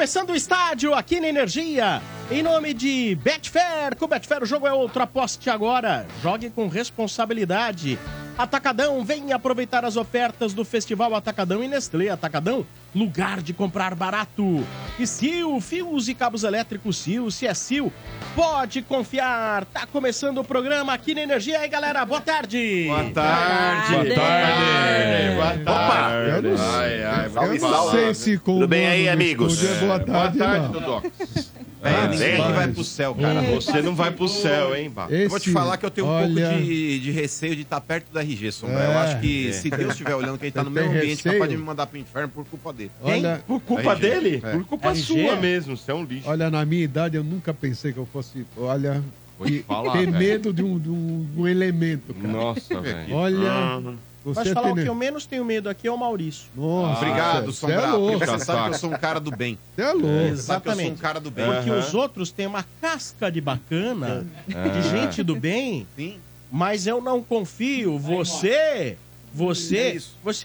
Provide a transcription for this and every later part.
começando o estádio aqui na Energia. Em nome de Betfair. Com Betfair o jogo é outro. Aposte agora. Jogue com responsabilidade. Atacadão, vem aproveitar as ofertas do Festival Atacadão e Nestlé. Atacadão, lugar de comprar barato. E Sil, fios e cabos elétricos Sil. Se é Sil, pode confiar. Tá começando o programa aqui na Energia. Aí, galera, boa tarde. Boa tarde. Boa tarde. Boa tarde. Eu não Salve, eu não salve. sei se com Tudo bem aí, no amigos? estúdio é boa tarde, não. Dodô. Ninguém que vai pro céu, cara. Você não vai pro céu, hein, Bá? Eu vou te falar que eu tenho um olha, pouco de receio de estar perto da RG, Sombra. É. Eu acho que se Deus estiver olhando que ele tá Você no meu tem ambiente, receio? capaz de me mandar pro inferno por culpa dele. Olha, Por culpa RG. dele? É. Por culpa RG? sua mesmo. Você é um lixo. olha, na minha idade eu nunca pensei que eu fosse, olha, Vou te falar, ter velho. medo de um elemento, cara. Nossa, velho. Olha, Mas você falar o tem que eu menos tenho medo aqui é o Maurício. Nossa, Obrigado, você é Sombra. louco, Porque você Tá sabe que saco. eu sou um cara do bem. você é louco. Você sabe que eu sou um Exatamente. cara do bem. Porque Aham. os outros têm uma casca de bacana, de gente do bem, Sim. mas eu não confio. Você É é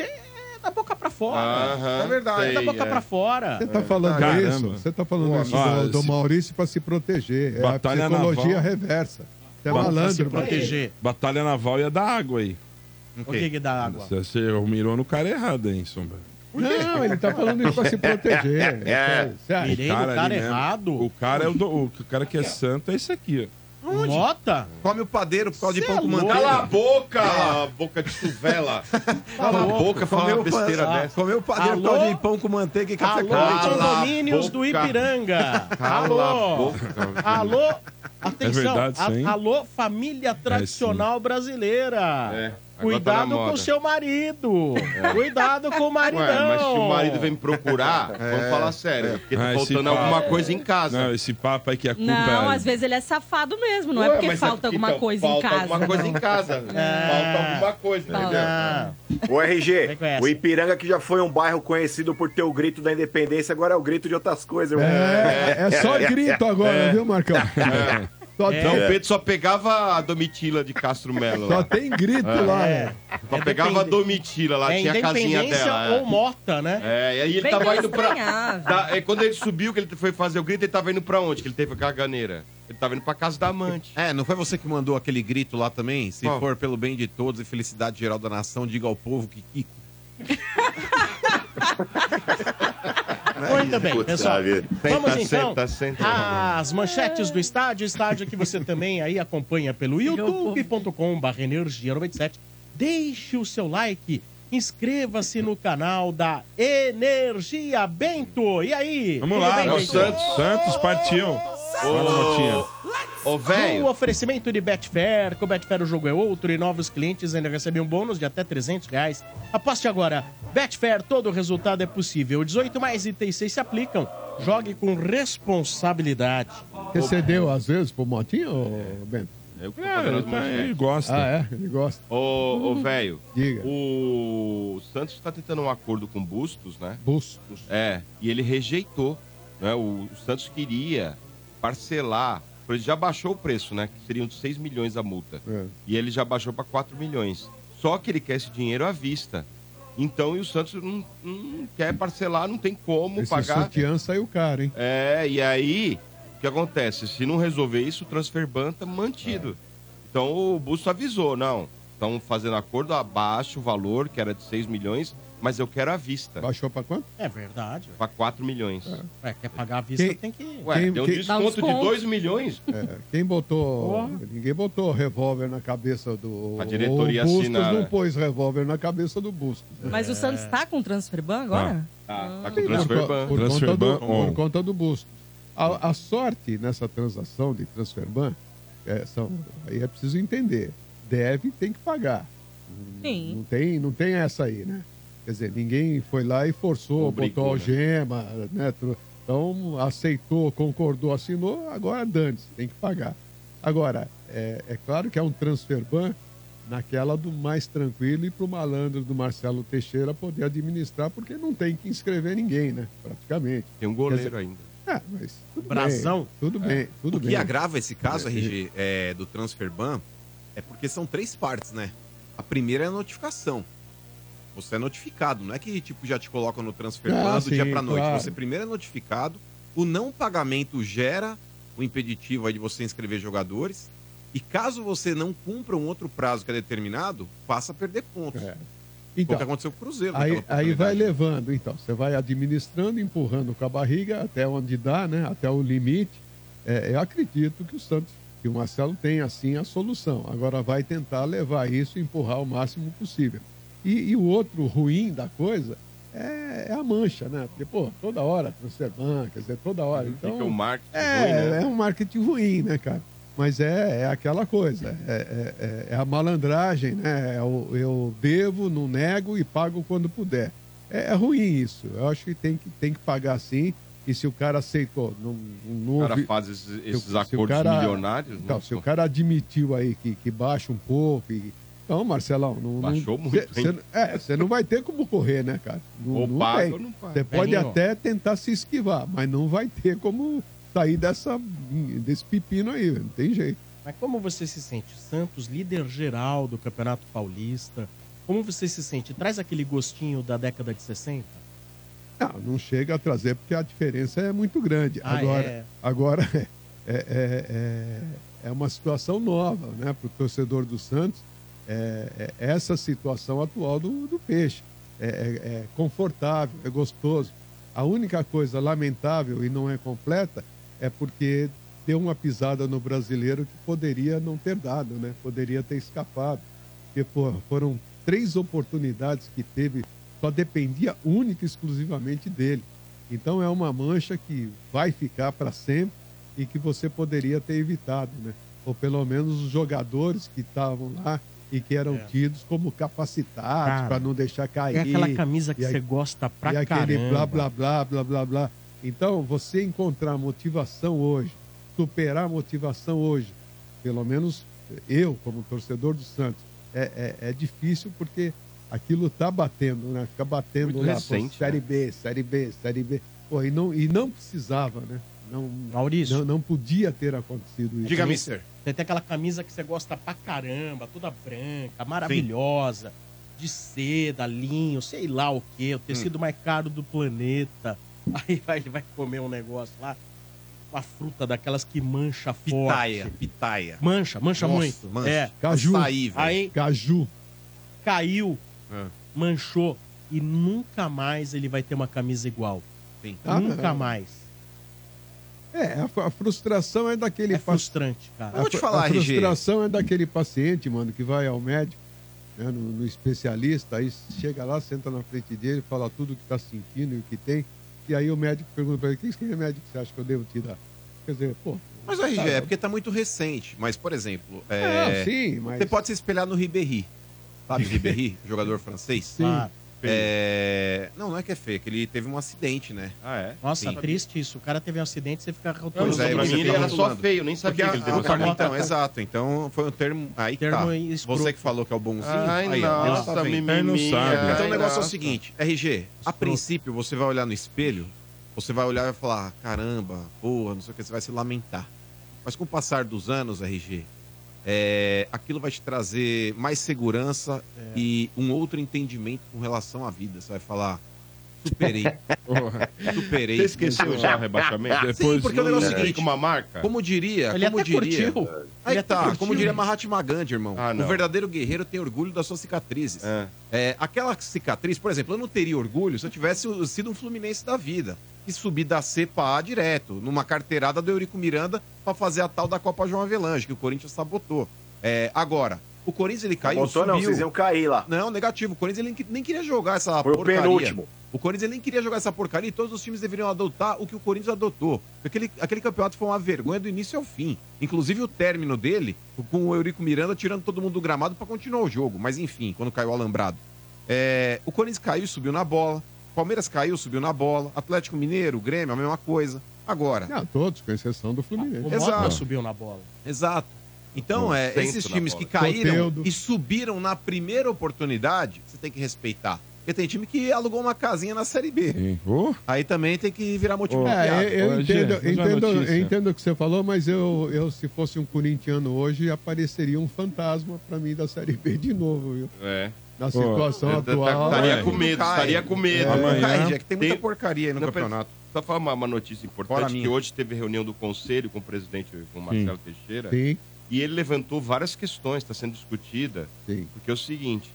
da boca pra fora. Aham, É verdade. É da sei, boca pra fora. Você tá falando Caramba. isso? Você tá falando isso ó, do esse- Maurício pra se proteger. É a Batalha psicologia naval. reversa. Você é Pra se malandro. proteger. Batalha naval ia dar água aí. O que dá água? Você mirou no cara errado, hein, Sombra? Não, ele tá falando isso pra se proteger. Sério. Mirei no cara ali mesmo. errado. O cara, o cara que é santo é esse aqui, ó. Mota? Come o padeiro por causa de Cê pão é com louco. manteiga. Cala a boca, boca de chuvela. Cala a boca, fala uma besteira dessa. Comeu o padeiro por Alô? causa de pão com manteiga e café Alô, com leite. Cala a condomínios do boca. Ipiranga. Cala a Alô. boca. Alô, atenção. É verdade, sim. Alô, família tradicional brasileira. É, agora tá Cuidado na com moda. seu marido. Cuidado com o maridão. Ué, mas se o marido vem me procurar, vamos falar sério. Porque tá Ah, esse faltando papo. alguma coisa em casa. Não, esse papo aí que a culpa Não, é... às vezes ele é safado mesmo, não Ué, é porque mas falta alguma então, coisa em falta casa. alguma coisa em casa. Falta alguma coisa, entendeu? Ah, Ô RG, Vem com essa. o Ipiranga que já foi um bairro conhecido por ter o grito da independência, agora é o grito de outras coisas, irmão. É só grito agora, viu, Marcão? Só, Então o Pedro só pegava a Domitila de Castro Melo só lá. tem grito lá, né? Só pegava a Domitila lá, é tinha a casinha independência dela. ou mota, né? É, e aí ele Bem tava indo pra. estranhável. Quando ele subiu, que ele foi fazer o grito, ele tava indo pra onde? Que ele teve a caganeira. Ele tava indo pra casa da amante. É, não foi você que mandou aquele grito lá também? Se Qual? for pelo bem de todos e felicidade geral da nação, diga ao povo que Kiko. Muito bem, pessoal. Vamos então Senta. às manchetes do estádio que você também aí acompanha pelo youtube.com/energia97. Deixe o seu like, inscreva-se no canal da Energia. Bento, e aí? Vamos Tudo lá, bem, é o Bento? Santos partiu. Fala, Motinha. Ô, O velho. oferecimento de Betfair. Com Betfair o jogo é outro e novos clientes ainda recebem um bônus de até R$300. Aposte agora. Betfair, todo resultado é possível. 18 mais itens 6 se aplicam. Jogue com responsabilidade. Você cedeu às vezes pro Motinho, ô, Bento? Eu que tô fazendo as Ele manchetes. gosta. Ah, é? Ele gosta. Ô, velho. Diga. O Santos tá tentando um acordo com o Bustos, né? Bustos. É, e ele rejeitou. Né? O Santos queria parcelar. Ele já baixou o preço, né? Que seriam de 6 milhões a multa. É. E ele já baixou para 4 milhões. Só que ele quer esse dinheiro à vista. Então, e o Santos não quer parcelar, não tem como Esse pagar. sutiã saiu caro, hein? É, e aí, o que acontece? Se não resolver isso, o Transferban tá mantido. Então, o Busto avisou, não, estão fazendo acordo abaixo o valor, que era de 6 milhões, mas eu quero à vista, Baixou pra quanto? É verdade. para 4 milhões. Quer pagar à vista, Quem- tem que... Ué, Quem- deu um quem- desconto Dá um de desconto. 2 milhões? Quem botou... Ninguém botou revólver na cabeça do... A diretoria o Bustos assinar, não né? pôs revólver na cabeça do Bustos. Mas o Santos tá com transferban agora? Tá com Por, Transferban. por Transferban conta do, on. por conta do Bustos. A sorte nessa transação de Transferban, aí é preciso entender, tem que pagar. Sim. Não tem essa aí, né? Quer dizer, ninguém foi lá e forçou, Obrigou, botou né? algema, né? Então, aceitou, concordou, assinou, agora dane-se, tem que pagar. Agora, é claro que é um Transferban naquela do mais tranquilo e para o malandro do Marcelo Teixeira poder administrar, porque não tem que inscrever ninguém, né? Praticamente. Tem um goleiro ainda. Mas tudo Brasão. bem. Tudo bem, tudo O bem. que agrava esse caso, RG, do Transferban, é porque são 3 partes, né? A primeira é a notificação. Você é notificado, não é que tipo já te colocam no Transferban do sim, dia pra noite. claro. Você primeiro é notificado, O não pagamento gera o impeditivo aí de você inscrever jogadores. E caso você não cumpra um outro prazo que é determinado, passa a perder pontos. Foi o que aconteceu com o Cruzeiro. Aí vai levando, então. Você vai administrando, empurrando com a barriga até onde dá, né? Até o limite. Eu acredito que o Santos, que o Marcelo tem, assim, a solução. Agora vai tentar levar isso e empurrar o máximo possível. E o outro ruim da coisa é a mancha, né? Porque, pô, toda hora, transferban, quer dizer, toda hora. Então, Fica o marketing ruim, né? É um marketing ruim, né, cara? Mas é aquela coisa, é a malandragem, né? Eu devo, não nego e pago quando puder. É ruim isso. Eu acho que tem que pagar sim. E se o cara aceitou, O cara faz esses acordos milionários. Então, se o cara admitiu aí que baixa um pouco. Então, Marcelão, baixou muito. Você não vai ter como correr, né, cara? Ou paga ou não paga. Você pode até tentar se esquivar, mas não vai ter como sair desse pepino aí, não tem jeito. Mas como você se sente? Santos, líder geral do Campeonato Paulista. Como você se sente? Traz aquele gostinho da década de 60? Não chega a trazer porque a diferença é muito grande. Agora é uma situação nova, né, para o torcedor do Santos. Essa situação atual do Peixe. É confortável, é gostoso. A única coisa lamentável e não é completa é porque deu uma pisada no brasileiro que poderia não ter dado, né? Poderia ter escapado. Porque, foram 3 oportunidades que teve, só dependia única e exclusivamente dele. Então é uma mancha que vai ficar para sempre e que você poderia ter evitado, né? Ou pelo menos os jogadores que estavam lá e que eram tidos como capacitados para não deixar cair. É aquela camisa que você gosta pra caramba. E aquele blá, blá, blá, blá, blá, blá. Então, você encontrar motivação hoje, superar a motivação hoje, pelo menos eu, como torcedor do Santos, é difícil porque aquilo tá batendo, né? Fica batendo muito lá, recente, Série B, Série B, Série B. Pô, e não precisava, né? Maurício. Não podia ter acontecido isso. Diga, mister. Você tem aquela camisa que você gosta pra caramba, toda branca, maravilhosa, de seda, linho, sei lá o quê, o tecido mais caro do planeta. Aí ele vai comer um negócio lá, uma fruta daquelas que mancha forte. Pitaia. Mancha Nossa, muito. Mancha. Caju. Açaí, aí Caju. caiu, manchou e nunca mais ele vai ter uma camisa igual. Sim. Nunca mais. A frustração é daquele frustrante, cara. Eu vou te falar, a RG. frustração é daquele paciente, mano, que vai ao médico, né, no especialista, aí chega lá, senta na frente dele, fala tudo o que tá sentindo e o que tem, e aí o médico pergunta pra ele, que remédio que você acha que eu devo te dar? Quer dizer, Mas o RG é porque tá muito recente. Mas, por exemplo, sim, mas... você pode se espelhar no Ribéry. Sabe o Ribéry, jogador francês? Sim. Não é que é feio, é que ele teve um acidente, né? Nossa, Sim. triste isso. O cara teve um acidente e você fica Pois é, Mas você ele fica era só rotulando. feio, nem sabia que ele teve Então, exato. Então, foi um termo... Aí que tá. escroto. Você que falou que é o bonzinho. Ai, aí, ó, Deus tá nossa, vendo. mimimi. Então, o negócio é o nossa. seguinte. RG, a princípio, você vai olhar no espelho, você vai olhar e vai falar, caramba, porra, não sei o que, você vai se lamentar. Mas com o passar dos anos, RG, aquilo vai te trazer mais segurança e um outro entendimento com relação à vida. Você vai falar, superei. Superei. Você esqueceu já o rebaixamento? Sim, porque o negócio é o seguinte, Fica uma marca? como diria... Ele como até diria, curtiu. Aí Ele até tá, curtiu, como diria né? Mahatma Gandhi, irmão. não. O verdadeiro guerreiro tem orgulho das suas cicatrizes. Aquela cicatriz, por exemplo, eu não teria orgulho se eu tivesse sido um Fluminense da vida. E subir da C pra A direto, numa carteirada do Eurico Miranda pra fazer a tal da Copa João Avelange, que o Corinthians sabotou. Agora, o Corinthians ele caiu, Botou não, vocês iam cair lá. Não, negativo. O Corinthians ele nem queria jogar essa Foi o porcaria. penúltimo. O Corinthians ele nem queria jogar essa porcaria e todos os times deveriam adotar o que o Corinthians adotou. Aquele campeonato foi uma vergonha do início ao fim. Inclusive o término dele, com o Eurico Miranda tirando todo mundo do gramado pra continuar o jogo. Mas enfim, quando caiu o alambrado. O Corinthians caiu e subiu na bola. Palmeiras caiu, subiu na bola. Atlético Mineiro, Grêmio, a mesma coisa. Agora. Não, todos, com exceção do Fluminense. O Mota subiu na bola. Exato. Então, esses times que bola. caíram Soteldo. e subiram na primeira oportunidade, você tem que respeitar. Porque tem time que alugou uma casinha na Série B. Aí também tem que virar motivo de piada. Eu entendo, notícia. eu entendo o que você falou, mas eu, se fosse um corintiano hoje, apareceria um fantasma pra mim da Série B de novo, viu? Na situação atual. Estaria com medo, estaria com medo. Não cai, RG, que tem muita porcaria aí no campeonato. Só falar uma notícia importante, que hoje teve reunião do Conselho com o presidente, com o Marcelo Teixeira. Sim. E ele levantou várias questões, está sendo discutida. Sim. Porque é o seguinte,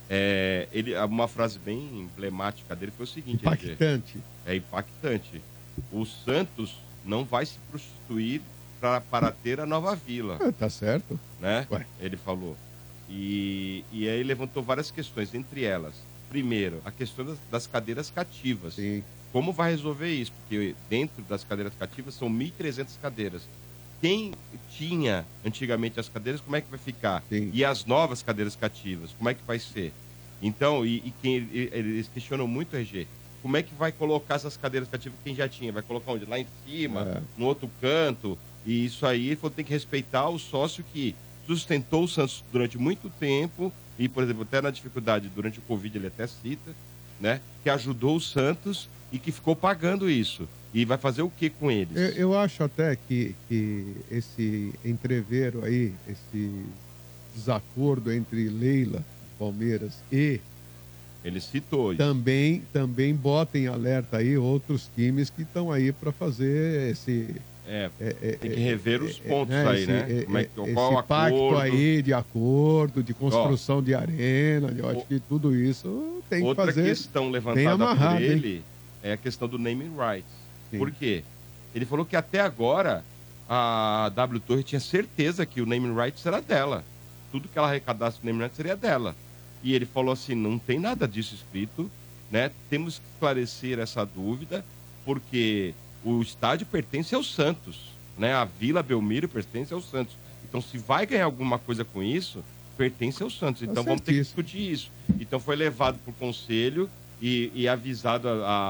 uma frase bem emblemática dele foi o seguinte... Impactante. É impactante. O Santos não vai se prostituir para ter a nova Vila. Tá certo. Né? Ele falou. E aí levantou várias questões, entre elas, primeiro, a questão das cadeiras cativas. Sim. Como vai resolver isso? Porque dentro das cadeiras cativas são 1.300 cadeiras. Quem tinha antigamente as cadeiras, como é que vai ficar? Sim. E as novas cadeiras cativas, como é que vai ser? Então, eles questionam muito, RG, como é que vai colocar essas cadeiras cativas quem já tinha? Vai colocar onde? Lá em cima, no outro canto? E isso aí ele tem que respeitar o sócio que sustentou o Santos durante muito tempo e, por exemplo, até na dificuldade durante o Covid, ele até cita, né? Que ajudou o Santos e que ficou pagando isso. E vai fazer o que com eles? Eu acho até que esse entreveiro aí, esse desacordo entre Leila, Palmeiras e... Ele citou isso. Também bota em alerta aí outros times que estão aí para fazer esse... tem que rever os pontos aí, né? Qual o pacto aí de acordo, de construção de arena, eu acho que tudo isso tem que fazer. Outra questão levantada por ele é a questão do naming rights. Sim. Por quê? Ele falou que até agora a W Torre tinha certeza que o naming rights era dela. Tudo que ela arrecadasse do naming rights seria dela. E ele falou assim, não tem nada disso escrito, né? Temos que esclarecer essa dúvida, porque o estádio pertence ao Santos, né? A Vila Belmiro pertence ao Santos. Então, se vai ganhar alguma coisa com isso, pertence ao Santos. Então, vamos ter que discutir isso. Então, foi levado para o conselho e avisado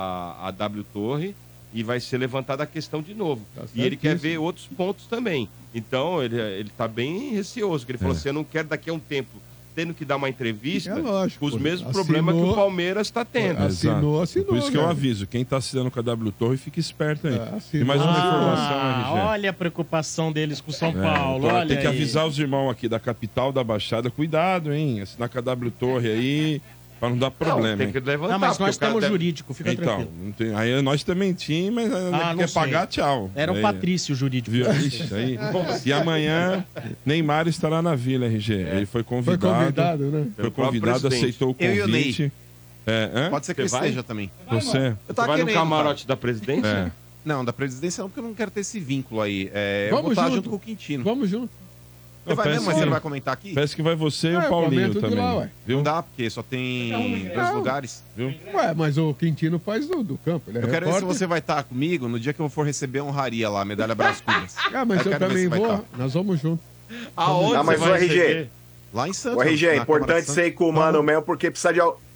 a W Torre e vai ser levantada a questão de novo. E ele quer ver outros pontos também. Então, ele está bem receoso, porque ele falou assim, eu não quero daqui a um tempo tendo que dar uma entrevista com os mesmos problemas que o Palmeiras está tendo. Assinou. Por isso que eu aviso, quem está assinando com a W Torre, fica esperto aí. E mais uma informação, RG. Olha a preocupação deles com o São Paulo. Então, olha tem que aí. avisar os irmãos aqui da capital, da Baixada, cuidado, hein? Assinar com a W Torre aí, para não dar problema. Tem que levantar. Não, mas nós temos jurídico, fica tranquilo. Não tem, aí nós também tínhamos, mas quer pagar, tchau. Era o Patrício jurídico. Ixi, aí. E amanhã, Neymar estará na Vila, RG. Ele foi convidado. Foi convidado, né? Foi convidado, aceitou o convite. Eu e o Ney. Pode ser que Você eu esteja também. Você? Eu tava vai no querendo, camarote da presidência? Não, da presidência não, porque eu não quero ter esse vínculo aí. Eu vou estar junto com o Quintino. Vamos junto. Você vai mesmo, mas você não vai comentar aqui? Parece que vai você e o Paulinho também. Lá, viu? Não dá, porque só tem 2 lugares. Viu? Mas o Quintino faz do campo. Ele eu quero ver se você vai estar comigo no dia que eu for receber a honraria lá, a medalha Brás Cubas. Mas eu também vou. Nós vamos junto. Aonde mas o RG... Lá em Santos. O RG, é importante você ir com o mano mesmo, porque precisa de...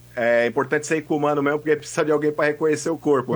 É importante você ir com o mano mesmo, porque precisa de alguém pra reconhecer o corpo.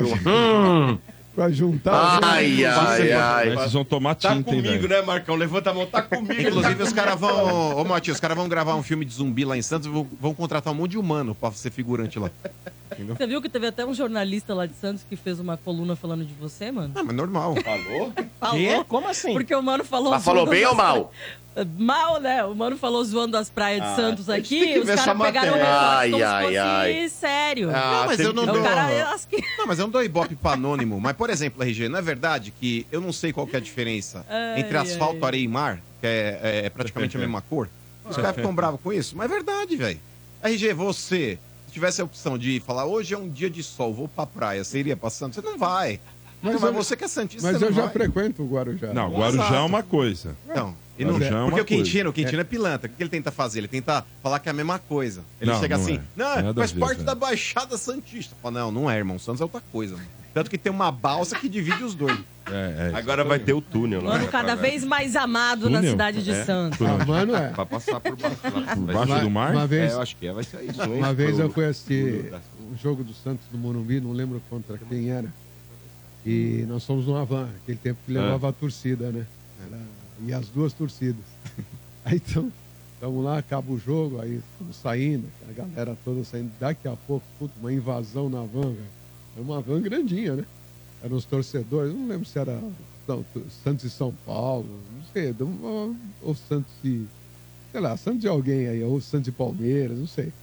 Pra juntar. Ai. Vocês vão tomar tinta, Tá comigo, né, Marcão? Levanta a mão, tá comigo. Inclusive, os caras vão... Ô, Matias, os caras vão gravar um filme de zumbi lá em Santos e vão contratar um monte de humano pra ser figurante lá. Entendeu? Você viu que teve até um jornalista lá de Santos que fez uma coluna falando de você, mano? Ah, mas normal. Falou? Falou? Como assim? Porque o mano falou... Mas falou bem ou mal? Mal, né? O mano falou zoando as praias de Santos tem aqui, que os ver caras essa pegaram o matéria. recorte como se fosse sério. Não, mas eu não dou... Não, mas eu não dou ibope pra anônimo. Mas, por exemplo, RG, não é verdade que eu não sei qual que é a diferença entre asfalto, areia e mar, que é praticamente a mesma cor? Os caras ficam bravos com isso, mas é verdade, velho. RG, você, se tivesse a opção de falar, hoje é um dia de sol, vou pra praia, você iria pra Santos? Você não vai. Mas você que é santista, mas você eu não já vai. frequento o Guarujá. Não, Guarujá é uma coisa. Não. Porque o Quintino é pilantra. O que ele tenta fazer? Ele tenta falar que é a mesma coisa. Ele chega não assim, é. não, faz parte né? da Baixada Santista. Fala, não é, irmão. Santos é outra coisa. Mano. Tanto que tem uma balsa que divide os dois. Agora vai ter o túnel lá. Mano cada vez mais amado na cidade de Santos. Mano, Pra passar por baixo. Por baixo do mar? Uma vez, eu acho que vai ser isso. uma vez eu fui assistir um jogo do Santos no Morumbi, não lembro contra quem era. E nós fomos numa van, aquele tempo que levava a torcida, né? E as duas torcidas. Aí então, estamos lá, acaba o jogo, aí estamos saindo, a galera toda saindo. Daqui a pouco, uma invasão na van, velho. Era uma van grandinha, né? Eram os torcedores, não lembro se era Santos e São Paulo, não sei, ou Santos e... Sei lá, Santos de alguém aí, ou Santos e Palmeiras, não sei.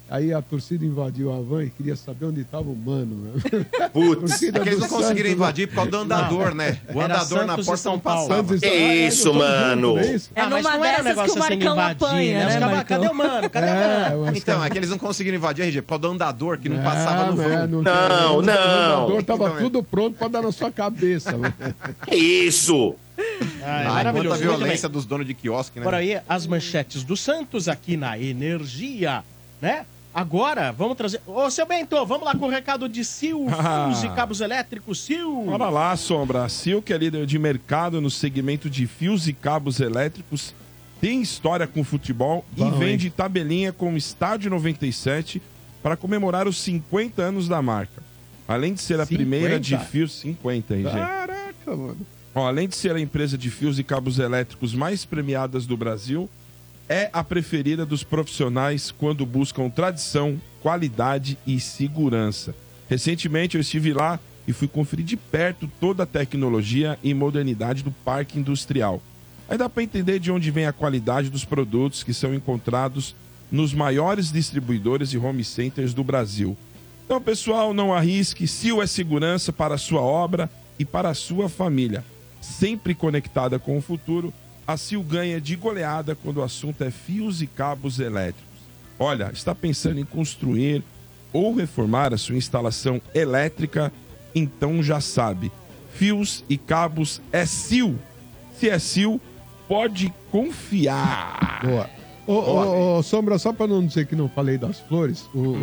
Aí a torcida invadiu a van e queria saber onde estava o Mano. Né? Putz. É que eles não conseguiram invadir por causa do andador, né? O Era andador na Santos e porta São não Paulo. passava. Que isso, mano? É isso? É mas numa não era um dessas negócio que o sendo Marcão invadir, apanha, né? Os né, caras, Marcão? cadê o Mano? Cadê o Mano? mas Então, é que eles não conseguiram invadir, RG, por causa do andador que não passava no vão. Não. O andador tava Então, tudo pronto pra dar na sua cabeça. Né? Que isso? Maravilhoso. Quanta Muito violência bem. dos donos de quiosque, né? Por aí, as manchetes do Santos aqui na Energia, né? Agora, vamos trazer... Ô, seu Bento, vamos lá com o recado de Sil, fios e cabos elétricos, Sil. Bora lá, Sombra. A Sil, que é líder de mercado no segmento de fios e cabos elétricos, tem história com futebol e vende tabelinha com o Estádio 97 para comemorar os 50 anos da marca. Além de ser a 50? primeira de fios... 50, RG. Caraca, mano. Ó, além de ser a empresa de fios e cabos elétricos mais premiadas do Brasil, é a preferida dos profissionais quando buscam tradição, qualidade e segurança. Recentemente eu estive lá e fui conferir de perto toda a tecnologia e modernidade do parque industrial. Aí dá para entender de onde vem a qualidade dos produtos que são encontrados nos maiores distribuidores e home centers do Brasil. Então, pessoal, não arrisque. Sil é segurança para a sua obra e para a sua família. Sempre conectada com o futuro, a Sil ganha de goleada quando o assunto é fios e cabos elétricos. Olha, está pensando em construir ou reformar a sua instalação elétrica? Então já sabe, fios e cabos é Sil. Se é Sil, pode confiar. Boa. Ô, Sombra, só para não dizer que não falei das flores,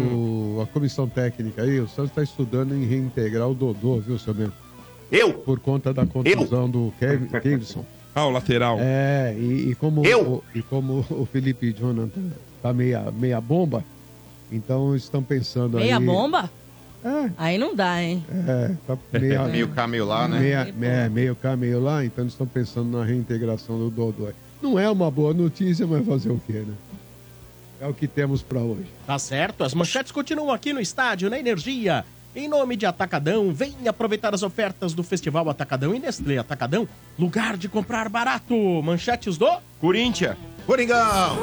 a comissão técnica aí, o Santos está estudando em reintegrar o Dodô, viu, seu Bento? Eu? Por conta da contusão do Kevson. Ah, o lateral. É, e como o Felipe Jonathan tá meia bomba, então estão pensando Meia aí... bomba? É. Aí não dá, hein? Tá meia, Meio cá, meio lá, né? meio cá, meio lá, então eles estão pensando na reintegração do Dodô. Não é uma boa notícia, mas fazer o quê, né? É o que temos para hoje. Tá certo, as manchetes continuam aqui no estádio, na Energia. Em nome de Atacadão, vem aproveitar as ofertas do Festival Atacadão e Nestlé Atacadão, lugar de comprar barato. Manchetes do Corinthians. Coringão!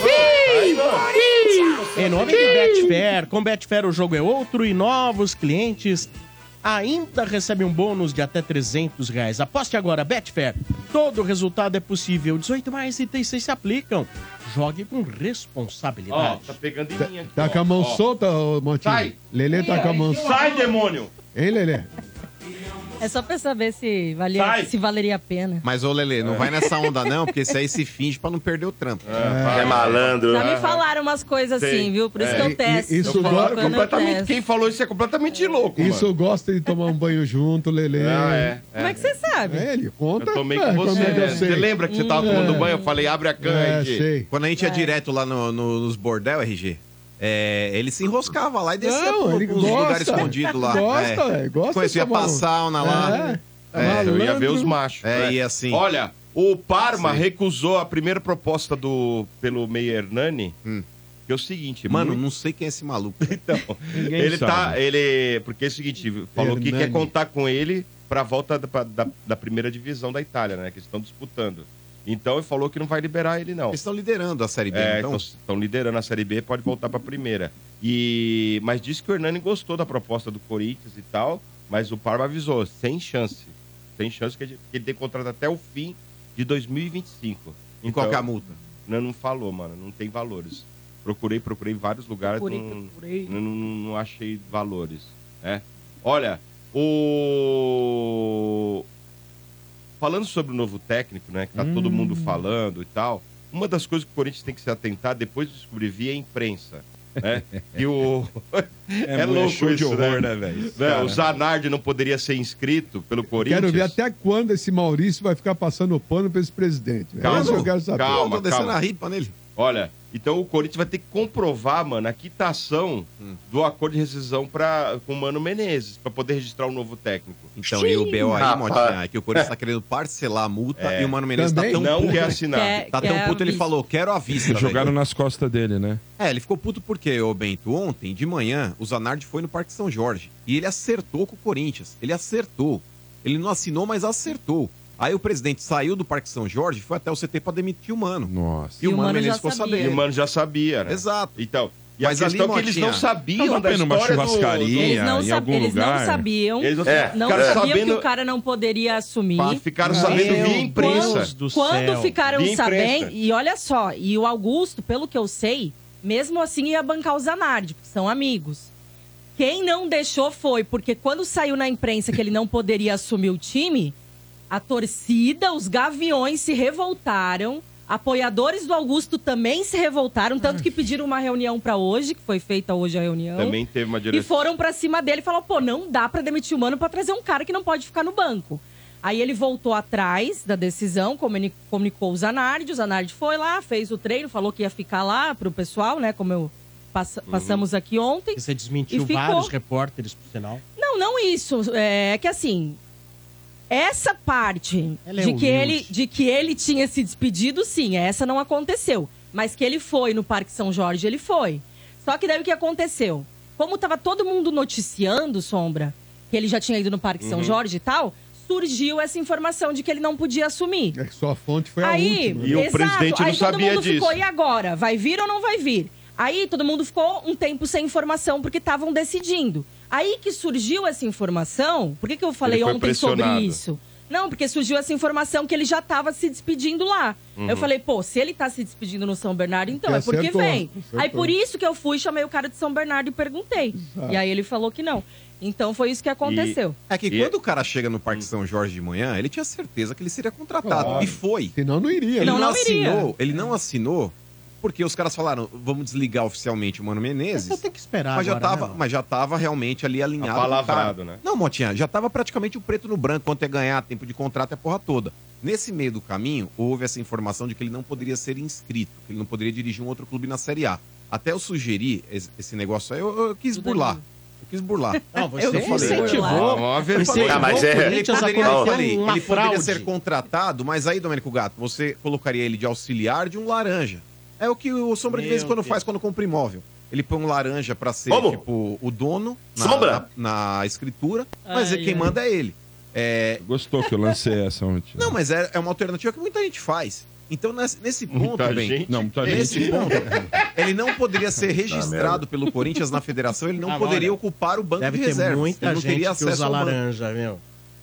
Em nome de Betfair. Com Betfair o jogo é outro e novos clientes ainda recebem um bônus de até R$300. Aposte agora, Betfair. Todo resultado é possível. 18 mais itens se aplicam. Jogue com responsabilidade. Ó, tá pegando em mim aqui. Tá com a mão solta, ô Montinho? Sai. Lelê tá com a mão solta. Sai, demônio! Hein, Lelê? É só pra saber se Sai. valeria a pena. Mas, ô Lelê, não vai nessa onda não, porque esse aí se finge pra não perder o trampo. É malandro. Já me falaram umas coisas assim, viu? Por isso que eu testo. Isso Quando agora eu Completamente, testo. quem falou isso é completamente louco, Isso mano. gosta de tomar um banho junto, Lelê. Como é que você sabe? Ele conta. Eu tomei É, com você, como é que eu né? sei? Você lembra que você tava tomando banho? Eu falei, abre a cana É, aí. sei. Quando a gente ia direto lá nos bordel, RG, ele se enroscava lá e descia Não, ele pros gosta. lugares escondidos lá. Gosta, velho. Gosta Conhecia de tomar pra um- sauna lá. Eu ia ver Malandro. os machos. E assim... Olha, o Parma Sim. recusou a primeira proposta pelo Meia Hernani, que é o seguinte... Mano, muito- não sei quem é esse maluco. Então, Ninguém ele sabe. tá... Porque é o seguinte, falou que Hernani. quer contar com ele pra volta da primeira divisão da Itália, né? Que eles estão disputando. Então, ele falou que não vai liberar ele, não. Eles estão liderando a Série B, então. Estão liderando a Série B, pode voltar pra primeira. Mas disse que o Hernani gostou da proposta do Corinthians e tal, mas o Parma avisou, sem chance. Sem chance que ele tem contrato até o fim de 2025. E qual que é a multa? Não falou, mano, não tem valores. Procurei em vários lugares, Procurei. não achei valores, né? Olha, falando sobre o novo técnico, né, que tá todo mundo falando e tal, uma das coisas que o Corinthians tem que se atentar depois de descobrir via imprensa, né? Que o... é louco show de isso, horror, né, velho? Né, o Zanardi não poderia ser inscrito pelo Corinthians. Quero ver até quando esse Maurício vai ficar passando pano pra esse presidente. Calma, É isso que eu quero saber. calma. Tô descendo a ripa nele. Olha, então o Corinthians vai ter que comprovar, mano, a quitação do acordo de rescisão com o Mano Menezes, pra poder registrar um novo técnico. Então, e o B.O. aí, Rapaz. Motinha, é que o Corinthians tá querendo parcelar a multa e o Mano Menezes Também? tá tão Não puto. quer assinar. Tá tão puto, ele falou, quero a vista. Jogaram velho. nas costas dele, né? Ele ficou puto porque, ô Bento, ontem de manhã, o Zanardi foi no Parque São Jorge e ele acertou com o Corinthians. Ele acertou. Ele não assinou, mas acertou. Aí o presidente saiu do Parque São Jorge e foi até o CT pra demitir o Mano. Nossa. E o Mano já Menezes ficou sabia. E o sabendo. Mano já sabia, né? Exato. Então, E a questão é que eles não sabiam Tava da tendo uma história churrascaria Eles não, em algum eles não lugar. sabiam, Eles não ficaram sabiam que sabendo- o cara não poderia assumir. Ficaram sabendo via imprensa. Deus do Quando céu. ficaram Via imprensa. sabendo, e olha só, e o Augusto, pelo que eu sei, mesmo assim ia bancar o Zanardi, porque são amigos. Quem não deixou foi, porque quando saiu na imprensa que ele não poderia assumir o time, a torcida, os gaviões se revoltaram, apoiadores do Augusto também se revoltaram, tanto que pediram uma reunião pra hoje, que foi feita hoje a reunião. Também teve uma E direção. foram pra cima dele e falaram, pô, não dá pra demitir o Mano pra trazer um cara que não pode ficar no banco. Aí ele voltou atrás da decisão, comunicou o Zanardi foi lá, fez o treino, falou que ia ficar lá pro pessoal, né, como eu passamos aqui ontem. Você desmentiu E ficou. vários repórteres, por sinal. Não isso, é que assim, essa parte Ela é de que ele tinha se despedido, sim, essa não aconteceu. Mas que ele foi no Parque São Jorge, ele foi. Só que daí o que aconteceu? Como tava todo mundo noticiando, Sombra, que ele já tinha ido no Parque São Jorge e tal, surgiu essa informação de que ele não podia assumir. É que sua fonte foi a Aí, última. E o presidente não aí todo sabia mundo disso. ficou, e agora? Vai vir ou não vai vir? Aí todo mundo ficou um tempo sem informação porque estavam decidindo. Aí que surgiu essa informação, por que eu falei Ele foi ontem sobre pressionado. isso? Não, porque surgiu essa informação que ele já estava se despedindo lá. Eu falei, pô, se ele tá se despedindo no São Bernardo, então Que é porque acertou, vem. acertou. Aí por isso que eu fui, chamei o cara de São Bernardo e perguntei. Exato. E aí ele falou que não. Então foi isso que aconteceu. É que E- quando o cara chega no Parque São Jorge de manhã, ele tinha certeza que ele seria contratado. Claro. E foi. Senão não iria. Ele Não, não, não iria. assinou. Ele não assinou porque os caras falaram, vamos desligar oficialmente o Mano Menezes. Você tem que esperar Mas já, agora, tava, né? mas já tava realmente ali alinhado. com o Apalavrado, cara. né? Não, Motinha, já tava praticamente o preto no branco, quanto é ganhar, tempo de contrato é a porra toda. Nesse meio do caminho, houve essa informação de que ele não poderia ser inscrito, que ele não poderia dirigir um outro clube na Série A. Até eu sugeri esse negócio aí, eu quis burlar. Eu quis burlar. Não, você Eu incentivou. Uma vergonha. Incentivou Ah, mas é- o Corinthians a poderia, cometer uma ele poderia fraude. ser contratado, mas aí, Domênico Gato, você colocaria ele de auxiliar de um laranja. É o que o Sombra de vez em Meu quando Deus. faz quando compra imóvel. Ele põe um laranja pra ser, Como? tipo, o dono Sombra? na escritura, mas Ai, quem ai. manda é ele. É, Gostou que eu lancei essa ontem? não, mas é uma alternativa que muita gente faz. Então, nesse ponto, Muita bem, gente. Não, muita nesse gente. ponto, ele não poderia ser registrado pelo Corinthians na federação, ele não Ah, poderia olha, ocupar o banco Deve de ter reservas. muita ele não gente teria que acesso usa ao banco. laranja, meu.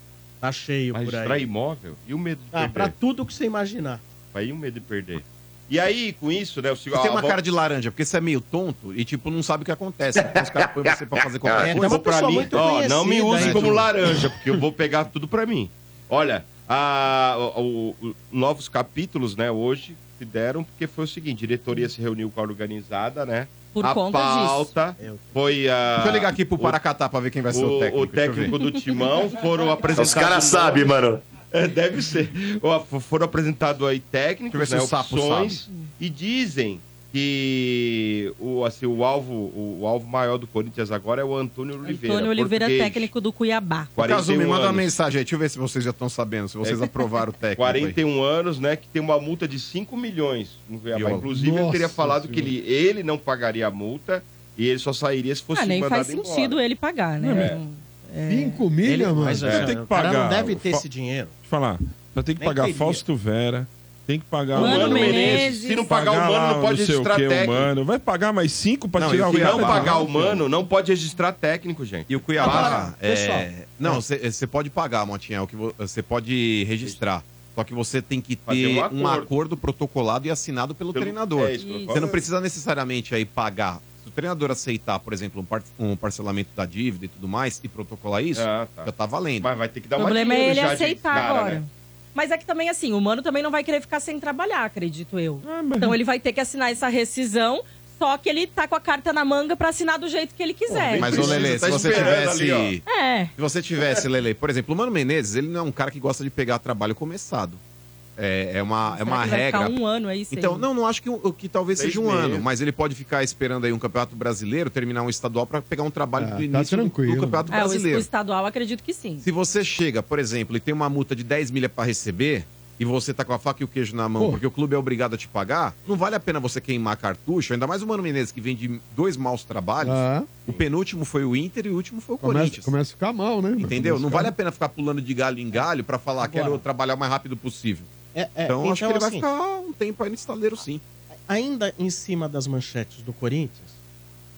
Tá cheio Mas por pra aí. imóvel? E o medo de Ah, perder? pra tudo que você imaginar. Aí o medo de perder. E aí, com isso, né, o Você tem uma cara de laranja, porque você é meio tonto e, tipo, não sabe o que acontece. Então os caras põem você pra fazer qualquer É, coisa. uma pra pessoa mim, muito ó, não me conhecida, use hein, como Ju? laranja, porque eu vou pegar tudo pra mim. Olha, novos capítulos, né, hoje se deram, porque foi o seguinte, a diretoria se reuniu com a organizada, né? Por a conta pauta foi a... Deixa eu ligar aqui pro Paracatá pra ver quem vai ser o técnico. O técnico do Timão foram apresentados... Os caras sabem, mano. É, deve ser. Ó, foram apresentados aí técnicos, Deixa eu ver se né, o Sapo opções, e dizem que o alvo maior do Corinthians agora é o Antônio Oliveira. Antônio Oliveira, português. técnico do Cuiabá. Ô, Cazu, me 41 manda uma anos. mensagem aí. Deixa eu ver se vocês já estão sabendo, se vocês aprovaram o técnico. 41 anos, né? Que tem uma multa de 5 milhões no Cuiabá. E, ó, Inclusive, ele nossa teria falado que Senhora. ele não pagaria a multa e ele só sairia se fosse Nem mandado faz sentido embora. ele pagar, né? 5 milhas, mano. Mas, É. assim, Tem que o cara pagar. não deve ter Fa- esse dinheiro. Deixa eu falar. Só tem que Nem pagar teria. Fausto Vera, tem que pagar Mano Mano Menezes. Menezes. Se não pagar o lá Mano, não pode sei o registrar quê, o técnico. Mano. Vai pagar mais 5 pra Não, tirar e o o Se Cuiabá. não pagar o pô. Mano, não pode registrar técnico, gente. E o Cuiabá, Agora, pessoal, não, você pode pagar, Motinha, o que você pode registrar. Só que você tem que Fazer ter um um acordo. acordo protocolado e assinado pelo treinador. É isso que eu tô Isso. Você não precisa necessariamente aí pagar. Se o treinador aceitar, por exemplo, um parcelamento da dívida e tudo mais, e protocolar isso, Ah, tá. já tá valendo. Mas vai ter que O dar mais problema é dinheiro ele já de aceitar cara, agora. né? Mas é que também, assim, o Mano também não vai querer ficar sem trabalhar, acredito eu. mas- Então ele vai ter que assinar essa rescisão, só que ele tá com a carta na manga pra assinar do jeito que ele quiser. Mas, ô precisa, Lelê, tá se você esperando tivesse. ali, É. Se você tivesse, Lele, por exemplo, o Mano Menezes, ele não é um cara que gosta de pegar trabalho começado. É uma Será que vai regra. ficar um ano aí sem... Então, não acho que talvez 6 seja um ano, meses. mas ele pode ficar esperando aí um campeonato brasileiro, terminar um estadual pra pegar um trabalho Ah, do tá início do tranquilo. campeonato É, o brasileiro. estadual, acredito que sim. Se você chega, por exemplo, e tem uma multa de 10 milha pra receber, e você tá com a faca e o queijo na mão Pô. porque o clube é obrigado a te pagar, não vale a pena você queimar cartucho, ainda mais o Mano Menezes que vem de 2 maus trabalhos. Ah, O penúltimo foi o Inter e o último foi o começa, Corinthians. começa a ficar mal, né? Entendeu? Não Começa vale a a pena ficar pulando de galho em galho pra falar, Agora. quero trabalhar o mais rápido possível. Então, Então, acho que ele vai assim, ficar um tempo aí no estaleiro, sim. ainda em cima das manchetes do Corinthians,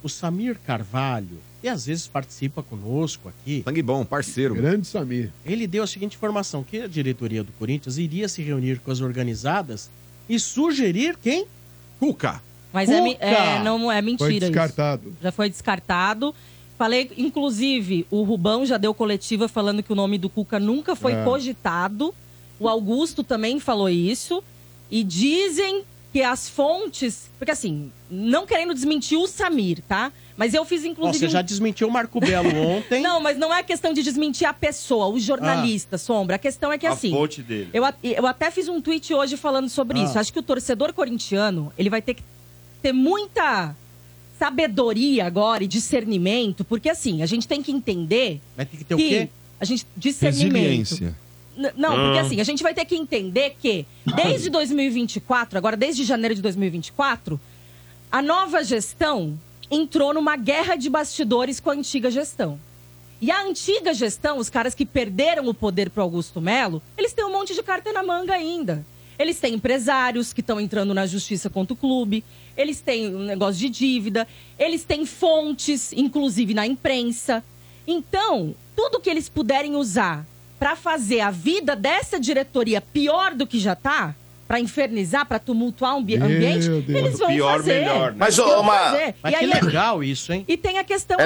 o Samir Carvalho, que às vezes participa conosco aqui. Sangue bom, parceiro. Grande Samir. Ele deu a seguinte informação, que a diretoria do Corinthians iria se reunir com as organizadas e sugerir quem? Cuca. Mas Cuca! não é mentira Foi descartado. isso. Já foi descartado. Falei, inclusive, o Rubão já deu coletiva falando que o nome do Cuca nunca foi cogitado. O Augusto também falou isso. E dizem que as fontes... Porque assim, não querendo desmentir o Samir, tá? Mas eu fiz, inclusive... Você já desmentiu o Marco Belo ontem. Não, mas não é questão de desmentir a pessoa, o jornalista, Sombra. A questão é que, assim... A fonte dele. Eu até fiz um tweet hoje falando sobre isso. Acho que o torcedor corintiano, ele vai ter que ter muita sabedoria agora e discernimento, porque assim, a gente tem que entender... Vai ter que ter o quê? A gente, discernimento. Resiliência. Não, porque assim, a gente vai ter que entender que desde 2024, agora desde janeiro de 2024, a nova gestão entrou numa guerra de bastidores com a antiga gestão. E a antiga gestão, os caras que perderam o poder pro Augusto Melo, eles têm um monte de carta na manga ainda. Eles têm empresários que estão entrando na justiça contra o clube, eles têm um negócio de dívida, eles têm fontes, inclusive na imprensa. Então, tudo que eles puderem usar para fazer a vida dessa diretoria pior do que já tá, para infernizar, para tumultuar o ambiente, eles vão Pior, fazer. melhor, né? Mas, Mas que legal isso, hein? E tem a questão,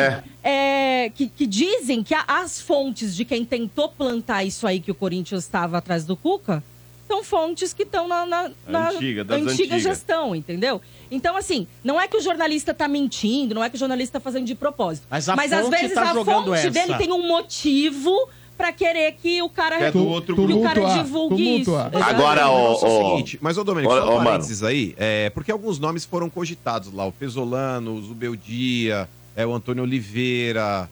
que dizem que as fontes de quem tentou plantar isso aí que o Corinthians estava atrás do Cuca são fontes que estão na antiga gestão, entendeu? Então, assim, não é que o jornalista tá mentindo, não é que o jornalista tá fazendo de propósito. Mas às vezes tá a jogando fonte essa. dele tem um motivo pra querer que o cara, divulgue isso. Agora, o seguinte, mas, Domênico, só um mano. parênteses aí, porque alguns nomes foram cogitados lá, o Pesolano, o Zubeldia, o Antônio Oliveira,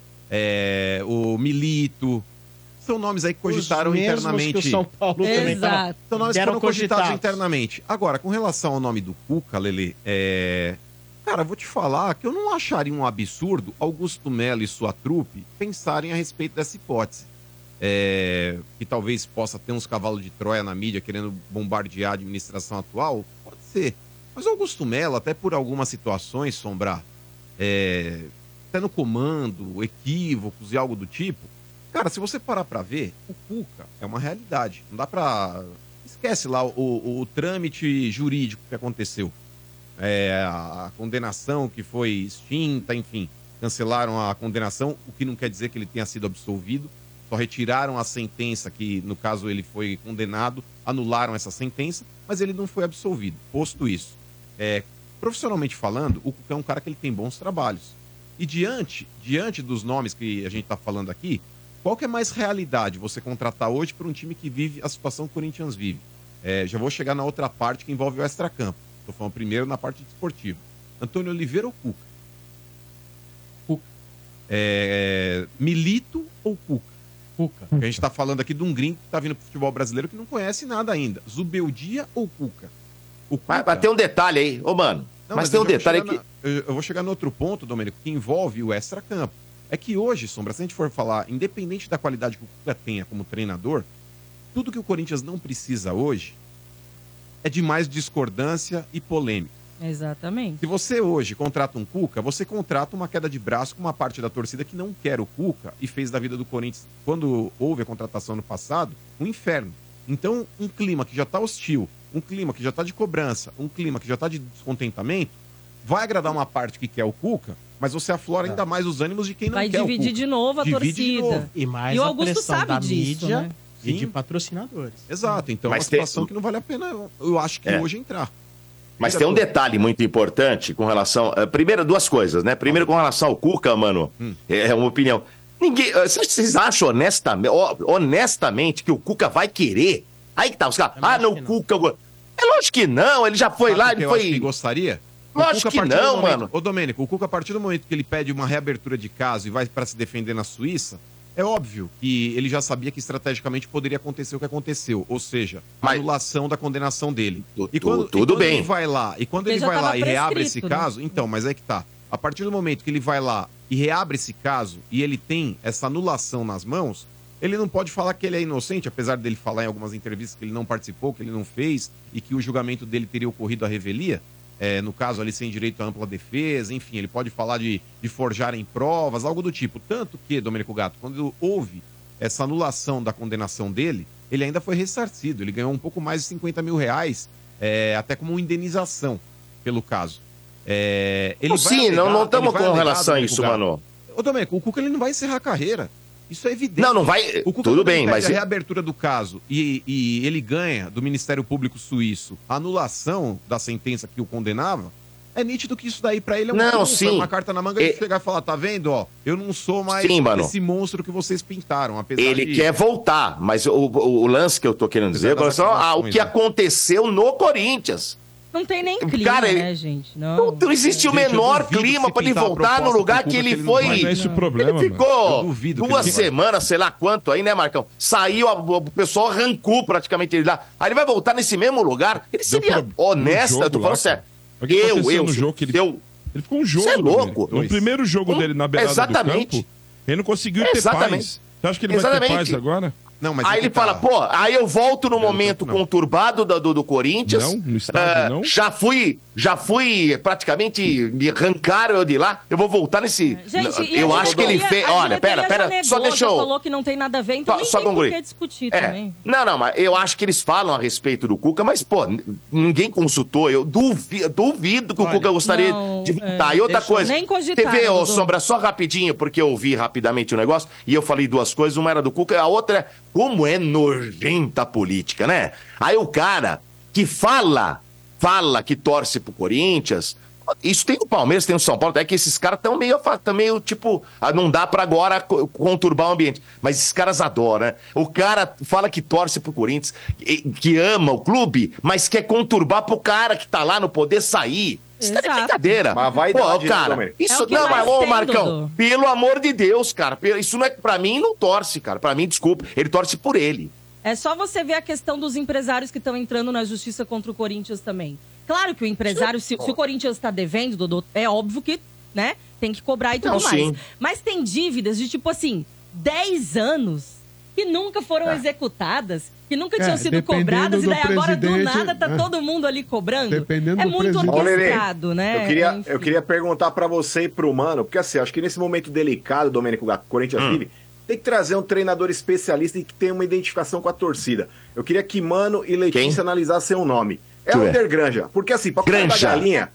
o Milito, são nomes aí que cogitaram Os mesmos internamente. que o São Paulo também tava- São nomes que eram foram cogitados cogitados. internamente. Agora, com relação ao nome do Cuca, Lelê, cara, vou te falar que eu não acharia um absurdo Augusto Melo e sua trupe pensarem a respeito dessa hipótese. Que talvez possa ter uns cavalos de Troia na mídia querendo bombardear a administração atual, pode ser. Mas o Augusto Melo, até por algumas situações, Sombrar, até no comando, equívocos e algo do tipo, cara, se você parar pra ver, o Cuca é uma realidade. Não dá pra... Esquece lá o trâmite jurídico que aconteceu. A condenação que foi extinta, enfim. Cancelaram a condenação, o que não quer dizer que ele tenha sido absolvido. Só retiraram a sentença que, no caso, ele foi condenado, anularam essa sentença, mas ele não foi absolvido. Posto isso, profissionalmente falando, o Cuca é um cara que ele tem bons trabalhos. E diante dos nomes que a gente está falando aqui, qual que é mais realidade você contratar hoje para um time que vive a situação que o Corinthians vive? Já vou chegar na outra parte que envolve o extracampo. Estou falando primeiro na parte desportiva. Antônio Oliveira ou Cuca? Milito ou Cuca? Cuca. Porque a gente está falando aqui de um gringo que está vindo pro futebol brasileiro que não conhece nada ainda. Zubeldia ou Cuca? O Cuca... Mas tem um detalhe aí, mano. Não, mas tem um eu já vou detalhe chegar que... eu vou chegar no outro ponto, Domênico, que envolve o extracampo. É que hoje, Sombra, se a gente for falar, independente da qualidade que o Cuca tenha como treinador, tudo que o Corinthians não precisa hoje é de mais discordância e polêmica. Exatamente. Se você hoje contrata um Cuca, você contrata uma queda de braço com uma parte da torcida que não quer o Cuca e fez da vida do Corinthians, quando houve a contratação no passado, um inferno. Então, um clima que já está hostil, um clima que já está de cobrança, um clima que já está de descontentamento, vai agradar uma parte que quer o Cuca, mas você aflora ainda mais os ânimos de quem não Vai quer o Cuca. dividir de novo a Divide de torcida. novo. E mais E o a Augusto pressão sabe da disso, mídia né? e de patrocinadores. Exato, então é Mas uma situação que não vale a pena, eu acho que hoje entrar. Mas tem um detalhe muito importante com relação... primeiro, duas coisas, né? Primeiro, com relação ao Cuca, mano, é uma opinião. Vocês acham honestamente que o Cuca vai querer? Aí que tá, os caras... não, Cuca... É lógico que não, ele já foi Sabe lá, o ele que eu foi... acho que gostaria? Lógico que não, mano. Ô, Domênico, o Cuca, a partir do momento que ele pede uma reabertura de caso e vai para se defender na Suíça, é óbvio que ele já sabia que estrategicamente poderia acontecer o que aconteceu, ou seja, a anulação da condenação dele. Tudo bem. Ele vai lá, e quando Ele ele já vai tava lá e reabre esse prescrito, né? caso, então, mas é que tá. A partir do momento que ele vai lá e reabre esse caso e ele tem essa anulação nas mãos, ele não pode falar que ele é inocente, apesar dele falar em algumas entrevistas que ele não participou, que ele não fez e que o julgamento dele teria ocorrido à revelia. no caso ali sem direito à ampla defesa, enfim, ele pode falar de forjar em provas, algo do tipo. Tanto que, Domênico Gato, quando houve essa anulação da condenação dele, ele ainda foi ressarcido, ele ganhou um pouco mais de 50 mil reais, até como indenização pelo caso. Sim, não estamos com relação a isso, mano. Ô, Domênico, o Cuca ele não vai encerrar a carreira. Isso é evidente. Não vai. O Cuca, tudo bem, mas. A reabertura do caso e ele ganha do Ministério Público Suíço a anulação da sentença que o condenava, é nítido que isso daí pra ele é uma carta na manga de chegar e falar: tá vendo, ó, eu não sou mais esse monstro que vocês pintaram. Apesar ele quer voltar, mas o lance que eu tô querendo dizer é o que aconteceu no Corinthians. Não tem nem clima, cara, né, gente? Não existe o menor clima pra ele voltar no lugar que ele foi. Mas não é esse o problema, ele ficou 2 semanas, sei lá quanto aí, né, Marcão? Saiu, o pessoal arrancou praticamente ele lá. Aí ele vai voltar nesse mesmo lugar. Ele seria honesto, eu tô falando sério. Ele ficou um jogo. Você é louco. No primeiro jogo dele na beirada do campo, ele não conseguiu ter paz. Você acha que ele vai ter paz agora? Não, mas aí ele fala, pô, aí eu volto no momento conturbado do Corinthians. Não, no estádio não. Já fui praticamente, me arrancaram eu de lá. Eu vou voltar nesse... Gente, eu acho que ele fez... Olha, pera, só deixa eu... falou que não tem nada a ver, então só nem tem por que discutir também. Não, mas eu acho que eles falam a respeito do Cuca, mas, pô, ninguém consultou. Eu duvido que o Cuca gostaria de voltar. E outra coisa, nem cogitar, TV, ô Sombra, só rapidinho, porque eu vi rapidamente o negócio, e eu falei 2 coisas, uma era do Cuca, a outra é como é nojenta a política, né? Aí o cara que fala que torce pro Corinthians, isso tem no Palmeiras, tem no São Paulo, até que esses caras estão meio tipo, não dá pra agora conturbar o ambiente, mas esses caras adoram, né? O cara fala que torce pro Corinthians, que ama o clube, mas quer conturbar pro cara que tá lá no poder sair. Isso é brincadeira. Mas vai dar cara. Isso não, mas ô Marcão, pelo amor de Deus, cara, isso não é pra mim, não torce, cara. Pra mim, desculpa, ele torce por ele. É só você ver a questão dos empresários que estão entrando na justiça contra o Corinthians também. Claro que o empresário, se o Corinthians está devendo, Dodô, é óbvio que, né, tem que cobrar e tudo mais. Sim. Mas tem dívidas de, tipo assim, 10 anos que nunca foram executadas, que nunca tinham sido cobradas, e daí agora do nada tá todo mundo ali cobrando. Dependendo é muito orquestrado, né? Eu queria perguntar pra você e pro Mano, porque assim, acho que nesse momento delicado, Domênico Gato, Corinthians vive, tem que trazer um treinador especialista e que tenha uma identificação com a torcida. Eu queria que Mano e Letícia analisassem um nome. Helder Granja. Porque assim, pra cuidar da galinha,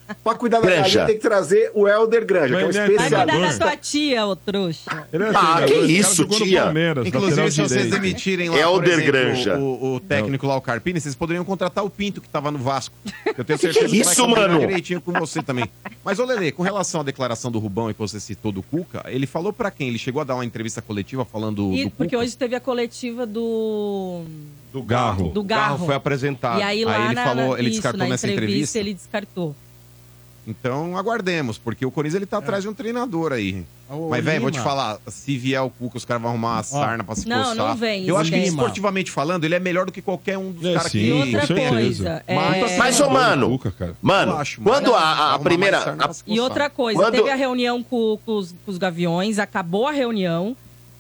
tem que trazer o Helder Granja, que é um especialista. Vai cuidar da tua tia, ô trouxa. Que isso, tia? Inclusive, se vocês demitirem lá, Helder Granja. O técnico lá, o Carpini, vocês poderiam contratar o Pinto, que tava no Vasco. Eu tenho certeza que isso, mano? Direitinho com você também. Mas, ô Lelê, com relação à declaração do Rubão e que você citou do Cuca, ele falou pra quem? Ele chegou a dar uma entrevista coletiva falando do Cuca? Porque hoje teve a coletiva do Garro. Do Garro foi apresentado. E aí lá ele falou, ele descartou nessa entrevista. Ele descartou. Então aguardemos, porque o Corinthians ele tá atrás de um treinador aí. Mas, velho, vou te falar, se vier o Cuca, os caras vão arrumar uma sarna pra se coçar. Não vem. Eu acho que esportivamente falando, ele é melhor do que qualquer um dos caras que... E outra coisa... Mas, ô, mano, quando a primeira... E outra coisa, teve a reunião com os Gaviões, acabou a reunião,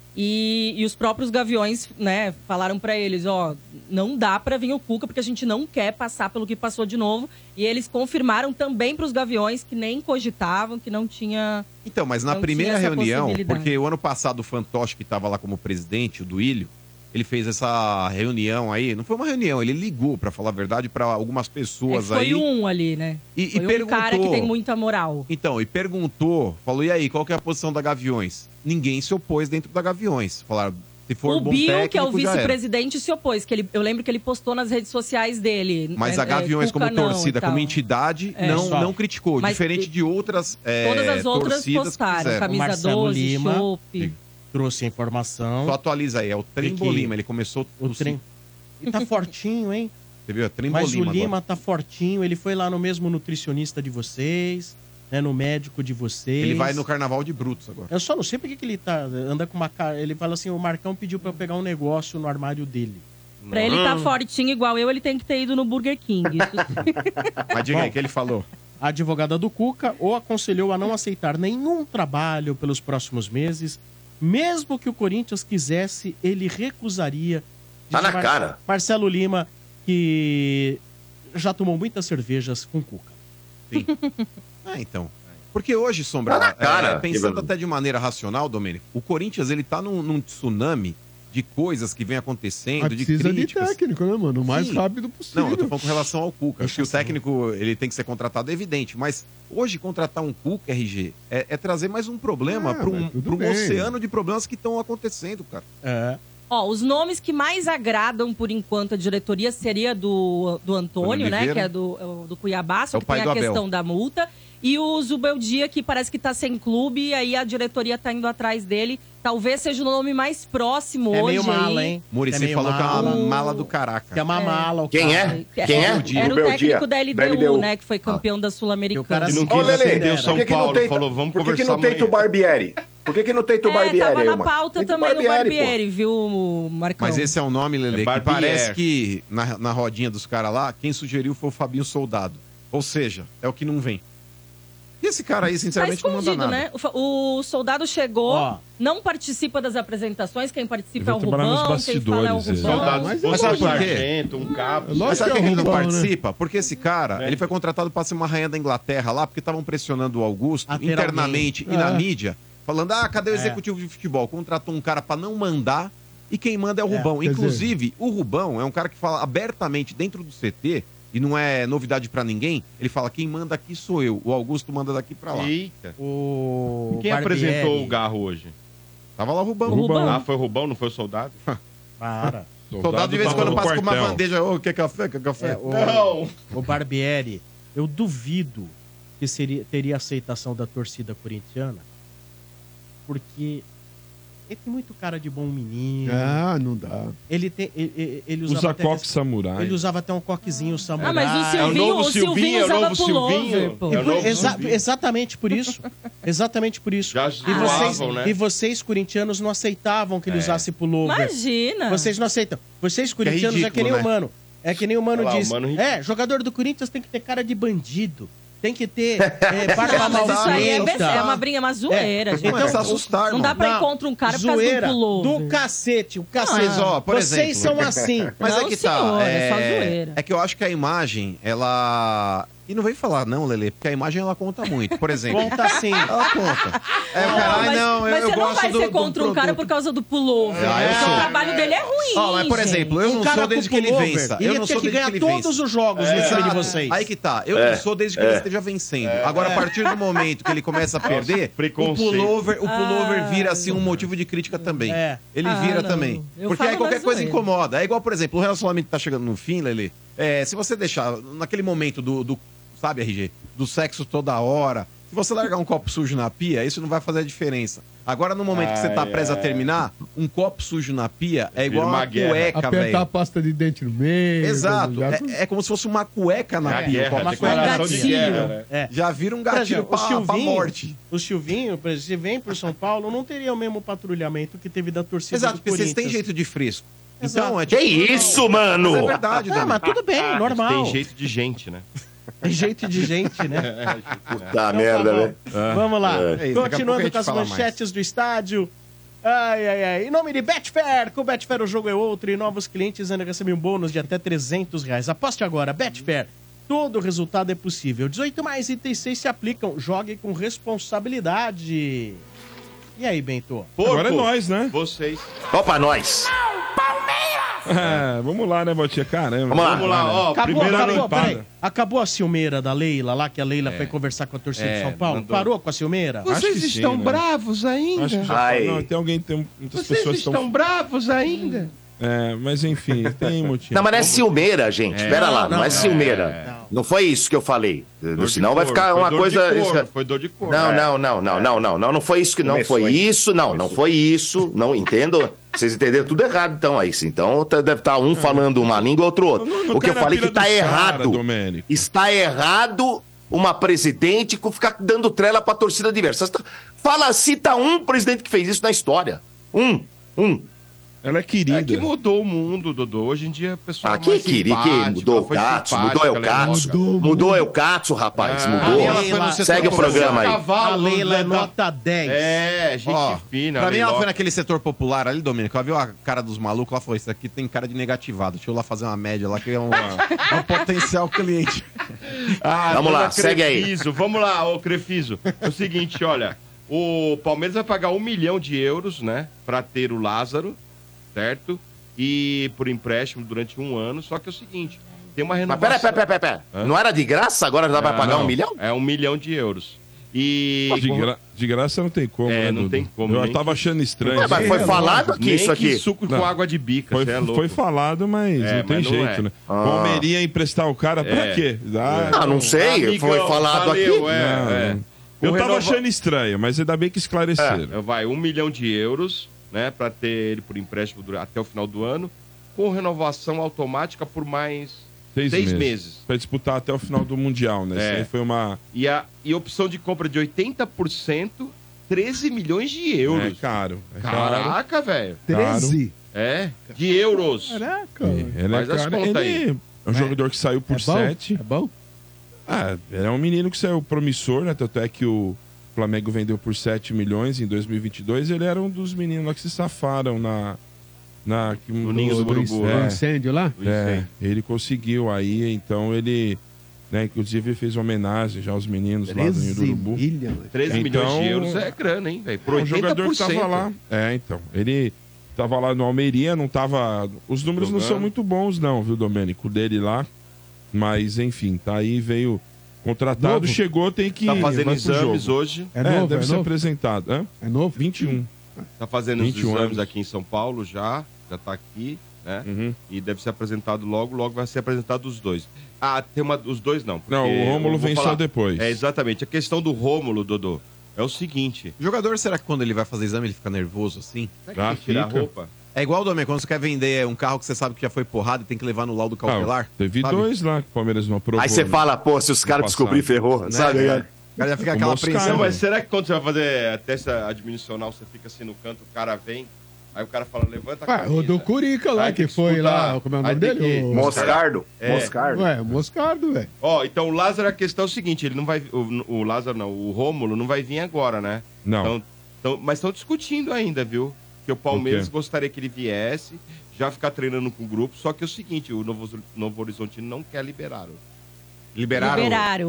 e os próprios Gaviões, né, falaram pra eles, ó, não dá pra vir o Cuca, porque a gente não quer passar pelo que passou de novo. E eles confirmaram também pros Gaviões que nem cogitavam, que não tinha... Então, mas na primeira reunião, porque o ano passado o Fantoche, que tava lá como presidente, o Duílio, ele fez essa reunião aí, não foi uma reunião, ele ligou, pra falar a verdade, pra algumas pessoas aí. Foi um ali, né? E foi perguntou, cara que tem muita moral. Então, e perguntou, falou, e aí, qual que é a posição da Gaviões? Ninguém se opôs dentro da Gaviões. Falaram, se for o bom Bill, técnico, que é o vice-presidente, se opôs, que eu lembro que ele postou nas redes sociais dele. Mas a Gaviões, como torcida, como entidade, não criticou, mas, diferente de outras todas as outras postaram, camisa 12, chope. Trouxe a informação. Só atualiza aí, é o Trembolima, ele começou... Ele tá fortinho, hein? Você viu? Trembolima. Mas o Lima tá fortinho, ele foi lá no mesmo nutricionista de vocês, né, no médico de vocês. Ele vai no Carnaval de Brutos agora. Eu só não sei porque que ele anda com uma cara... Ele fala assim, o Marcão pediu pra eu pegar um negócio no armário dele. Pra ele tá fortinho igual eu, ele tem que ter ido no Burger King. Mas diga aí, o que ele falou? A advogada do Cuca o aconselhou a não aceitar nenhum trabalho pelos próximos meses. Mesmo que o Corinthians quisesse, ele recusaria. Tá na cara. Marcelo Lima, que já tomou muitas cervejas com Cuca. Sim. Então. Porque hoje, Sombra, Tá na cara. pensando até de maneira racional, Domênico, o Corinthians ele tá num tsunami de coisas que vem acontecendo, Mas de precisa de críticas. técnico, né, mano? O mais Sim. rápido possível. Não, eu tô falando com relação ao Cuca. Acho que o técnico ele tem que ser contratado, é evidente. Mas hoje contratar um Cuca, RG, é trazer mais um problema para mas tudo um bem. oceano de problemas que estão acontecendo, cara. Ó, os nomes que mais agradam, por enquanto, a diretoria seria do Antônio, né? Oliveira. Que é do Cuiabá, só É o que pai tem do a Abel. questão da multa. E o Zubeldia, que parece que tá sem clube, e aí a diretoria tá indo atrás dele. Talvez seja o nome mais próximo É hoje. meio mala, aí. hein? Muricy meio falou que é uma mala. mala do caraca. Que é uma mala. o Quem cara. é? Quem é? Era o Zubeldia, técnico da da LDU, LDU. né? Que foi campeão da O Sul-Americana. cara E não Ô, quis Lelê, acender o por São que que não Paulo. tenta- Falou, vamos Por que conversar não tenta o amanhã. Barbieri? Por que não tenta o Barbieri tava aí, na mano? pauta Tenta o também o pô. Barbieri, viu, Marcão? Mas esse é um nome, Lele, É que Barbieri. parece que na rodinha dos caras lá, quem sugeriu foi o Fabinho Soldado. Ou seja, é o que não vem. E esse cara aí, Tá sinceramente, não manda escondido, nada. né? O soldado chegou, Ó. não participa das apresentações, quem participa é o Ele vai trabalhar nos Rubão, quem fala é o bastidores, Rubão. Soldado, Mas se fosse sabe um por quê? sargento, um cabo. Lógico Mas sabe que por que ele não Rubão, né? participa? Porque esse cara, ele foi contratado para ser uma rainha da Inglaterra lá, porque estavam pressionando o Augusto A ter internamente e alguém. na É. mídia, falando, cadê o executivo de futebol? Contratou um cara para não mandar e quem manda é o Rubão. quer dizer- Inclusive, o Rubão é um cara que fala abertamente dentro do CT, e não é novidade para ninguém, ele fala, quem manda aqui sou eu, o Augusto manda daqui para lá. Eita. O Quem Barbieri. apresentou o Garro hoje? Tava lá o Rubão. O Rubão. Ah, foi o Rubão, não foi o soldado? Para. Soldado de vez em quando no passa com uma quartel. bandeja, quer café, quer café? O Barbieri, eu duvido que teria aceitação da torcida corintiana, porque ele tem muito cara de bom menino. Ah, não dá. Ele usava Usa até coque samurai. Ele usava até um coquezinho samurai. Ah, mas o É o Silvinho, novo o Silvinho é o usava novo pullover, Silvinho. pô. É o novo Exa- Silvinho. exatamente por isso. Exatamente por isso. Já zoavam, né? E vocês, corintianos, não aceitavam que ele usasse pullover. Imagina. Vocês não aceitam. Vocês, corintianos, é que nem ridículo, o né? Mano. É que nem o Mano Olha lá, o diz. Mano ridículo. Jogador do Corinthians tem que ter cara de bandido. Tem que ter barba Ah, mas isso aí é, malfeita. é uma brinca, uma zoeira, gente. Não é pra se assustar, Não dá irmão. pra encontrar um cara por causa zoeira do pullover. do cacete. O cacete. Mas, ó, por Vocês exemplo- são assim. Mas Não, é que senhor, tá. é só zoeira. É que eu acho que a imagem, ela. E não vem falar, não, Lelê, porque a imagem ela conta muito. Por exemplo. Conta assim. Ela conta. É, o cara, mas, não, mas eu você não gosto vai do, ser do contra um cara produto. por causa do pullover. Ah, eu Porque sou. o trabalho dele é ruim. Ó, mas, por gente. exemplo, eu não cara sou com desde que ele pullover, vença. Ele Eu ia não ter sou que desde ganhar que ele vença. todos os jogos no time de Exato. vocês. Aí que tá. Eu não sou desde que ele esteja vencendo. Agora, a partir do momento que ele começa a perder, o preconceito. pullover vira assim um motivo de crítica também. É. Ele Ah, vira não. também. Eu Porque falo aí qualquer na coisa zoeira. incomoda. É igual, por exemplo, o relacionamento tá chegando no fim, Lelê. Se você deixar naquele momento sabe, RG, do sexo toda hora, se você largar um copo sujo na pia, isso não vai fazer a diferença. Agora, no momento que você tá prestes a terminar, um copo sujo na pia é igual Vira uma uma guerra. cueca, Apertar a velho. pasta de dente no meio. Exato. já- É como se fosse uma cueca na É pia. guerra, um copo declaração de gatilho. guerra, né? É. Já vira um Por gatilho exemplo, pra morte. O Silvinho, por exemplo, se vem pro São Paulo, não teria o mesmo patrulhamento que teve da torcida Exato, do porque vocês Corinthians. têm jeito de fresco. Exato. Então, é Que tipo... isso, mano? Mas é verdade, Ah, Dani. mas tudo bem, normal. Tem jeito de gente, né? Tem jeito de gente, né? Tá merda, né? Vamos lá. É isso, daqui a pouco a Continuando gente com as fala mais. manchetes do estádio. Ai, ai, ai. Em nome de Betfair, com o Betfair o jogo é outro e novos clientes ainda recebem um bônus de até R$300. Aposte agora, Betfair. Todo resultado é possível. 18 mais itens 6 se aplicam. Jogue com responsabilidade. E aí, Bento? Agora é nós, né? Vocês. Opa, nós. Vamos lá, né, Valtinha? Caramba. Vamos lá. Vamos lá, ó. Primeira limpada. peraí. Acabou a ciumeira da Leila lá, que a Leila foi conversar com a torcida de São Paulo? mandou. Parou com a ciumeira? Acho que sim, né? bravos ainda? Acho que já Ai. não, tem alguém, tem muitas pessoas que estão... bravos ainda? Mas enfim, tem motivo. Não, mas não é ciumeira, gente. Pera lá, não é ciumeira. não. Não foi isso que eu falei. Senão vai ficar Foi uma dor coisa. de corno, foi dor de corno. Não foi isso que não Começou, foi hein? isso, não foi isso, não entendo. Vocês entenderam tudo errado, então aí. Então deve estar um falando uma língua, outro outro. Não O que eu cai na falei que pilha tá dos errado. cara, Domênico. Está errado uma presidente ficar dando trela pra torcida adversa. Cita um presidente que fez isso na história. Um. Ela é querida. É que mudou o mundo, Dodô. Hoje em dia a pessoa Que mudou o Katsu, mudou o Katsu. Mudou o Katsu, rapaz, mudou. ela foi no setor Segue o comercial. programa aí. A Leila é nota 10. É, gente Ó, fina. pra mim ela Leiloca. foi naquele setor popular ali, Domênico. Ela viu a cara dos malucos, ela falou, isso aqui tem cara de negativado. Deixa eu lá fazer uma média lá, que é um potencial cliente. Vamos lá, dona segue aí. Crefiso, vamos lá, ô Crefiso. É o seguinte, olha, o Palmeiras vai pagar 1 milhão de euros, né, pra ter o Lázaro, certo? E por empréstimo durante 1 ano, só que é o seguinte, tem uma Mas renovação... pera. Não era de graça? Agora já vai pagar não, 1 milhão? É 1 milhão de euros. E... De graça não tem como, né, não Dudu? tem como. Eu nem tava que- achando estranho. Mas foi falado que Nem isso aqui... suco Não. com água de bica, Foi, você é louco. foi falado, mas não tem mas não jeito, é. né? Palmeirinha emprestar o cara pra quê? Não sei, Amigão, foi falado valeu, aqui. Eu O tava renova- achando estranho, mas ainda bem que esclareceram. Vai 1 milhão de euros, né, pra ter ele por empréstimo até o final do ano, com renovação automática por mais 6 meses. Pra disputar até o final do Mundial, né? Isso aí foi uma... E opção de compra de 80%, 13 milhões de euros. É caro. Caraca, velho. 13? De euros. Caraca. Ele Faz as contas aí. É um jogador que saiu por 7. É bom? Ele é um menino que saiu promissor, né? Tanto é que o Flamengo vendeu por 7 milhões em 2022. Ele era um dos meninos lá que se safaram no Ninho do Urubu, né? Incêndio lá? Ele conseguiu aí, então ele... Né, inclusive fez uma homenagem já aos meninos lá do Ninho do Urubu. 13 milhões de euros é grana, hein, velho? Por 80%. Um jogador que tava lá. Então. Ele tava lá no Almeria, não tava... Os números não são muito bons não, viu, Domênico? O dele lá. Mas, enfim, tá aí, veio contratado, Novo? chegou, tem que... Tá fazendo vai pro exames jogo. hoje. Deve ser apresentado. Hã? É novo? 21. Tá fazendo os 21 exames anos. aqui em São Paulo já tá aqui, né? E deve ser apresentado logo vai ser apresentado os dois. Os dois não. Não, o Rômulo eu vou vem só depois. Exatamente. A questão do Rômulo, Dodô, é o seguinte. O jogador, será que quando ele vai fazer exame ele fica nervoso assim? Será que ele tira a roupa? É igual, Domênico, quando você quer vender um carro que você sabe que já foi porrado e tem que levar no laudo cautelar. Teve sabe? 2 lá que o Palmeiras não aprovou. Aí você né? fala, pô, se os caras descobrirem, ferrou, Né? sabe? O cara já fica aquela apreensão. Mas será que quando você vai fazer a testa admissional, você fica assim no canto, o cara vem, aí o cara fala, levanta a camisa. O do Curica lá, Aí que tem foi escutar. lá, como é o Aí nome tem dele? que- Moscardo. É. Moscardo. Ué, Moscardo, velho. Então o Lázaro, a questão é o seguinte, ele não vai... O Lázaro não, o Rômulo não vai vir agora, né? Não. Mas estão discutindo ainda, viu? Que o Palmeiras quê? gostaria que ele viesse, já ficar treinando com o grupo, só que é o seguinte, o Novo Horizontino não quer liberá-lo. Liberaram.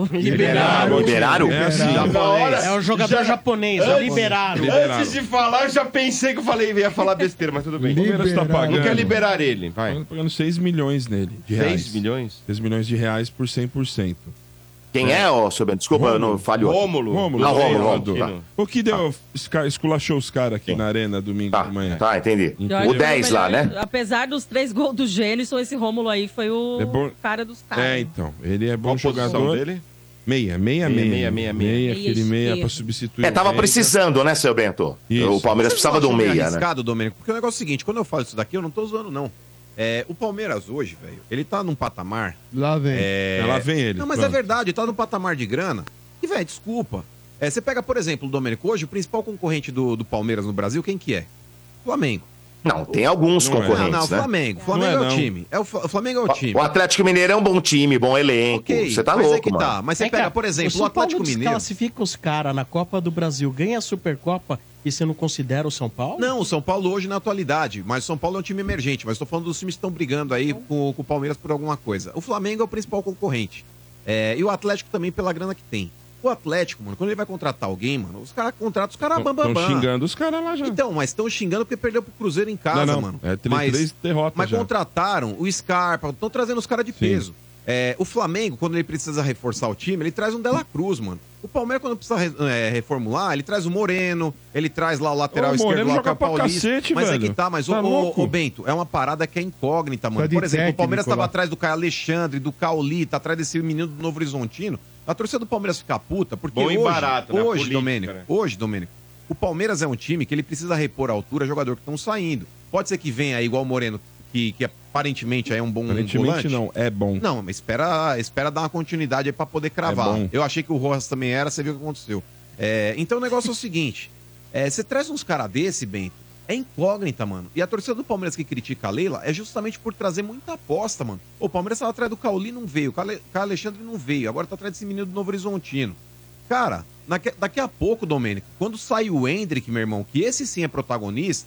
Liberaram? É assim. É um jogador japonês, liberaram. Antes de falar, eu já pensei que eu ia falar besteira, mas tudo bem. O Palmeiras tá pagando. Não quer liberar ele, vai. Tá pagando 6 milhões nele. De 6 reais. milhões? 6 milhões de reais por 100%. Quem é, ô, seu Bento? Desculpa, eu não falhou. Rômulo. Rômulo. Tá. O que deu? Esculachou os caras aqui na arena domingo de manhã. Tá, entendi. Eu acho O que 10 foi lá, melhor- né? Apesar dos 3 gols do Gênison, esse Rômulo aí foi o É bom- cara dos caras. Então. Ele é bom Qual a posição jogador. dele? Meia, aquele meia pra substituir. Tava o Veiga. precisando, né, seu Bento? Isso. O Palmeiras Vocês precisava de não um acham meio meia, né? arriscado, Domênico? Porque o negócio é o seguinte, quando eu falo isso daqui, eu não tô zoando, não. O Palmeiras hoje, velho, ele tá num patamar... Lá vem. Lá vem ele. Não, mas pronto. é verdade, ele tá num patamar de grana. E, velho, desculpa. Você pega, por exemplo, o Domênico, hoje o principal concorrente do Palmeiras no Brasil, quem que é? Flamengo. Não, tem alguns Não é. concorrentes, Não, né? Flamengo. Não Flamengo é, é o não. time. O Flamengo é o time. O Atlético Mineiro é um bom time, bom elenco. Ok, Você tá mas louco, é que mano. tá. Mas você pega, por exemplo, o Atlético Mineiro... Classifica os caras na Copa do Brasil, ganha a Supercopa e você não considera o São Paulo? Não, o São Paulo hoje na atualidade, mas o São Paulo é um time emergente, mas estou falando dos times que estão brigando aí com o Palmeiras por alguma coisa. O Flamengo é o principal concorrente. E o Atlético também pela grana que tem. O Atlético, mano, quando ele vai contratar alguém, mano, os caras contratam os caras bambambam. Estão xingando os caras lá já. Então, mas estão xingando porque perdeu pro Cruzeiro em casa, Não. mano. É mas, 3 derrotas Mas já. contrataram o Scarpa, estão trazendo os caras de peso. O Flamengo, quando ele precisa reforçar o time, ele traz um Dela Cruz, mano. O Palmeiras, quando precisa reformular, ele traz o Moreno, ele traz lá o lateral O esquerdo Moreno lá, joga o Paulista. pra cacete, mas velho. é que tá, mas Tá louco? o Bento, é uma parada que é incógnita, mano. Tá de Por exemplo, o Palmeiras técnico tava lá. atrás do Caio Alexandre, do Cauli, tá atrás desse menino do Novo Horizontino. A torcida do Palmeiras fica puta, porque Bom e hoje, barato, né? hoje, Política, Domênico, né? hoje, Domênico, o Palmeiras é um time que ele precisa repor a altura jogador que estão saindo. Pode ser que venha aí igual o Moreno, que aparentemente é um bom Aparentemente volante. não, é bom. Não, mas espera dar uma continuidade aí pra poder cravar. É bom. Eu achei que o Rojas também era, você viu o que aconteceu. Então o negócio é o seguinte: você traz uns caras desse, Bento, é incógnita, mano. E a torcida do Palmeiras que critica a Leila é justamente por trazer muita aposta, mano. O Palmeiras tava atrás do Cauli, não veio. O Caio Alexandre não veio. Agora tá atrás desse menino do Novo Horizontino. Cara, daqui a pouco, Domênico, quando sai o Hendrick, meu irmão, que esse sim é protagonista,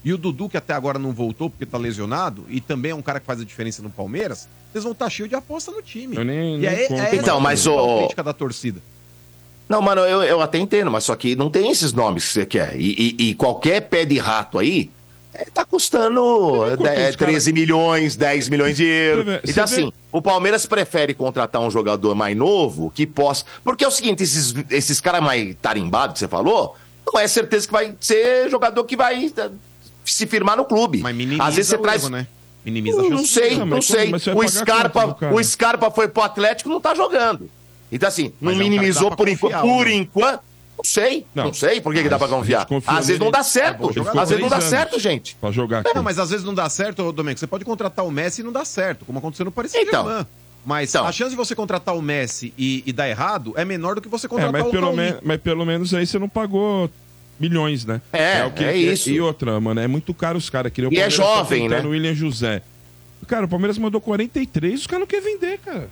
e o Dudu, que até agora não voltou porque tá lesionado, e também é um cara que faz a diferença no Palmeiras, vocês vão estar cheios de aposta no time. Eu nem E é, conto, é Então, mas o- crítica da torcida. Não, mano, eu até entendo, mas só que não tem esses nomes que você quer. E qualquer pé de rato aí tá custando quanto os 13 milhões, 10 milhões de euros. Você vê- Então, você vê- assim, o Palmeiras prefere contratar um jogador mais novo que possa. Porque é o seguinte, esses caras mais tarimbados que você falou, não é certeza que vai ser jogador que vai se firmar no clube. Mas minimiza Às vezes você o traz. erro, né? Minimiza a Não chance sei, de erro. Não, não mas sei. como- mas você vai O pagar Scarpa, quanto pro cara? o Scarpa foi pro Atlético e não tá jogando. Então, assim, Mas não é um cara que minimizou dá pra por confiar, enquanto. Por né? enquanto, não sei por que dá pra confiar. confiou Às vezes não nele. dá certo. É bom jogador. Às vezes não dá 3 anos certo, gente. Pra jogar aqui. Não, mas às vezes não dá certo, ô, Domênico. Você pode contratar o Messi e não dá certo, como aconteceu no Paris Então. Saint-Germain. Mas Então. a chance de você contratar o Messi e dar errado é menor do que você contratar o Raul. Mas pelo menos aí você não pagou milhões, né? É isso. E outra, mano, é muito caro os caras. E é jovem, né? O William José. Cara, o Palmeiras mandou 43, os caras não querem vender, cara.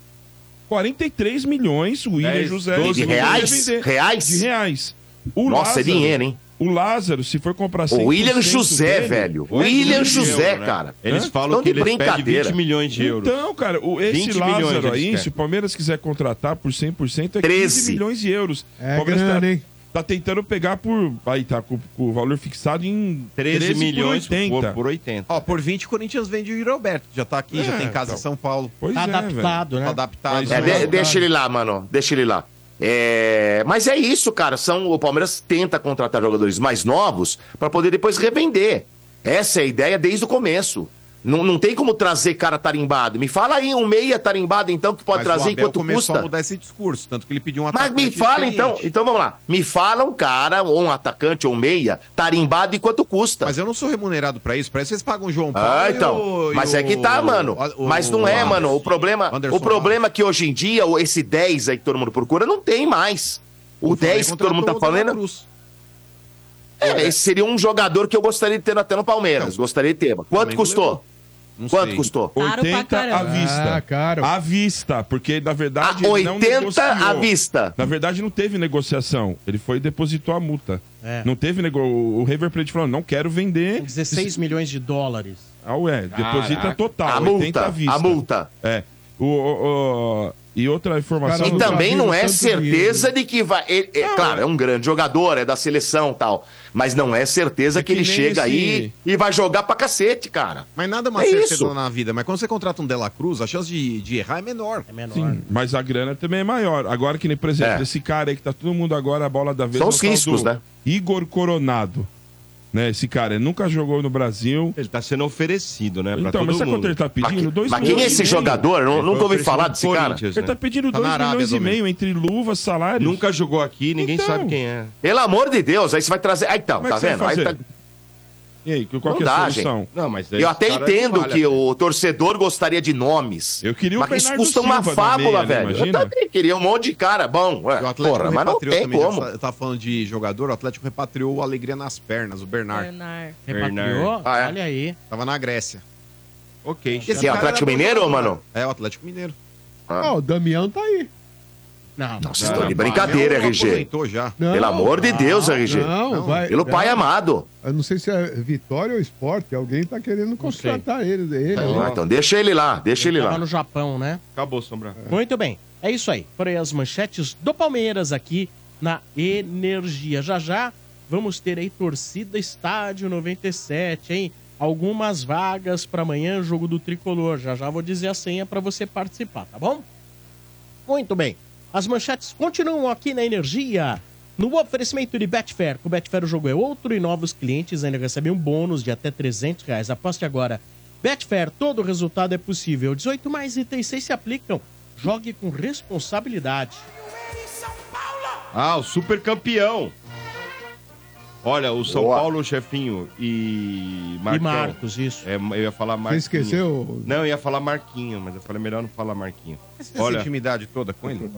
43 milhões, o William 10, José. 12 não quer reais? vender. Reais? De reais. O Nossa, é dinheiro, hein? O Lázaro, se for comprar O William 100% José, dele- velho. É William muito José, euro, né? cara. Eles Hã? falam Tão que de eles pedem brincadeira. 20 milhões de euros. Então, cara, esse 20 milhões Lázaro eles aí, querem. se o Palmeiras quiser contratar por 100%, é 13. 15 milhões de euros. É o Palmeiras grana, hein? tá tentando pegar por... Aí tá com o valor fixado em 13 milhões por 80. por 80. Ó, por 20, o Corinthians vende o Roberto, que já tá aqui, já É, tem casa então. em São Paulo. Pois Tá é, adaptado, Tá né? adaptado. Mas né? Deixa ele lá, mano. Deixa ele lá. Mas é isso, cara. O Palmeiras tenta contratar jogadores mais novos para poder depois revender. Essa é a ideia desde o começo. Não tem como trazer cara tarimbado. Me fala aí um meia tarimbado, então, que pode Mas trazer o e Abel quanto começou a custa. mudar esse discurso, tanto que ele pediu um Mas atacante me fala então. experiente. Então vamos lá. Me fala um cara, ou um atacante, ou um meia, tarimbado e quanto custa. Mas eu não sou remunerado pra isso vocês pagam o João Paulo. Ah, e então. o- Mas e é que tá, o- mano. Mas não é, mano. O problema é que hoje em dia, esse 10 aí que todo mundo procura, não tem mais. O 10 que todo mundo tá falando. Esse seria um jogador que eu gostaria de ter até no Palmeiras. Gostaria de ter. Mas quanto custou? Quanto custou? Caro pra 80 à caramba. vista. Ah, caro. À vista, porque na verdade Ah, ele não 80 negociou. à vista. Na verdade não teve negociação. Ele foi e depositou a multa. É. Não teve o River Plate falou, não quero vender. 16 milhões de dólares. Ah, ué, deposita Caraca. total, A 80 à multa. vista. A multa. É. E outra informação... Cara, E também não é tanto certeza de que vai. Claro, é um grande jogador, é da seleção e tal. Mas não é certeza que ele nem chega aí e vai jogar pra cacete, cara. Mas nada é uma É certeza isso. na vida. Mas quando você contrata um De La Cruz, a chance de errar é menor. É menor. Sim, mas a grana também é maior. Agora que nem, por exemplo, É. esse cara aí que tá todo mundo agora a bola da vez. São é o os tal riscos, do né? Igor Coronado. Né? Esse cara ele nunca jogou no Brasil. Ele tá sendo oferecido, né? Pra Então, todo mas sabe mundo. quanto ele tá pedindo? 2 Mas quem é milhões esse e meio. jogador? Eu Ele nunca foi ouvi falar oferecido desse pro cara. Corinthians, Ele tá né? pedindo Tá 2 na Arábia, milhões e Domênico. meio entre luvas, salários. Nunca jogou aqui, ninguém Então. sabe quem é. Pelo amor de Deus, aí você vai trazer. Ah, então, Como é tá que você vai vendo? Aí fazer? tá... E aí, qual Não que é a dá, solução? Não, mas Eu até entendo que o torcedor gostaria de nomes. Eu queria o Mas isso Bernardo custa uma Silva na fábula, meia, né? velho. Eu Imagina. também queria um monte de cara bom. Ué, E o Atlético porra, mas não repatriou tem também. como. Eu tava falando de jogador, o Atlético repatriou o Alegria nas pernas, o Bernard. Bernard. Repatriou? Ah, é? Olha aí. Tava na Grécia. Ok. Esse Quem é, cara Atlético era bom Mineiro, jogador, mano? né? É, o Atlético Mineiro. Ó, o Damião tá aí. Não, Não, vocês estão de brincadeira, Não, RG. aposentou já. Não, Pelo amor de Deus, RG. Não, vai. Pelo pai amado. Eu não sei se é Vitória ou Esporte. Alguém tá querendo contratar ele. Ah, então deixa ele lá, deixa ele tava lá. no Japão, né? Acabou, Sombra. Muito bem. É isso aí. Foram aí as manchetes do Palmeiras aqui na Energia. Já já vamos ter aí torcida Estádio 97, hein? Algumas vagas para amanhã, jogo do Tricolor. Já já vou dizer a senha para você participar, tá bom? Muito bem. As manchetes continuam aqui na Energia. No oferecimento de Betfair. Com Betfair o jogo é outro e novos clientes ainda recebem um bônus de até R$300. Aposte agora. Betfair, todo resultado é possível. 18 mais itens 6 se aplicam. Jogue com responsabilidade. Ah, o super campeão. Olha, o São Boa. Paulo, chefinho, e E Marcão. Marcos, isso. É, eu ia falar Você Marquinhos. esqueceu? Não, eu ia falar Marquinho, mas eu falei melhor não falar Marquinho. Essa Olha, intimidade toda com ele?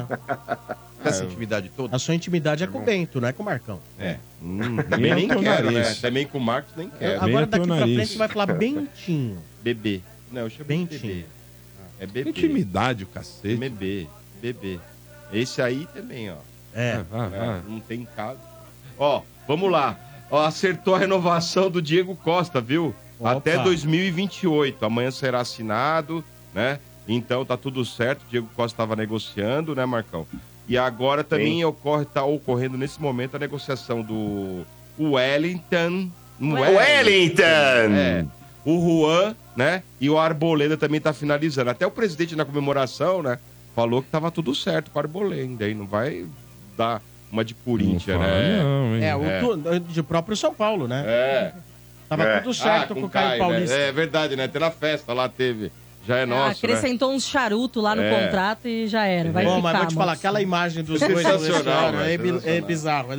É. Essa intimidade toda? A sua intimidade é com o Bento, não é com o Marcão. também nem teu quero, né? nariz. Também com o Marcos nem quero. Agora teu daqui pra nariz. frente você vai falar Bentinho. Bebê. Não, eu chamo de Bentinho. bebê. É bebê. Intimidade, o cacete. Bebê. Bebê. Esse aí também, ó. É. Ah, Não tem caso. Ó, vamos lá. Ó, acertou a renovação do Diego Costa, viu? Opa. Até 2028. Amanhã será assinado, né? Então tá tudo certo. O Diego Costa estava negociando, né, Marcão? E agora também tá ocorrendo nesse momento a negociação do Wellington. É, o Juan, né? E o Arboleda também tá finalizando. Até o presidente na comemoração, né? Falou que tava tudo certo com o Arboleda. Aí não vai dar uma de Corinthians, né? De próprio São Paulo, né? Tava tudo certo com o Caio Paulista. Né? É verdade, né? Até na festa lá teve. Já é nosso, acrescentou uns charutos lá no contrato e já era. Vai ficar, mas vou te falar, aquela imagem dos dois sensacional, é bizarro.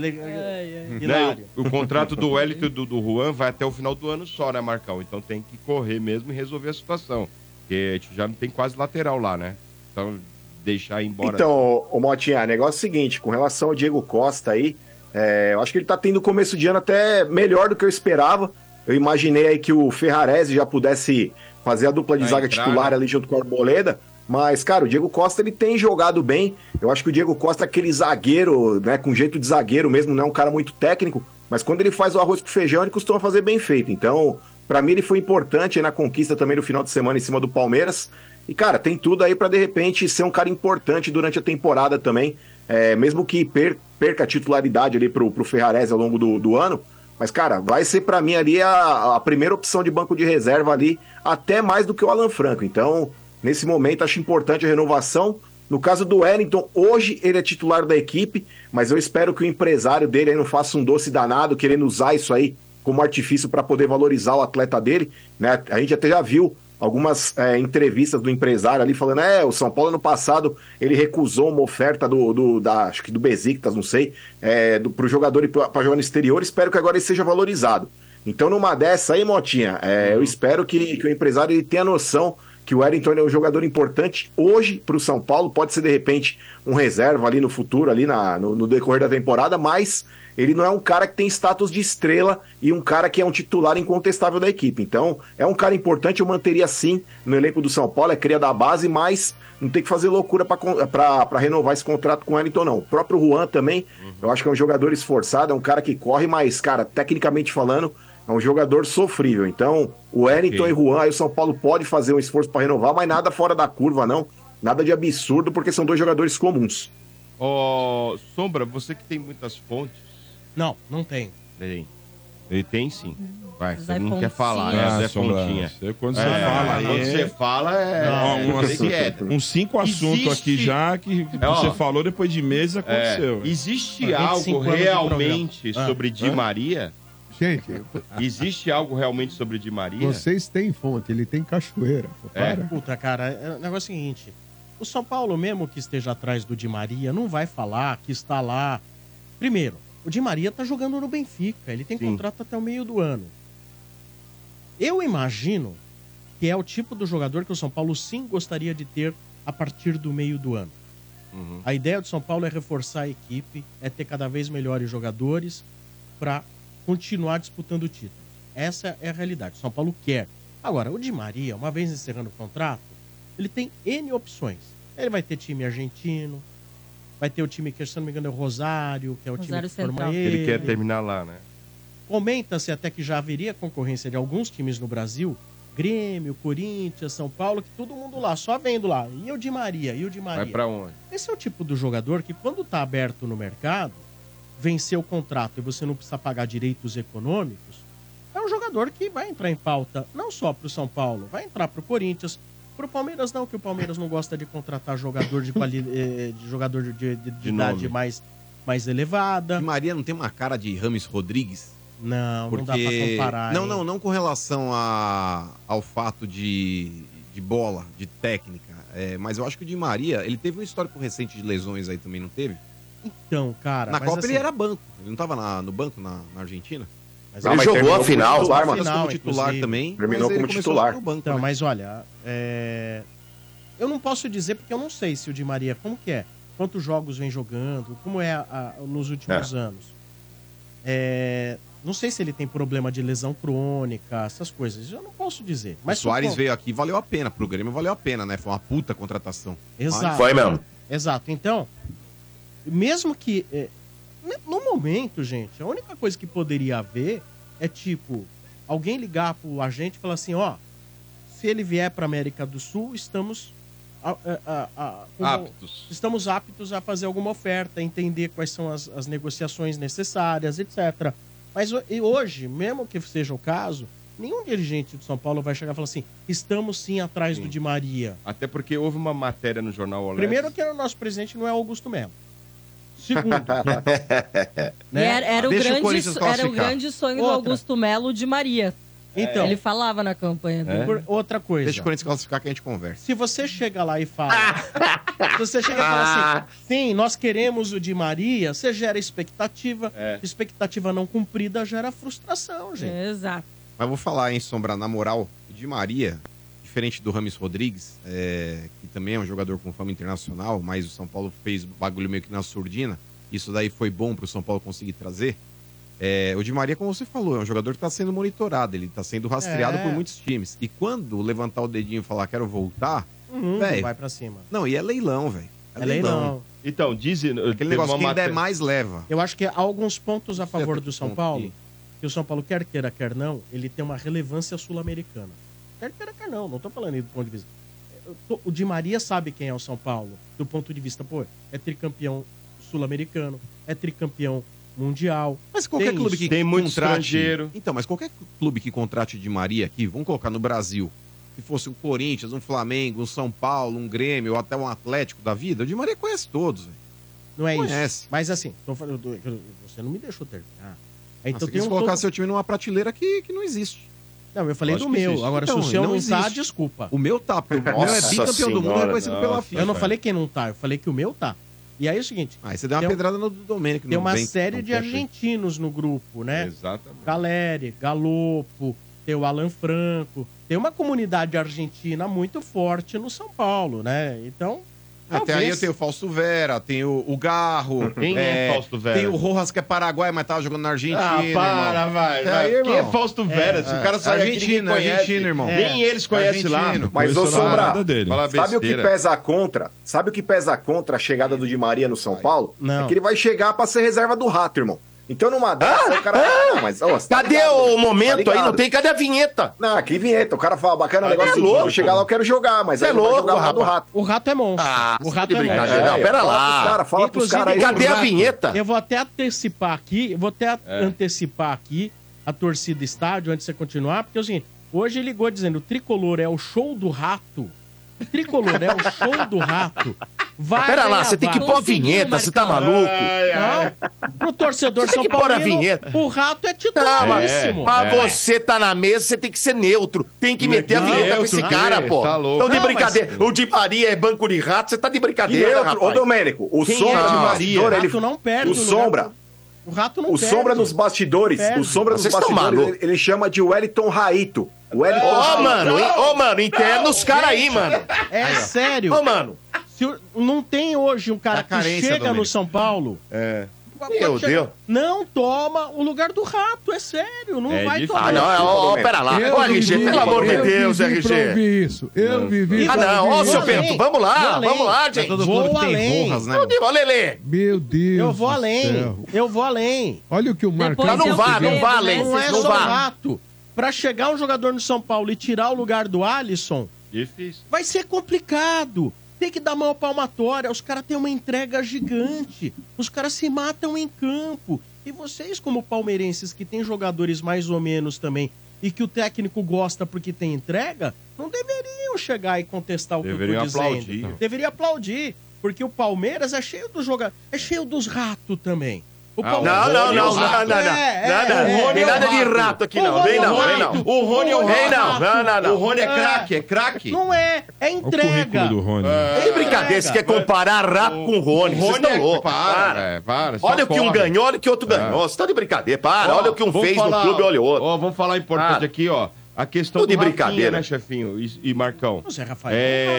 Né? O contrato do Wellington e do Juan vai até o final do ano só, né, Marcão? Então tem que correr mesmo e resolver a situação. Porque a gente já não tem quase lateral lá, né? Então, deixar ir embora. Então, ô Motinha, o negócio é o seguinte, com relação ao Diego Costa aí, eu acho que ele tá tendo começo de ano até melhor do que eu esperava. Eu imaginei aí que o Ferrarese já pudesse fazer a dupla de zaga titular ali junto com o Arboleda. Mas, cara, o Diego Costa, ele tem jogado bem. Eu acho que o Diego Costa é aquele zagueiro, né, com jeito de zagueiro mesmo, não é um cara muito técnico, mas quando ele faz o arroz com feijão, ele costuma fazer bem feito. Então, pra mim, ele foi importante aí na conquista também no final de semana em cima do Palmeiras. E, cara, tem tudo aí pra, de repente, ser um cara importante durante a temporada também. Mesmo que perca a titularidade ali pro Ferrarese ao longo do ano. Mas, cara, vai ser pra mim ali a primeira opção de banco de reserva ali, até mais do que o Alan Franco. Então, nesse momento, acho importante a renovação. No caso do Wellington, hoje ele é titular da equipe, mas eu espero que o empresário dele aí não faça um doce danado, querendo usar isso aí como artifício para poder valorizar o atleta dele, né? A gente até já viu algumas entrevistas do empresário ali falando, o São Paulo ano passado ele recusou uma oferta acho que do Besiktas, não sei, pro jogador ir pra jogar no exterior, espero que agora ele seja valorizado. Então numa dessa aí, Motinha, eu espero que o empresário ele tenha noção que o Wellington é um jogador importante hoje pro São Paulo, pode ser de repente um reserva ali no futuro, ali no decorrer da temporada, mas ele não é um cara que tem status de estrela e um cara que é um titular incontestável da equipe. Então, é um cara importante, eu manteria sim no elenco do São Paulo, é cria da base, mas não tem que fazer loucura para renovar esse contrato com o Wellington, não. O próprio Juan também, eu acho que é um jogador esforçado, é um cara que corre, mas, cara, tecnicamente falando, é um jogador sofrível. Então, o Wellington e o Juan, aí o São Paulo pode fazer um esforço para renovar, mas nada fora da curva, não. Nada de absurdo, porque são dois jogadores comuns. Sombra, você que tem muitas fontes. Não tem. Ele tem sim. Vai, você Zé não quer falar, Pontinha. né? Zé Pontinha. Quando você fala aí. Quando você fala, uns 5 assuntos aqui já que você falou depois de meses aconteceu. Existe algo realmente sobre Di Maria? Gente, existe algo realmente sobre Di Maria? Vocês têm fonte, ele tem cachoeira. Puta, cara, o negócio é o seguinte: o São Paulo, mesmo que esteja atrás do Di Maria, não vai falar que está lá. Primeiro, o Di Maria tá jogando no Benfica, ele tem contrato até o meio do ano. Eu imagino que é o tipo do jogador que o São Paulo sim gostaria de ter a partir do meio do ano. A ideia do São Paulo é reforçar a equipe, é ter cada vez melhores jogadores para continuar disputando o título. Essa é a realidade. O São Paulo quer. Agora, o Di Maria, uma vez encerrando o contrato, ele tem N opções. Ele vai ter time argentino, vai ter o time que, se não me engano, é o Rosário, que é o time que forma ele. Ele quer terminar lá, né? Comenta-se até que já haveria concorrência de alguns times no Brasil, Grêmio, Corinthians, São Paulo, que todo mundo lá, só vendo lá. E o Di Maria, Vai pra onde? Esse é o tipo do jogador que, quando tá aberto no mercado, vencer o contrato e você não precisa pagar direitos econômicos, é um jogador que vai entrar em pauta não só pro São Paulo, vai entrar pro Corinthians, pro Palmeiras não, que o Palmeiras não gosta de contratar jogador de jogador de idade mais elevada. Di Maria não tem uma cara de Rames Rodrigues? Não, não dá pra comparar. Não com relação ao fato de bola, de técnica, mas eu acho que o Di Maria, ele teve um histórico recente de lesões aí também, não teve? Então, cara... Na Copa ele era banco, ele não tava no banco na Argentina? Mas ele jogou a final, como titular também. Terminou como titular. Então, né? Mas olha, eu não posso dizer porque eu não sei se o Di Maria, como que é? Quantos jogos vem jogando? Como é nos últimos anos? Não sei se ele tem problema de lesão crônica, essas coisas. Eu não posso dizer. Mas o Soares veio aqui, valeu a pena. Pro Grêmio valeu a pena, né? Foi uma puta contratação. Exato. Foi mesmo. Exato. Então, mesmo que... No momento, gente, a única coisa que poderia haver é, tipo, alguém ligar pro agente e falar assim, ó, se ele vier pra América do Sul, estamos estamos aptos a fazer alguma oferta, entender quais são as negociações necessárias, etc. Mas hoje, mesmo que seja o caso, nenhum dirigente do São Paulo vai chegar e falar assim, estamos sim atrás do Di Maria. Até porque houve uma matéria no jornal Olé. Primeiro que o nosso presidente não é Augusto Melo. Segundo, E era o grande sonho do Augusto Melo de Maria. Então, ele falava na campanha dele. Outra coisa. Deixa o Corinthians classificar que a gente conversa. Se você chega lá e fala... se você chega e fala assim, sim, nós queremos o Di Maria, você gera expectativa. Expectativa não cumprida gera frustração, gente. Exato. Mas vou falar, hein, Sombra, na moral, o Di Maria, diferente do Rames Rodrigues, que também é um jogador com fama internacional, mas o São Paulo fez bagulho meio que na surdina. Isso daí foi bom pro São Paulo conseguir trazer. O Di Maria, como você falou, é um jogador que está sendo monitorado, ele está sendo rastreado por muitos times. E quando levantar o dedinho e falar quero voltar, velho, vai pra cima. Não, e é leilão, velho. É leilão. Então, dizem... Aquele negócio, quem der mais, leva. Eu acho que há alguns pontos a favor do São Paulo, que o São Paulo, quer queira, quer não, ele tem uma relevância sul-americana. Quer queira, quer não tô falando aí do ponto de vista. O Di Maria sabe quem é o São Paulo, do ponto de vista, é tricampeão sul-americano, é tricampeão mundial. Mas qualquer clube que tem muito contrate... estrangeiro. Então, mas qualquer clube que contrate o Di Maria aqui, vamos colocar no Brasil, se fosse um Corinthians, um Flamengo, um São Paulo, um Grêmio ou até um Atlético da vida, o Di Maria conhece todos, velho. Não é Conhece. isso. Mas assim, você não me deixou terminar. Então você quis colocar seu time numa prateleira que não existe. Não, eu falei Lógico do que meu. existe. Agora, Então, se o seu não tá, existe. desculpa. O meu tá, porque o meu é bicampeão do mundo reconhecido pela FIFA. Eu não falei quem não tá, eu falei que o meu tá. E aí é o seguinte... Aí você deu uma pedrada no Domênico. Tem uma série de argentinos no grupo, né? Exatamente. Caleri, Galopo, tem o Alan Franco. Tem uma comunidade argentina muito forte no São Paulo, né? Então... Até aí eu tenho o Fausto Vera, tem o Garro. Quem é Fausto Vera? Tem o Rojas, que é paraguai, mas tava jogando na Argentina. Vai. Aí, Quem é Fausto Vera? Se o cara sai aqui, ninguém conhece. Argentino, irmão. Nem eles conhecem lá. Mas, ô Sombra, Fala sabe o que besteira. pesa contra? Sabe o que pesa contra a chegada do Di Maria no São Paulo? Não. É que ele vai chegar pra ser reserva do Rato, irmão. Então numa dessa, o cara... Não, mas, você tá Cadê ligado, o tá momento aí? ligado? Não tem? Cadê a vinheta? Não, que vinheta. O cara fala, bacana, negócio é seguinte, louco. vou chegar lá, eu quero jogar, mas aí É ele vai louco, jogar lá do rapaz. Rato. O Rato é monstro. Ah, o Rato de é monstro. brincadeira. Não, pera lá. Fala pros caras aí. Cadê a Rato. vinheta? Eu vou até antecipar aqui, antecipar aqui a torcida estádio antes de você continuar, porque é o seguinte, hoje ele ligou dizendo, o Tricolor é o show do Rato. O Tricolor é o show do Rato. Vai Pera lá, ganhar você tem que vaga. pôr a vinheta, você tá maluco? Não, pro torcedor Você tem São que pôr a Paulino, vinheta. o Rato é Não, titularíssimo. mas você tá na mesa, você tem que ser neutro. Tem que meter a vinheta com esse cara, pô. Tá louco. Então de Não, brincadeira. O Di Maria é banco de rato, você tá de brincadeira, Ô, rapaz. Domênico, o Quem Sombra é de Di Maria? bastidor, O ele... Rato não perde O o lugar Sombra... do- O Rato não O perde. Sombra nos bastidores, Perde. o Sombra nos Vocês estão bastidores, malucos. ele chama de Wellington Raito. Wellington Ô, mano, interna os caras aí, mano. É sério. Ô, mano. Não tem hoje um cara Dá que carência, chega Domênico. no São Paulo... Meu Deus. Não toma o lugar do Rato, é sério. Não É vai difícil. tomar. Ah, não, pera lá. Ô, RG, pelo amor de Deus, vivi pra RG. ouvir isso. Eu vivi Ah, pra não, ouvir ô, isso. seu Vou além. Bento, vamos lá, Vou além. vamos lá, gente. Todo Vou clube tem além. Rojas, né? Ô, Lelê. Meu Deus Eu vou do além. céu. Eu vou além. Olha o que o Marcão... Depois Não eu vá, fico não vendo, vá né? além. Não é Não só o vá. Rato. Pra chegar um jogador no São Paulo e tirar o lugar do Alisson, Difícil. vai ser complicado. Tem que dar mão palmatória. Os caras têm uma entrega gigante. Os caras se matam em campo. E vocês, como palmeirenses, que tem jogadores mais ou menos também, e que o técnico gosta porque tem entrega, não deveriam chegar e contestar o que eu Deveriam tô dizendo. aplaudir. Deveria aplaudir. Porque o Palmeiras é cheio dos jogadores. É cheio dos ratos também. O Ah, Não, Palmeiras não, não, os não, ratos. não, não. Não, tem nada de rato aqui, não. Vem não, vem não. O Rony é o Vem não, não, não, não. O Rony é craque, é craque. Não é entrega. do Rony. Que brincadeira, você quer comparar rato com o Rony? Vocês Rony estão loucos. para. Olha o que um ganhou, olha o que outro ganhou. Vocês estão de brincadeira, para. Olha o que um fez no clube, olha o outro. Ó, vamos falar importante aqui, ó. A questão Tudo do de Rafinha, brincadeira. né, chefinho e Marcão? O Zé Rafael.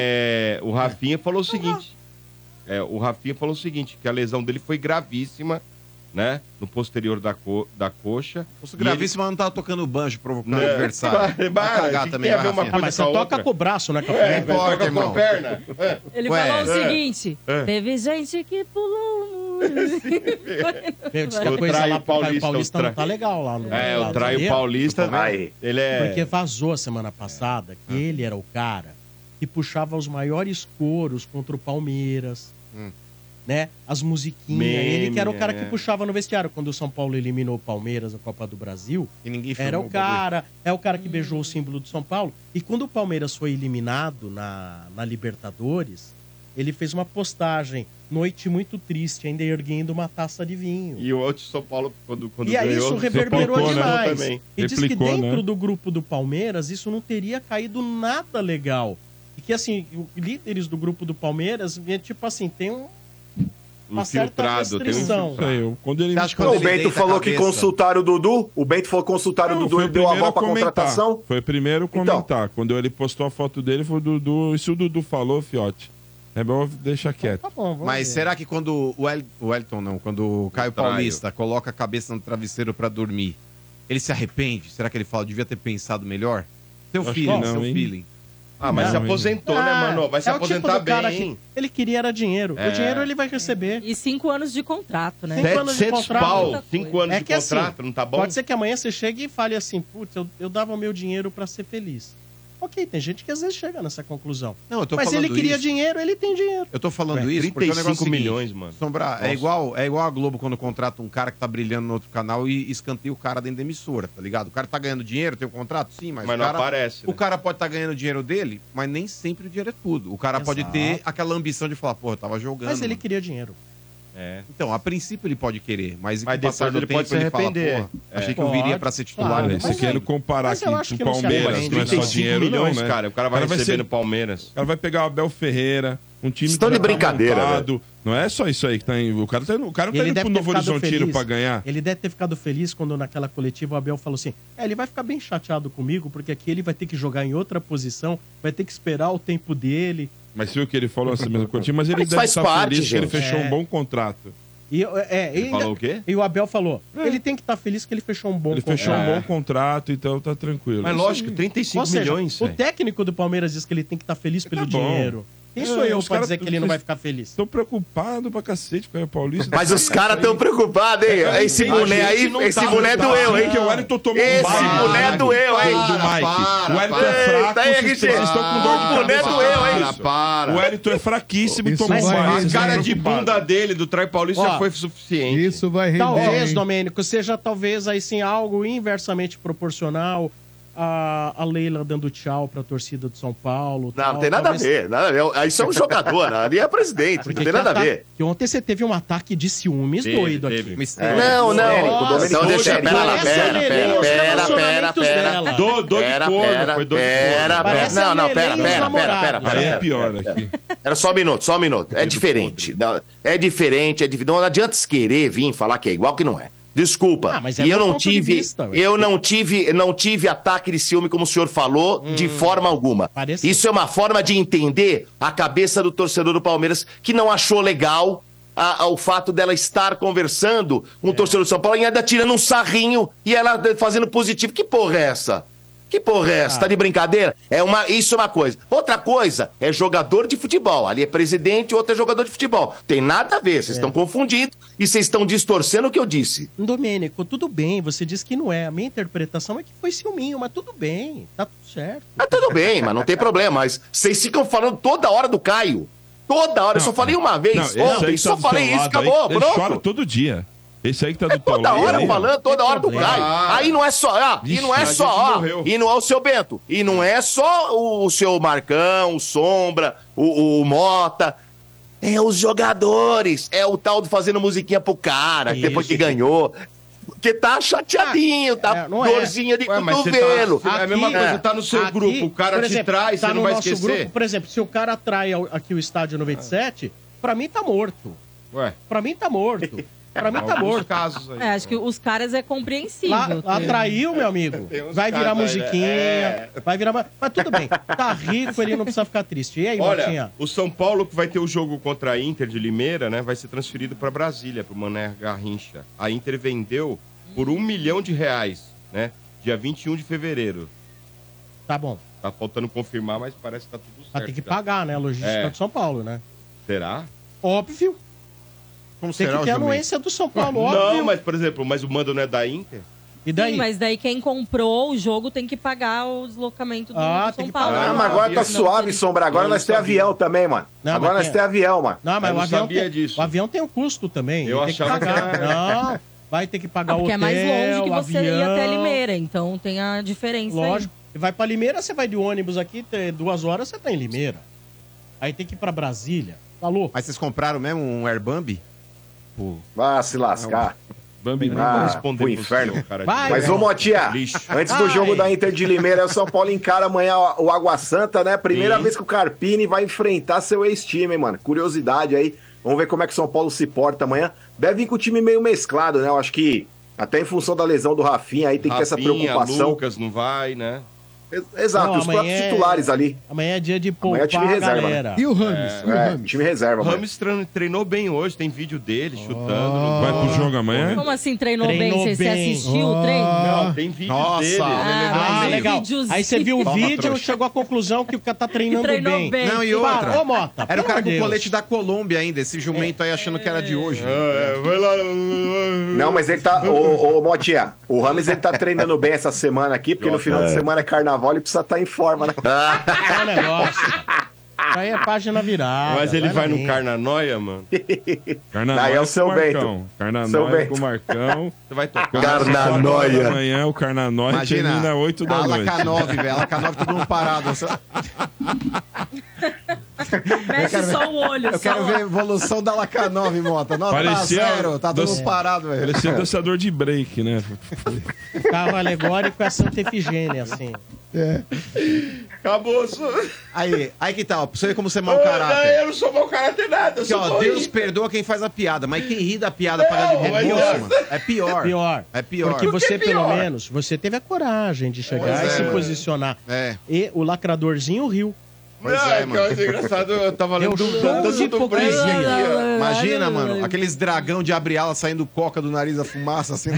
O Rafinha falou o seguinte. O Rafinha falou o seguinte, que a lesão dele foi gravíssima, né? No posterior da coxa. Fosse gravíssimo, mas não tava tocando banjo, provocando o É. adversário. Vai cagar também, vai, Rafinha. Ah, mas você toca com o braço, né? Com a É, perna. toca com irmão. a perna. Ele Ué, falou o seguinte: teve gente que pulou o Meu, diz que a O coisa Traio lá pro Caio Paulista, Paulista o não Tra- tá legal lá no É, o lado Traio dele. Paulista, ele é... Porque vazou a semana passada que ele era o cara que puxava os maiores coros contra o Palmeiras, né? As musiquinhas. Meme, Ele que era o cara que é. puxava no vestiário. Quando o São Paulo eliminou o Palmeiras na Copa do Brasil, E ninguém era filmou o cara, é o cara que beijou o símbolo do São Paulo. E quando o Palmeiras foi eliminado na Libertadores, ele fez uma postagem, noite muito triste, ainda erguendo uma taça de vinho. E o outro São Paulo, quando E aí ganhou, isso reverberou replicou, né? demais. Também. E diz que Replicou, dentro né? do grupo do Palmeiras isso não teria caído nada legal. E que assim, líderes do grupo do Palmeiras, tipo assim, tem uma certa Infiltrado, tem um restrição. Isso aí, quando ele... Você acha que O quando ele Bento deita a falou que cabeça- consultaram o Dudu. O Bento falou que consultaram o Não, Dudu foi e o deu primeiro aval a pra comentar. contratação. Foi o primeiro a Então. comentar. Quando ele postou a foto dele, foi o Dudu. E se o Dudu falou, fiote, é bom deixar quieto. Tá bom, vamos Mas ver. será que quando o Wellington, não, quando o Caio Traio. Paulista coloca a cabeça no travesseiro pra dormir, ele se arrepende? Será que ele fala, devia ter pensado melhor? Seu Acho feeling, que não, seu hein? feeling. Ah, mas Não, se aposentou, né, mano? Vai se é o tipo aposentar do cara bem. que ele queria era dinheiro. É. O dinheiro ele vai receber. E 5 anos de contrato, né? 5 anos de 700 contrato. pau, Muita 5 anos É de que assim, contrato, não tá bom? Pode ser que amanhã você chegue e fale assim, putz, eu dava o meu dinheiro pra ser feliz. Ok, tem gente que às vezes chega nessa conclusão. Não, eu tô Mas falando ele queria isso. dinheiro, ele tem dinheiro. Eu tô falando Ué, isso porque o 35 negócio é o seguinte, milhões, mano. Sombra, Nossa. é igual a Globo quando contrata um cara que tá brilhando no outro canal e escanteia o cara dentro da emissora, tá ligado? O cara tá ganhando dinheiro, tem um contrato? Sim, mas, Mas o não cara, aparece, né? o cara pode estar ganhando dinheiro dele, mas nem sempre o dinheiro é tudo. O cara pode Exato. ter aquela ambição de falar, pô, eu tava jogando. Mas ele mano. queria dinheiro. É. Então, a princípio ele pode querer, mas, Mas com o passar depois do ele tempo pode se ele fala, arrepender. pô, achei que eu Pode, viria pra ser titular. claro. Olha, né? se mas querendo é- comparar mas aqui eu acho com que o não se Palmeiras, arrepende, não é só 35 dinheiro, milhões, não, né? cara. O cara vai vai receber ser- no Palmeiras. O cara vai pegar o Abel Ferreira, um time Estão que já de brincadeira, montado. Não é só isso aí que tá indo. O cara tá indo Ele pro deve ter Novo ficado Horizontino feliz. pra ganhar. Ele deve ter ficado feliz quando naquela coletiva o Abel falou assim: ele vai ficar bem chateado comigo, porque aqui ele vai ter que jogar em outra posição, vai ter que esperar o tempo dele. Mas viu que ele falou essa mesma coisa. Mas ele Mas deve faz estar parte, feliz que ele gente. fechou É. um bom contrato. E, Ele falou o quê? E o Abel falou: ele tem que estar feliz que ele fechou um bom Ele fechou contrato. um bom contrato, então tá tranquilo. Mas Isso lógico, aí. 35 Ou seja, milhões. o velho. técnico do Palmeiras diz que ele tem que estar feliz pelo Tá bom. dinheiro. Quem É, sou eu os pra caras- dizer que ele não vai ficar feliz? Tô preocupado pra cacete com o Paulista. Mas os caras estão preocupados, hein? Esse boné aí, esse boné doeu, hein? Que o Wellington tomou Esse bala boné doeu, hein? do Mike. para, O Wellington para. é fraco, Eita, aí, vocês estão com dor de O boné cabeça. doeu, hein? Para. O Wellington é fraquíssimo e Isso tomou vai bala. render. A cara Vocês de estão bunda preocupados. dele, do Traio Paulista, Ó, já foi suficiente. Isso vai render. Talvez, hein? Domênico, seja talvez aí sim algo inversamente proporcional a Leila dando tchau pra torcida do São Paulo. Não, tal. não tem nada a Talvez- ver. Nada a ver. Isso é um jogador, ali é presidente, não Porque tem nada a que ver. Que ontem você teve um ataque de ciúmes Teve, doido teve. aqui. Não, Nossa, então deixa, hoje pera lá, parece a Nenê pera, nos pera, relacionamentos pera. dela. Dor de Pera, corno, pera, foi dor de pera, corno. Parece a Não, Nenê pera, e os pera, namorados. Aí é pior aqui. Era só um minuto, só um minuto. É diferente. Não, é diferente, não adianta se querer vir falar que é igual que não é. Desculpa. Ah, mas é E eu meu não ponto de tive, vista, ué. eu não tive ataque de ciúme como o senhor falou, de forma alguma. Pareceu. Isso é uma forma de entender a cabeça do torcedor do Palmeiras que não achou legal o fato dela estar conversando com o torcedor do São Paulo e ainda tirando um sarrinho e ela fazendo positivo. Que porra é essa? Que porra é essa? Tá de brincadeira? Isso é uma coisa. Outra coisa é jogador de futebol. Ali é presidente, outro é jogador de futebol. Tem nada a ver. Vocês estão confundindo e vocês estão distorcendo o que eu disse. Domênico, tudo bem, você disse que não é. A minha interpretação é que foi ciúminho, mas tudo bem, tá tudo certo. Mas tudo bem, mas não tem problema. Mas vocês ficam falando toda hora do Caio. Toda hora. Eu só falei uma vez. Esse aí Ontem, que só do falei teu isso, lado aí, acabou. Ele chora Pronto. todo dia. Esse aí que tá do teu Toda lado hora aí, ó. falando, toda hora do problema. Caio. Aí não é só, e não é a gente só, morreu. e não é o seu Bento, e não é só o seu Marcão, o Sombra, o Mota. É os jogadores, é o tal de fazendo musiquinha pro cara, Isso. depois que ganhou. Porque tá chateadinho, tá não é. dorzinha de Ué, mas você cotovelo. tá- é a mesma coisa, tá no seu aqui, grupo, o cara por te exemplo, traz, tá você não no vai nosso esquecer. Grupo, por exemplo, se o cara atrai aqui o estádio 97, pra mim tá morto. Ué, Pra mim tá morto. Pra mim tá alguns morto. casos aí. É, acho que os caras é compreensível. Atraiu, meu amigo. Vai virar casos aí, musiquinha, vai virar... Mas tudo bem, tá rico, ele não precisa ficar triste. E aí, Olha, Motinha? o São Paulo, que vai ter o jogo contra a Inter de Limeira, né, vai ser transferido para Brasília, pro Mané Garrincha. A Inter vendeu por R$1 milhão, né, dia 21 de fevereiro. Tá bom. Tá faltando confirmar, mas parece que tá tudo certo. Vai ter que já. pagar, né, a logística É. do São Paulo, né? Será? Óbvio. Como Tem será que o ter a jumento? anuência do São Paulo, Não, óbvio. mas, por exemplo, mas o mando não é da Inter? E daí? Sim, mas daí quem comprou o jogo tem que pagar o deslocamento do, Ah, do tem São que Paulo. pagar. Ah, mas agora tá suave, Sombra. Agora Eu nós não temos sabia. avião também, mano. Não, Agora mas nós temos avião, mano. Não, mas Eu o não avião, sabia disso. o avião tem um custo também. Eu tem que achava pagar. que Não, vai ter que pagar o Porque hotel, é mais longe que você avião. ir até Limeira, então tem a diferença Lógico. Vai pra Limeira, você vai de ônibus aqui, 2 horas você tá em Limeira. Aí tem que ir pra Brasília. Falou? Mas vocês compraram mesmo um Airbnb? Pô. Vá se lascar. Bambi, Ah, responder pro pro inferno. seu, cara de Vai, Mas, velho. ô Motinha, Lixo. antes do jogo da Inter de Limeira, o São Paulo encara amanhã o Água Santa, né? Primeira Sim. vez que o Carpini vai enfrentar seu ex-time, hein, mano. Curiosidade aí. Vamos ver como é que o São Paulo se porta amanhã. Deve vir com o time meio mesclado, né? Eu acho que até em função da lesão do Rafinha aí tem que ter essa Rafinha, preocupação. Lucas não vai, né? Exato, Não, os próprios amanhã é- titulares ali. Amanhã é dia de Amanhã é poupar time a reserva, galera. E o Rames? E o É, Rames? time reserva, mano. Rames treinou bem hoje, tem vídeo dele chutando. Vai pro jogo amanhã? Como assim treinou, Treinou bem? Você bem. assistiu o treino? Não, tem vídeo Nossa, dele. Ah, Ah, legal. videozinho. Aí você viu o Toma, vídeo e trouxa. chegou à conclusão que o cara tá treinando Treinou bem. bem. Não, e Para, outra. ô Mota, Era o cara pelo com o amor de colete da Colômbia ainda, esse jumento aí achando que era de hoje. Vai lá. Não, mas ele tá. Ô, Motinha, o Rames ele tá treinando bem essa semana aqui, porque no final de semana é carnaval e precisa estar em forma, né? É um negócio. Isso aí é página virada. Mas ele vai na no minha. Carnanóia, mano. Daí é o seu Bento. Seu Carnanóia Bento. com o Marcão. Você vai tocar. Carnanóia. Amanhã o Carnanóia Imagina, termina 8 da a noite. K9, velho. A K9 todo mundo parado. Mexe só o olho. Eu quero ver a evolução da K9, Mota. Não, Parecia tá zero, tá todo doce- mundo parado, velho. Parecia dançador de break, né? Carro alegórico é Santa Efigênia, assim. Acabou. Aí que tal, pra você ver como você é mau caráter. Eu não sou mau caráter nada. Eu Aqui, sou ó, bom Deus rico. perdoa quem faz a piada, mas quem ri da piada paga de mas remoço, Deus- mano. É pior. Pior. É pior. Porque você, Por que pior? pelo menos, você teve a coragem de chegar Pois e é, se mano. posicionar. É. E o lacradorzinho riu. Pois Não, é, é, mano. que é engraçado, eu tava Deu lendo show dança de do Break hipocrisia. aqui, ó. Imagina, mano, aqueles dragão de abre ala saindo coca do nariz da fumaça, assim.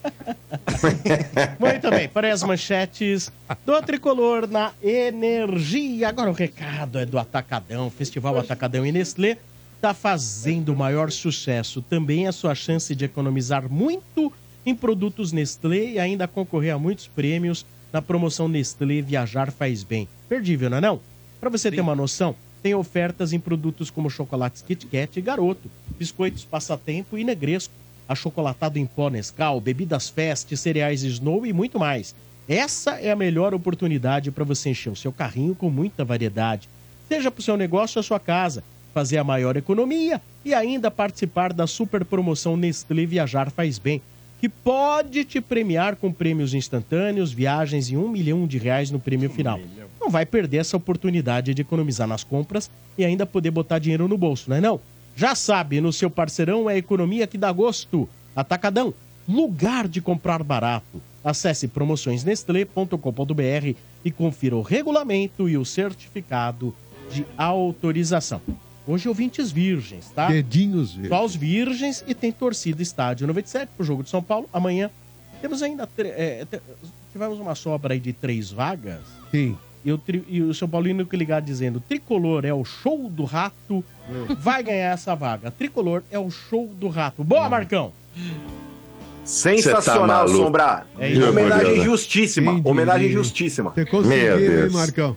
Muito bem, para as manchetes do Tricolor na Energia. Agora o recado é do Atacadão. O Festival Atacadão e Nestlé está fazendo o maior sucesso. Também é a sua chance de economizar muito em produtos Nestlé e ainda concorrer a muitos prêmios na promoção Nestlé Viajar Faz Bem. Perdível, não é não? Para você ter uma noção, tem ofertas em produtos como chocolates Kit Kat e Garoto, biscoitos Passatempo e Negresco, achocolatado em pó Nescau, bebidas Fest, cereais Snow e muito mais. Essa é a melhor oportunidade para você encher o seu carrinho com muita variedade. Seja para o seu negócio ou a sua casa, fazer a maior economia e ainda participar da super promoção Nestlé Viajar Faz Bem, que pode te premiar com prêmios instantâneos, viagens e R$1 milhão no prêmio final. Não vai perder essa oportunidade de economizar nas compras e ainda poder botar dinheiro no bolso, não é não? Já sabe, no seu parceirão é a economia que dá gosto. Atacadão, lugar de comprar barato. Acesse promoçõesnestlé.com.br e confira o regulamento e o certificado de autorização. Hoje ouvintes virgens, tá? Dedinhos verdes. Só os virgens e tem torcida Estádio 97 pro jogo de São Paulo. Amanhã temos ainda... tivemos uma sobra aí de 3 vagas. Sim. E o São Paulino que ligar dizendo: Tricolor é o show do rato, vai ganhar essa vaga. Tricolor é o show do rato. Boa, Marcão! Sensacional, Cê tá maluco. Sombra. É isso. Homenagem Deus. justíssima. Entendi. Homenagem justíssima. Você conseguiu, Meu hein, Deus. Marcão?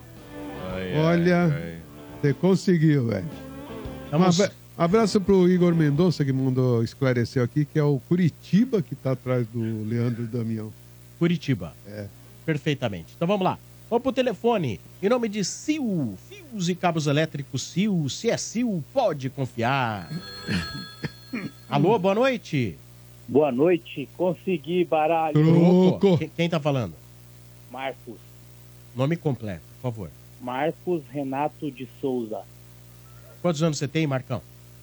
Olha, você conseguiu, velho. Vamos... Abraço pro Igor Mendonça, que mandou esclareceu aqui, que é o Curitiba que tá atrás do Leandro Damião. Curitiba. É. Perfeitamente. Então vamos lá. Vamos pro telefone. Em nome de Sil, fios e cabos elétricos Sil. Se é Sil, pode confiar. Alô, boa noite. Boa noite, consegui baralho. Troco. Quem tá falando? Marcos. Nome completo, por favor. Marcos Renato de Souza, Quantos anos você tem, Marcão?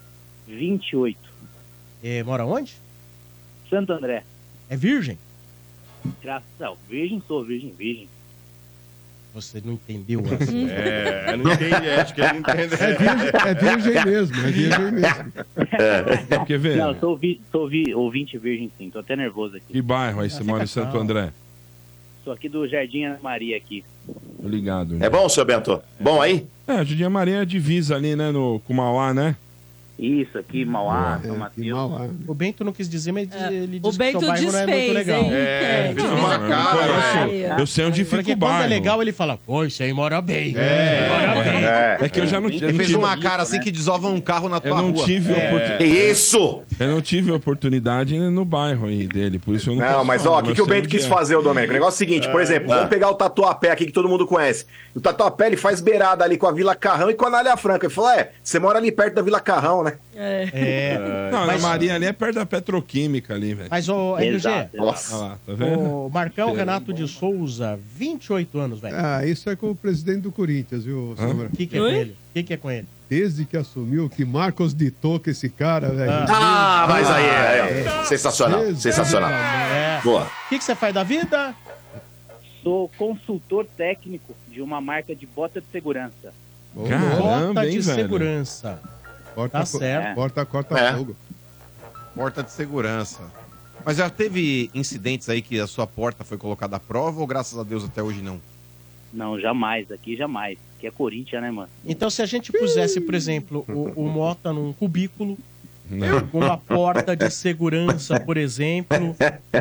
28. Mora onde? Santo André. É virgem? Graças ao virgem, sou virgem. Você não entendeu assim. Não entendi, acho que ele não entende. É virgem mesmo, é virgem mesmo. Quer ver? Não, sou ouvinte virgem sim, tô até nervoso aqui. Que bairro aí você mora em Santo André? Sou aqui do Jardim Ana Maria aqui. Tô ligado. É bom, seu Bento? Bom aí? É, a Judia Maria é divisa ali, né, com Mauá, né? Isso, aqui, Mauá, São aqui Mateus. Mauá. O Bento não quis dizer, mas ele O disse que Bento seu bairro não é muito desfez, legal. hein? É, fez Não, uma cara, eu sei onde fica Porque o quando bairro. é legal, ele fala, pô, isso aí mora bem. É que eu já não Ele tive. fez uma cara assim que desova um carro na tua Eu não rua. tive oportunidade. Isso! Eu não tive oportunidade no bairro aí dele, por isso eu não Não, posso mas falar, ó, o que o sei Bento onde quis é. fazer, o Domênico? O negócio é o seguinte, por exemplo, vamos pegar o Tatuapé aqui que todo mundo conhece. O Tatuapé, ele faz beirada ali com a Vila Carrão e com a Anália Franca. Ele falou, você mora ali perto da Vila Carrão, né? Não, Mas- a Maria ali é perto da Petroquímica ali, velho. Mas, ô, RG, Exato. Nossa. Olha lá, tá vendo? o Marcão Renato de Souza, 28 anos, velho. Ah, isso é com o presidente do Corinthians, viu, Sombra? O que é com Oi? ele? O que é com ele? Desde que assumiu, que Marcos ditou que esse cara, velho. Ah, mas aí ó. Sensacional, Jesus sensacional. amado. É. Boa. O que você faz da vida? Sou consultor técnico de uma marca de bota de segurança. Ô, Caramba, Bota hein, de velho? segurança. Corta, Tá certo. corta É. fogo. Porta de segurança. Mas já teve incidentes aí que a sua porta foi colocada à prova ou graças a Deus até hoje não? Não, jamais. Aqui jamais. Aqui é Corinthians, né, mano? Então, se a gente pusesse, por exemplo, o Mota num cubículo, Não. com uma porta de segurança, por exemplo,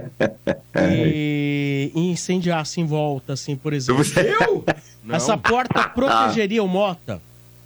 e incendiasse em volta, assim, por exemplo. Essa porta protegeria o Mota?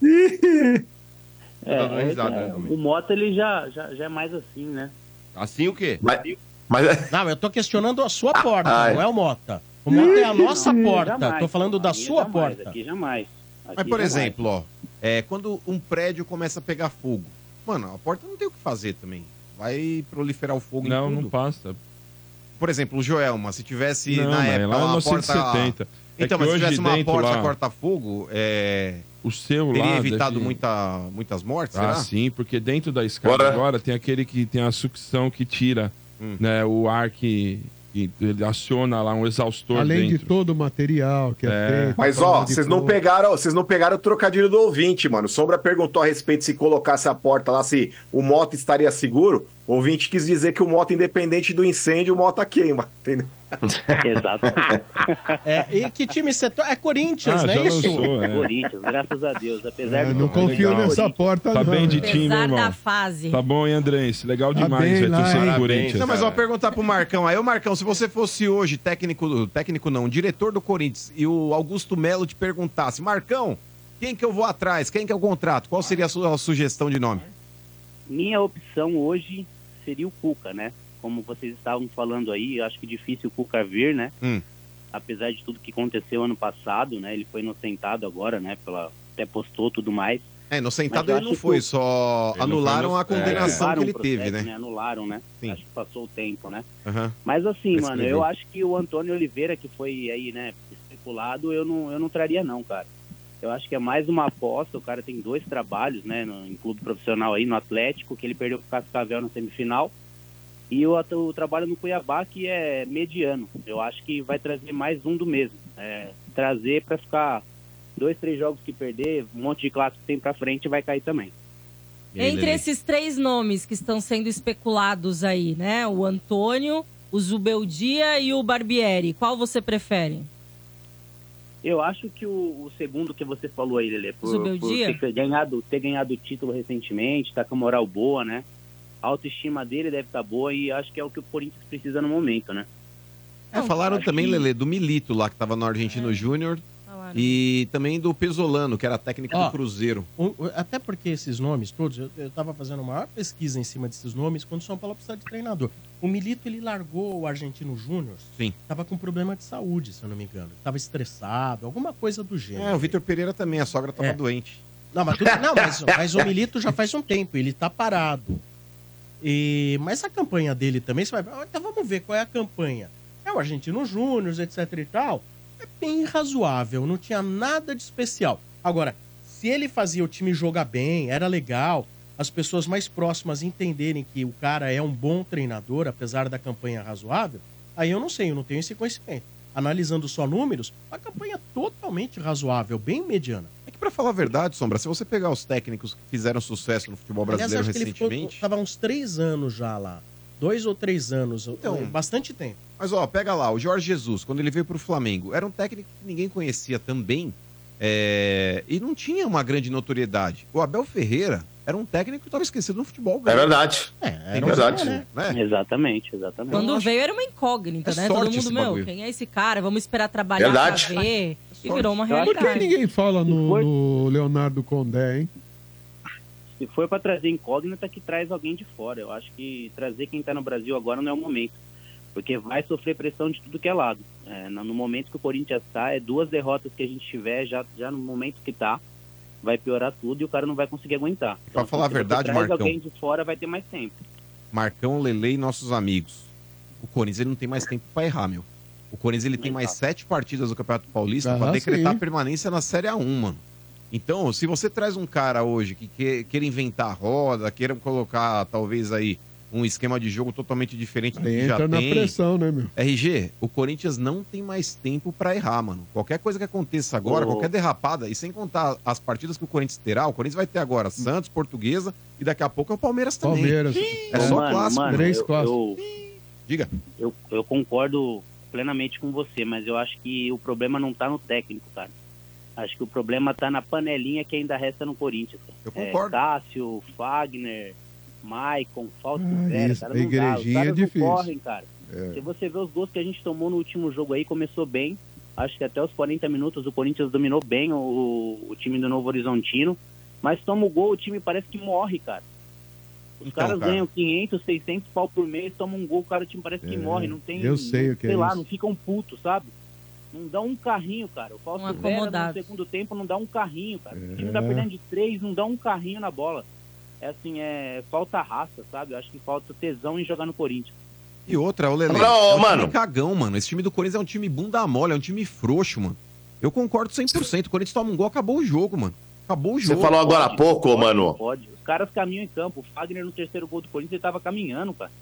Tá dando risada, né, também. o Mota, ele já é mais assim, né? Assim o quê? Mas Não, eu tô questionando a sua porta, ai. não é o Mota. O Mota é a nossa Não, porta. jamais. Tô falando da Aqui sua jamais, porta. Aqui jamais. Mas, Aqui por jamais. exemplo, ó, quando um prédio começa a pegar fogo, mano, a porta não tem o que fazer também. Vai proliferar o fogo Não, em tudo. não passa. Por exemplo, o Joelma, se tivesse Não, na mas época lá é uma 970. Então, É que mas se hoje tivesse uma dentro porta lá- corta-fogo, O seu lá... teria evitado deve- muitas mortes, Ah, será? sim, porque dentro da escada Bora. agora tem aquele que tem a sucção que tira né, o ar que ele aciona lá um exaustor Além dentro. de todo o material que é feito. Mas a prova ó, de vocês não fogo. pegaram o trocadilho do ouvinte, mano. Sombra perguntou a respeito se colocasse a porta lá, se o Mota estaria seguro. O ouvinte quis dizer que o Mota, independente do incêndio, o Mota queima, entendeu? Exato. E que time você é Corinthians, Ah, não já é isso? lançou, é. Corinthians, graças a Deus. Apesar de Não confio legal. nessa porta, Tá não. bem de né? time, Apesar irmão. da fase. Tá bom, hein, Andrés? Legal Tá demais, bem velho. lá, Torcer pro hein? Corinthians. Não, mas ó, perguntar pro Marcão aí. Ô, Marcão, se você fosse hoje técnico não, diretor do Corinthians, e o Augusto Melo te perguntasse, Marcão, quem que eu vou atrás? Quem que é o contrato? Qual seria a sua sugestão de nome? Minha opção hoje seria o Cuca, né? Como vocês estavam falando aí, eu acho que difícil o Cuca vir, né? Apesar de tudo que aconteceu ano passado, né? Ele foi inocentado agora, né? Até postou tudo mais. Inocentado Mas eu ele não acho foi, que- só Ele não anularam foi a condenação Anularam que ele o processo, teve, né? Anularam, né? Sim. Acho que passou o tempo, né? Aham. Mas assim, mano, Prescreveu. eu acho que o Antônio Oliveira, que foi aí, né, especulado, eu não traria não, cara. Eu acho que é mais uma aposta, o cara tem 2 trabalhos, né, em clube profissional aí, no Atlético, que ele perdeu pro Cascavel na semifinal, e o trabalho no Cuiabá, que é mediano. Eu acho que vai trazer mais um do mesmo. Trazer pra ficar 2, 3 jogos que perder, um monte de clássico que tem pra frente vai cair também. Entre esses 3 nomes que estão sendo especulados aí, né? O Antônio, o Zubeldia e o Barbieri. Qual você prefere? Eu acho que o segundo que você falou aí, Lelê, por Zubeldia? ter ganhado o título recentemente, tá com a moral boa, né? A autoestima dele deve estar boa e acho que é o que o Corinthians precisa no momento, né? Falaram acho também, que- Lelê, do Milito lá, que tava no Argentino Júnior, e também do Pesolano, que era técnico Ó, do Cruzeiro. Até porque esses nomes todos, eu tava fazendo uma maior pesquisa em cima desses nomes quando o São Paulo precisa de treinador. O Milito, ele largou o Argentino Júnior. Sim. Tava com problema de saúde, se eu não me engano. Tava estressado, alguma coisa do gênero. O Vitor Pereira também, a sogra tava doente. Não, mas o Milito já faz um tempo, ele tá parado. Mas a campanha dele também, você vai... Então vamos ver qual é a campanha. É o Argentino Júnior, etc e tal. É bem razoável, não tinha nada de especial. Agora, se ele fazia o time jogar bem, era legal, as pessoas mais próximas entenderem que o cara é um bom treinador, apesar da campanha razoável, aí eu não sei, eu não tenho esse conhecimento. Analisando só números, a campanha é totalmente razoável, bem mediana. É que pra falar a verdade, Sombra, se você pegar os técnicos que fizeram sucesso no futebol brasileiro Aliás, acho que ele recentemente... estava uns 3 anos já lá. 2 ou 3 anos, bastante tempo. Mas ó, pega lá, o Jorge Jesus, quando ele veio pro Flamengo, era um técnico que ninguém conhecia também. E não tinha uma grande notoriedade. O Abel Ferreira era um técnico que estava esquecido no futebol. É verdade. É verdade. né? Exatamente. Quando veio era uma incógnita, É né? sorte Todo esse mundo, bagulho. quem é esse cara? Vamos esperar trabalhar Verdade. pra ver. E virou uma Por realidade. que ninguém fala no Leonardo Condé, hein? Se for para trazer incógnita, que traz alguém de fora. Eu acho que trazer quem está no Brasil agora não é o momento. Porque vai sofrer pressão de tudo que é lado. No momento que o Corinthians está, 2 derrotas que a gente tiver, já no momento que está, vai piorar tudo e o cara não vai conseguir aguentar. Pra falar a verdade, traz Marcão. alguém de fora, vai ter mais tempo. Marcão, Lele e nossos amigos. O Corinthians ele não tem mais tempo pra errar, meu. O Corinthians ele tem mais 7 partidas do Campeonato Paulista pra decretar sim. permanência na Série A1, mano. Então, se você traz um cara hoje que queira inventar a roda, queira colocar talvez aí um esquema de jogo totalmente diferente do que já Entra na tem. pressão, né, meu? RG, o Corinthians não tem mais tempo pra errar, mano. Qualquer coisa que aconteça agora, qualquer derrapada, e sem contar as partidas que o Corinthians terá, o Corinthians vai ter agora Santos, Portuguesa e daqui a pouco é o Palmeiras também. Palmeiras. É só Mano, clássico. mano, 3 eu- clássicos. Diga. Eu concordo plenamente com você, mas eu acho que o problema não tá no técnico, cara. Acho que o problema tá na panelinha que ainda resta no Corinthians. Eu concordo. Tássio, Fagner, Maicon, Fausto Ah, Vera, isso, cara, a não dá. Os igrejinha caras é não difícil. correm, cara. Se você vê os gols que a gente tomou no último jogo aí, começou bem. Acho que até os 40 minutos o Corinthians dominou bem o time do Novo Horizontino. Mas toma o gol, o time parece que morre, cara. Os Então, caras cara. ganham 500, 600 pau por mês, tomam um gol, cara, o time parece que morre. Não tem, eu sei o que é sei lá, isso. não ficam putos, sabe? Não dá um carrinho, cara. O Fausto Um Vera no acomodado. segundo tempo não dá um carrinho, cara. O time tá perdendo de 3, não dá um carrinho na bola. Falta raça, sabe? Eu acho que falta tesão em jogar no Corinthians. E outra, o Lele. Não, é um mano. time cagão, mano. Esse time do Corinthians é um time bunda mole, é um time frouxo, mano. Eu concordo 100%. O Corinthians toma um gol, acabou o jogo, mano. Acabou o Você jogo. falou agora há pouco, Pode, mano. Pode. Os caras caminham em campo. O Fagner no terceiro gol do Corinthians, ele tava caminhando, cara.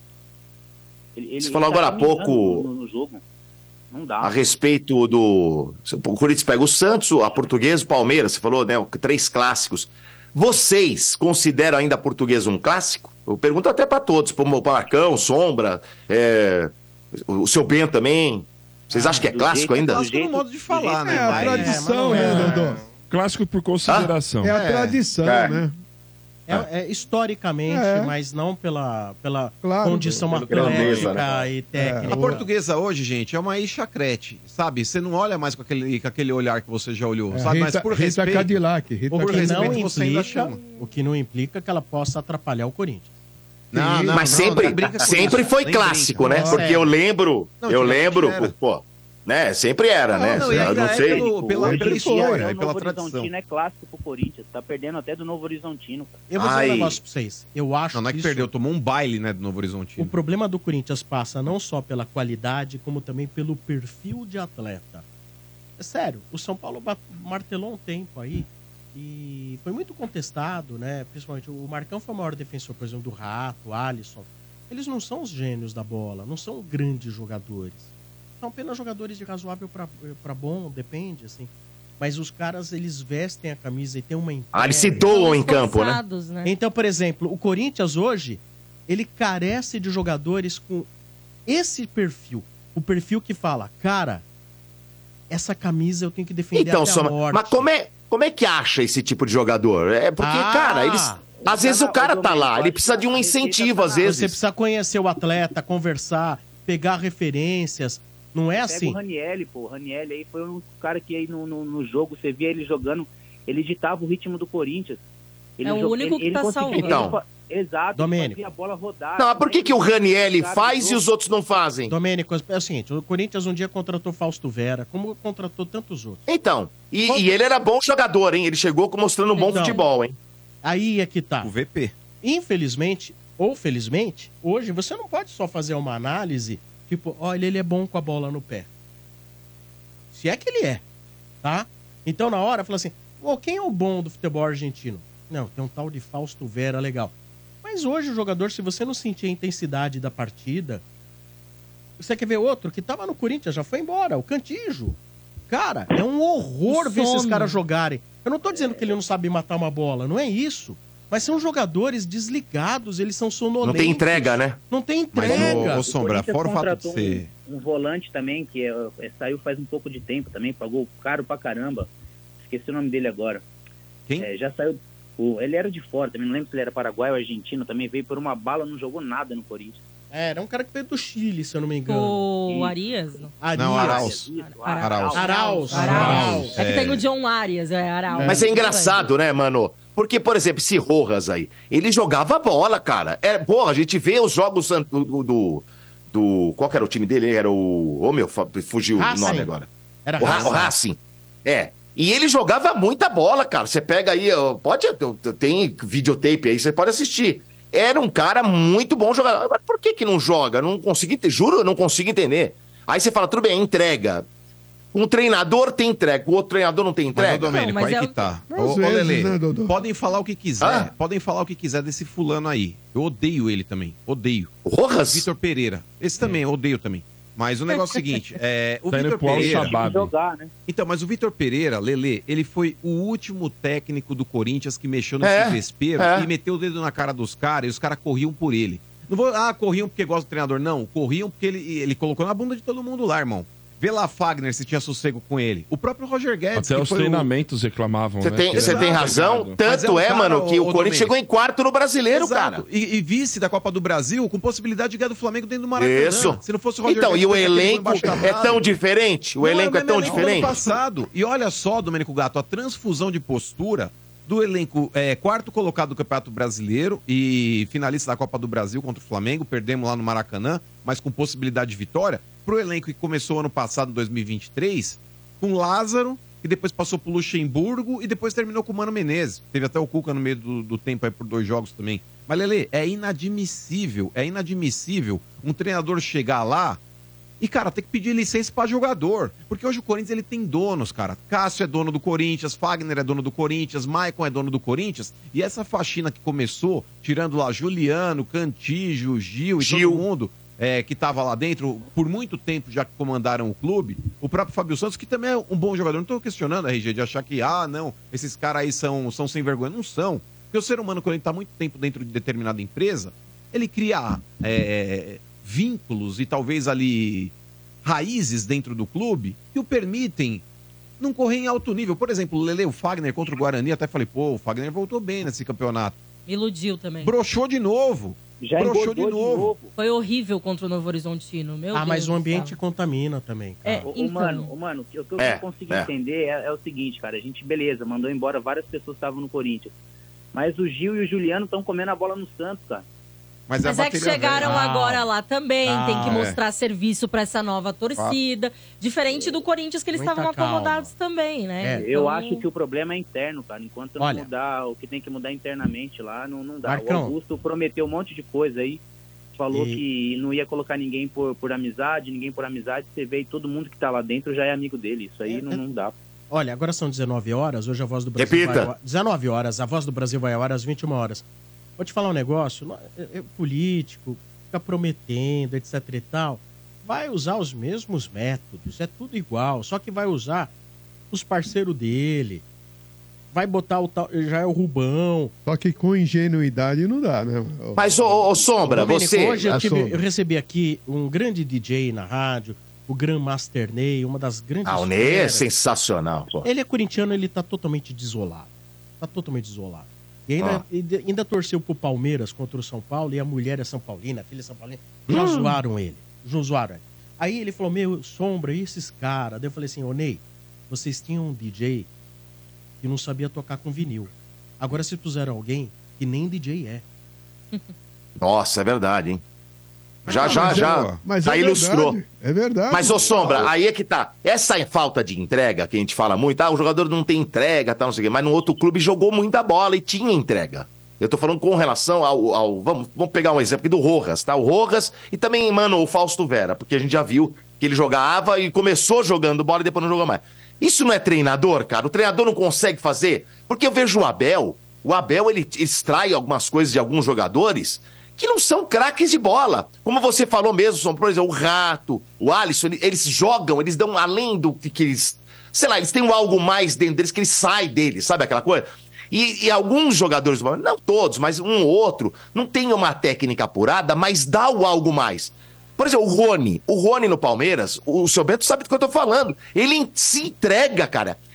Você falou agora há caminhando pouco- no jogo. Não dá. A respeito do. O Corinthians pega o Santos, a Portuguesa e o Palmeiras. Você falou, né? 3 clássicos. Vocês consideram ainda a Portuguesa um clássico? Eu pergunto até pra todos, pro Marcão, Sombra, o seu Ben também. Vocês acham que é do clássico jeito- ainda? do Clássico no modo de falar, né? É a Mas- tradição, né, Dodô? Clássico por consideração. É a tradição, É. né? Historicamente, É. mas não pela Claro, condição pelo atlética grandeza, né? e técnica. A Portuguesa hoje, gente, é uma chacrete, sabe? Você não olha mais com aquele olhar que você já olhou, sabe? Mas por Rita respeito... Cadillac. Rita Por O que respeito, não você ainda implica, chama. o que não implica que ela possa atrapalhar o Corinthians. Mas sempre, nem brinca com sempre isso, foi nem clássico, brinca. né? Não, Porque eu lembro, Não, eu antigamente lembro, era. pô, né? Sempre era, né? não, e Eu ainda não é sei. pela Hoje, história o e pela Novo tradição. Horizontino é clássico pro Corinthians. Tá perdendo até do Novo Horizontino, cara. Eu vou dizer Ai. um negócio pra vocês. Eu acho Não é que isso- perdeu, tomou um baile, né, do Novo O Horizontino. problema do Corinthians passa não só pela qualidade, como também pelo perfil de atleta. É sério, o São Paulo martelou um tempo aí e foi muito contestado, né? Principalmente o Marcão foi o maior defensor, por exemplo, do Rato, o Alisson. Eles não são os gênios da bola, não são grandes jogadores. São apenas jogadores de razoável pra bom, depende, assim. Mas os caras, eles vestem a camisa e tem uma entrega. Eles se doam em campo, né? Esforçados, né? Então, por exemplo, o Corinthians hoje, ele carece de jogadores com esse perfil. O perfil que fala, cara, essa camisa eu tenho que defender Então, até a Soma, morte. mas como é que acha esse tipo de jogador? É porque, Ah, cara, eles. Às vezes o cara tá lá, ele precisa de um incentivo, às Você vezes. precisa conhecer o atleta, conversar, pegar referências. Não é Pega assim? o Ranielli, pô. O Ranielli aí foi um cara que aí no jogo, você via ele jogando, ele ditava o ritmo do Corinthians. Ele É o único que tá conseguia- salvando. Então. Exato, Domênico. ele fazia a bola rodar. Não, mas por que o Ranielli Cara, faz e jogo. os outros não fazem? Domênico, é o seguinte, o Corinthians um dia contratou Fausto Vera, como contratou tantos outros. Então, e ele era bom jogador, hein? Ele chegou mostrando um bom Então. futebol, hein? Aí é que tá. O VP. Infelizmente, ou felizmente, hoje você não pode só fazer uma análise, tipo, olha, ele é bom com a bola no pé. Se é que ele é, tá? Então, na hora, fala assim, quem é o bom do futebol argentino? Não, tem um tal de Fausto Vera, legal. Mas hoje o jogador, se você não sentir a intensidade da partida, você quer ver outro que tava no Corinthians, já foi embora, o Cantijo. Cara, é um horror ver esses Some. caras jogarem. Eu não tô dizendo que ele não sabe matar uma bola, não é isso. Mas são jogadores desligados, eles são sonolentos. Não tem entrega, né? Não tem Mas, entrega. ô, Sombra, Corinthians fora o fato de contratou ser... um volante também, que saiu faz um pouco de tempo também, pagou caro pra caramba. esqueci o nome dele agora. Quem? Já saiu. Ele era de fora também, não lembro se ele era paraguaio ou argentino, também veio por uma bala, não jogou nada no Corinthians. Era um cara que veio do Chile, se eu não me engano. O Arias? Não. Não, Arauz. Arauz. É que tem o John Arias, Arauz. Mas é engraçado, né, mano? Porque, por exemplo, esse Rojas aí, ele jogava bola, cara. Porra, a gente vê os jogos do qual que era o time dele? Era o... Ô, meu, fugiu o nome agora. Era o Racing. E ele jogava muita bola, cara. Você pega aí, tem videotape aí, você pode assistir. Era um cara muito bom jogador. Mas por que não joga? Não consigo, juro, eu não consigo entender. Aí você fala, tudo bem, entrega. Um treinador tem entrega, o outro treinador não tem entrega. Mas, Domênico, aí que tá. Ô, Lelê, podem falar o que quiser. Podem falar o que quiser desse fulano aí. Eu odeio ele também. Odeio. Rojas? Vitor Pereira. Esse também, eu odeio também. Mas o negócio é o seguinte, o Vitor Pereira... jogar, né? Então, mas o Vitor Pereira, Lelê, ele foi o último técnico do Corinthians que mexeu nesse vespeiro e meteu o dedo na cara dos caras e os caras corriam por ele. Não vou, corriam porque gosta do treinador, não. Corriam porque ele colocou na bunda de todo mundo lá, irmão. Vê lá Fagner se tinha sossego com ele. O próprio Roger Guedes... Até os treinamentos reclamavam, né? Você tem razão. Tanto mano, que o Corinthians chegou em quarto no Brasileiro, cara. E vice da Copa do Brasil com possibilidade de ganhar do Flamengo dentro do Maracanã. Isso. Se não fosse o Roger Guedes... Então, e o elenco é tão diferente? O elenco é tão diferente? Passado. E olha só, Domênico Gato, a transfusão de postura do elenco quarto colocado do Campeonato Brasileiro e finalista da Copa do Brasil contra o Flamengo. Perdemos lá no Maracanã, mas com possibilidade de vitória. Pro elenco que começou ano passado, 2023, com Lázaro, que depois passou pro Luxemburgo e depois terminou com o Mano Menezes. Teve até o Cuca no meio do tempo aí por 2 jogos também. Mas, Lelê, é inadmissível um treinador chegar lá e, cara, ter que pedir licença pra jogador. Porque hoje o Corinthians, ele tem donos, cara. Cássio é dono do Corinthians, Fagner é dono do Corinthians, Maicon é dono do Corinthians. E essa faxina que começou, tirando lá Juliano, Cantígio, Gil e todo mundo... que estava lá dentro, por muito tempo já que comandaram o clube, o próprio Fábio Santos, que também é um bom jogador. Não estou questionando, RG, de achar que, não, esses caras aí são sem vergonha. Não são. Porque o ser humano, quando ele está muito tempo dentro de determinada empresa, ele cria vínculos e talvez ali raízes dentro do clube que o permitem não correr em alto nível. Por exemplo, o Lele, o Fagner contra o Guarani, até falei, o Fagner voltou bem nesse campeonato. Iludiu também. Broxou de novo. Broxou de novo. Foi horrível contra o Novo Horizontino, meu Deus. Mas o ambiente contamina também, cara. Mano, o que eu consigo entender é o seguinte, cara. A gente, beleza, mandou embora várias pessoas que estavam no Corinthians. Mas o Gil e o Juliano estão comendo a bola no Santos, cara. Mas é que chegaram agora lá também, tem que mostrar serviço pra essa nova torcida. Diferente do Corinthians, que eles estavam acomodados também, né? Eu acho que o problema é interno, cara. Enquanto não mudar o que tem que mudar internamente lá, não dá. Marcão. O Augusto prometeu um monte de coisa aí. Falou que não ia colocar ninguém por amizade, você vê e todo mundo que tá lá dentro já é amigo dele. Isso aí não dá. Olha, agora são 19 horas, hoje a Voz do Brasil Repita. 19 horas, a Voz do Brasil vai ao ar às 21 horas. Vou te falar um negócio, político, fica prometendo, etc e tal, vai usar os mesmos métodos, é tudo igual, só que vai usar os parceiros dele, vai botar já é o Rubão. Só que com ingenuidade não dá, né? Mas, ô Sombra, Domênico, você... Hoje eu recebi aqui um grande DJ na rádio, o Grandmaster Ney, uma das grandes... o Ney é sensacional, pô. Ele é corintiano, ele tá totalmente desolado. E ainda torceu pro Palmeiras contra o São Paulo, e a mulher é São Paulina, a filha é São Paulina. Já zoaram ele. Aí ele falou, Sombra, e esses caras? Daí eu falei assim, Ney, vocês tinham um DJ que não sabia tocar com vinil. Agora vocês puseram alguém que nem DJ é. Nossa, é verdade, hein? Já ilustrou. É verdade. Mas, Sombra, aí é que tá. Essa falta de entrega, que a gente fala muito, o jogador não tem entrega, não sei o quê, mas no outro clube jogou muita bola e tinha entrega. Eu tô falando com relação ao vamos pegar um exemplo aqui do Rojas, tá? O Rojas e também, o Fausto Vera, porque a gente já viu que ele jogava e começou jogando bola e depois não jogou mais. Isso não é treinador, cara? O treinador não consegue fazer? Porque eu vejo o Abel, ele extrai algumas coisas de alguns jogadores que não são craques de bola. Como você falou mesmo, por exemplo, o Rato, o Alisson, eles jogam, eles dão além do que eles... Sei lá, eles têm algo mais dentro deles, que eles saem deles, sabe aquela coisa? E alguns jogadores, não todos, mas um ou outro, não tem uma técnica apurada, mas dá o algo mais. Por exemplo, o Rony no Palmeiras, o seu Bento sabe do que eu tô falando. Ele se entrega, cara.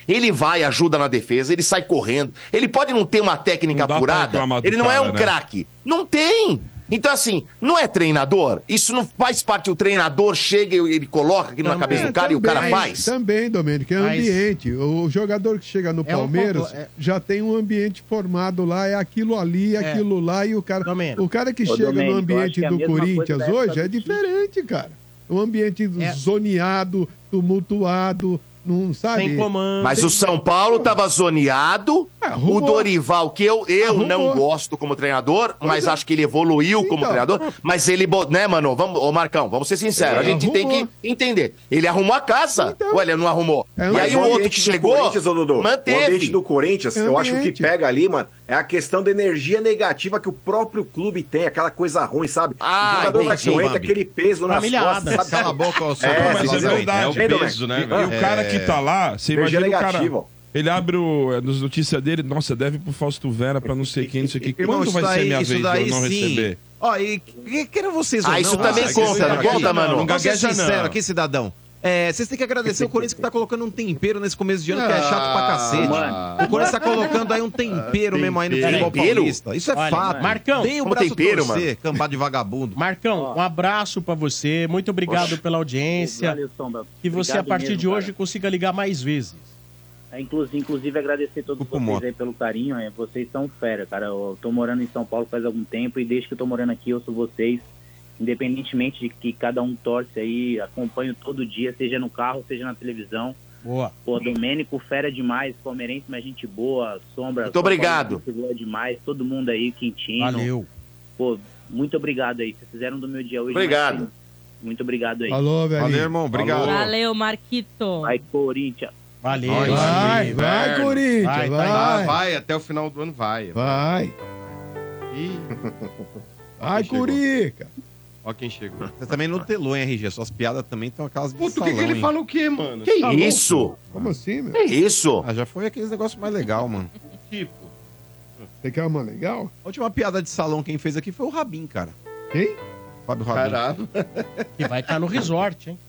Ele vai, ajuda na defesa, ele sai correndo. Ele pode não ter uma técnica Não dá pra apurada, reclamar do ele não é cara, um né? craque. Não tem. Então, assim, não é treinador? Isso não faz parte, o treinador chega e ele coloca aquilo na cabeça do cara e o cara faz? Também, Domênico, é Mas- ambiente. O jogador que chega no É um Palmeiras ponto, é- já tem um ambiente formado lá, é aquilo ali, aquilo lá, e o cara que Ô, chega Domênico, no eu ambiente acho que é a do mesma Corinthians coisa da época hoje é do Tite. diferente, cara. Um ambiente zoneado, tumultuado, não sabe? Mas o São Paulo tava zoneado. arrumou. O Dorival, que eu não Arrumou. gosto como treinador, mas acho que ele evoluiu como Então. treinador. Mas ele, né, mano? Vamos, ô Marcão, vamos ser sinceros. A gente tem que entender. Ele arrumou a casa. Ou ele não arrumou? E Mas aí o ambiente outro que do chegou, Corinthians, ô, Dudu, O ambiente manteve. do Corinthians, eu acho que o que pega ali, mano, é a questão da energia negativa que o próprio clube tem, aquela coisa ruim, sabe? Ah, o jogador vai entendi, aguenta Bambi. aquele peso nas Familiada. costas, sabe? Cala a boca, ô, seu Mas é Brasil. verdade. É o peso, né, E velho? o cara que tá lá, você Energia imagina o cara... negativa. Ele abre nas notícias dele, nossa, deve pro Fausto Vera pra não sei quem, não sei o que. Irmão, Quando isso vai ser minha isso vez de daí eu não sim. receber? Ó, e queiram vocês ou Ah, não, isso também vocês conta, sincero não aqui. conta, mano? Vamos ser gagueja, sincero não. aqui, cidadão. Vocês têm que agradecer o Corinthians que tá colocando um tempero nesse começo de ano que é chato pra cacete. mano. O Corinthians tá colocando aí um tempero mesmo aí no futebol Tempero? paulista. Isso é Olha, fato. Marcão, Tem o como braço tempero, torcer, cambado de vagabundo. Marcão, um abraço pra você. Muito obrigado pela audiência. Valeu, Sombra. Que você, Obrigado a partir mesmo, de hoje, cara. consiga ligar mais vezes. Inclusive agradecer a todos Desculpa, vocês moto. aí pelo carinho. Vocês são fera, cara. Eu tô morando em São Paulo faz algum tempo e desde que eu tô morando aqui, eu ouço vocês. Independentemente de que cada um torce aí, acompanho todo dia, seja no carro, seja na televisão. Boa. Pô, Domênico, fera demais, palmeirense, mas gente boa, Sombra. Muito obrigado. São Paulo, demais, todo mundo aí, Quintino. Valeu. Pô, muito obrigado aí. Vocês fizeram do meu dia hoje. Obrigado. mas, muito obrigado aí. Falou, velho. Valeu, irmão. Obrigado. Valeu, Marquito. Vai, Corinthians. Valeu. Vai, vai, Corinthians, Vai, vai. Vai, até o final do ano vai. Vai. Ih, Vai, Chegou. Curica. ó quem chegou. Você também não telou, hein, RG? Suas piadas também estão aquelas de Puta, o salão, que ele hein? fala o quê, mano? Que Tá isso? Como assim, meu? Que isso? Ah, já foi aqueles negócios mais legal, mano. louco? Tipo, Você quer uma legal? A última piada de salão quem fez aqui foi o Rabin, cara. Quem? Fábio Rabin. caralho. Que vai estar no resort, hein?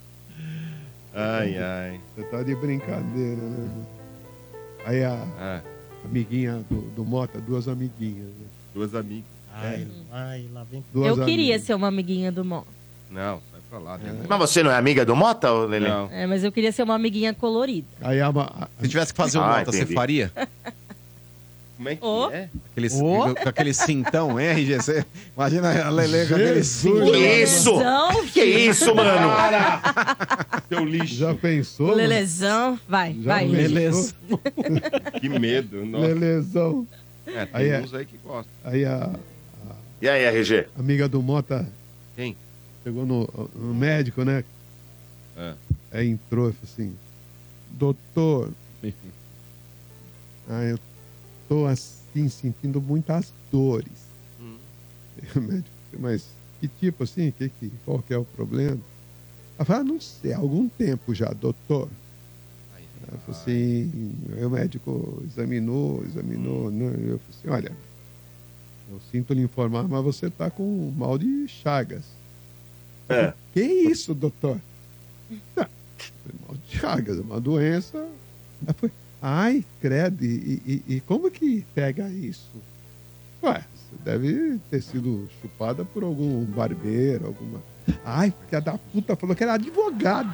Ai, ai. Você tá de brincadeira, né? irmão? Aí a Ah, amiguinha do Mota, duas amiguinhas. Né? duas amigas. Ai, lá vem. Duas Eu queria amigas. ser uma amiguinha do Mo. Não, sai pra lá. Tem... Mas você não é amiga do Mota, ô, Lelê? Não. É, mas eu queria ser uma amiguinha colorida. Aí Se tivesse que fazer um Ah, nota, você entendi. faria? Como é que Ô. é? Aquele, Ô. Com aquele cintão, hein, RG? Você imagina a Lelê com aquele Jesus. cintão. Que isso? Lelezão, Que isso, mano? Seu lixo. Já pensou? Lelezão. Vai, Já vai. pensou? Beleza. Que medo. Nossa. Lelezão. É, tem Aí é. uns aí que gostam. Aí a E aí, RG? amiga do Mota Quem? chegou no médico, né? É. Aí entrou e falou assim: doutor, eu tô assim, sentindo muitas dores. E o médico, mas que tipo assim? Qual que é o problema? Ela falou, não sei, há algum tempo já, doutor. Ela falou assim, aí o médico examinou, né? Eu falei assim, olha, eu sinto lhe informar, mas você tá com mal de Chagas. É. Que isso, doutor? Tá. Mal de Chagas, é uma doença. Ela foi, ai, credo, e como que pega isso? Ué, você deve ter sido chupada por algum barbeiro, alguma... Ai, porque a da puta falou que era advogado.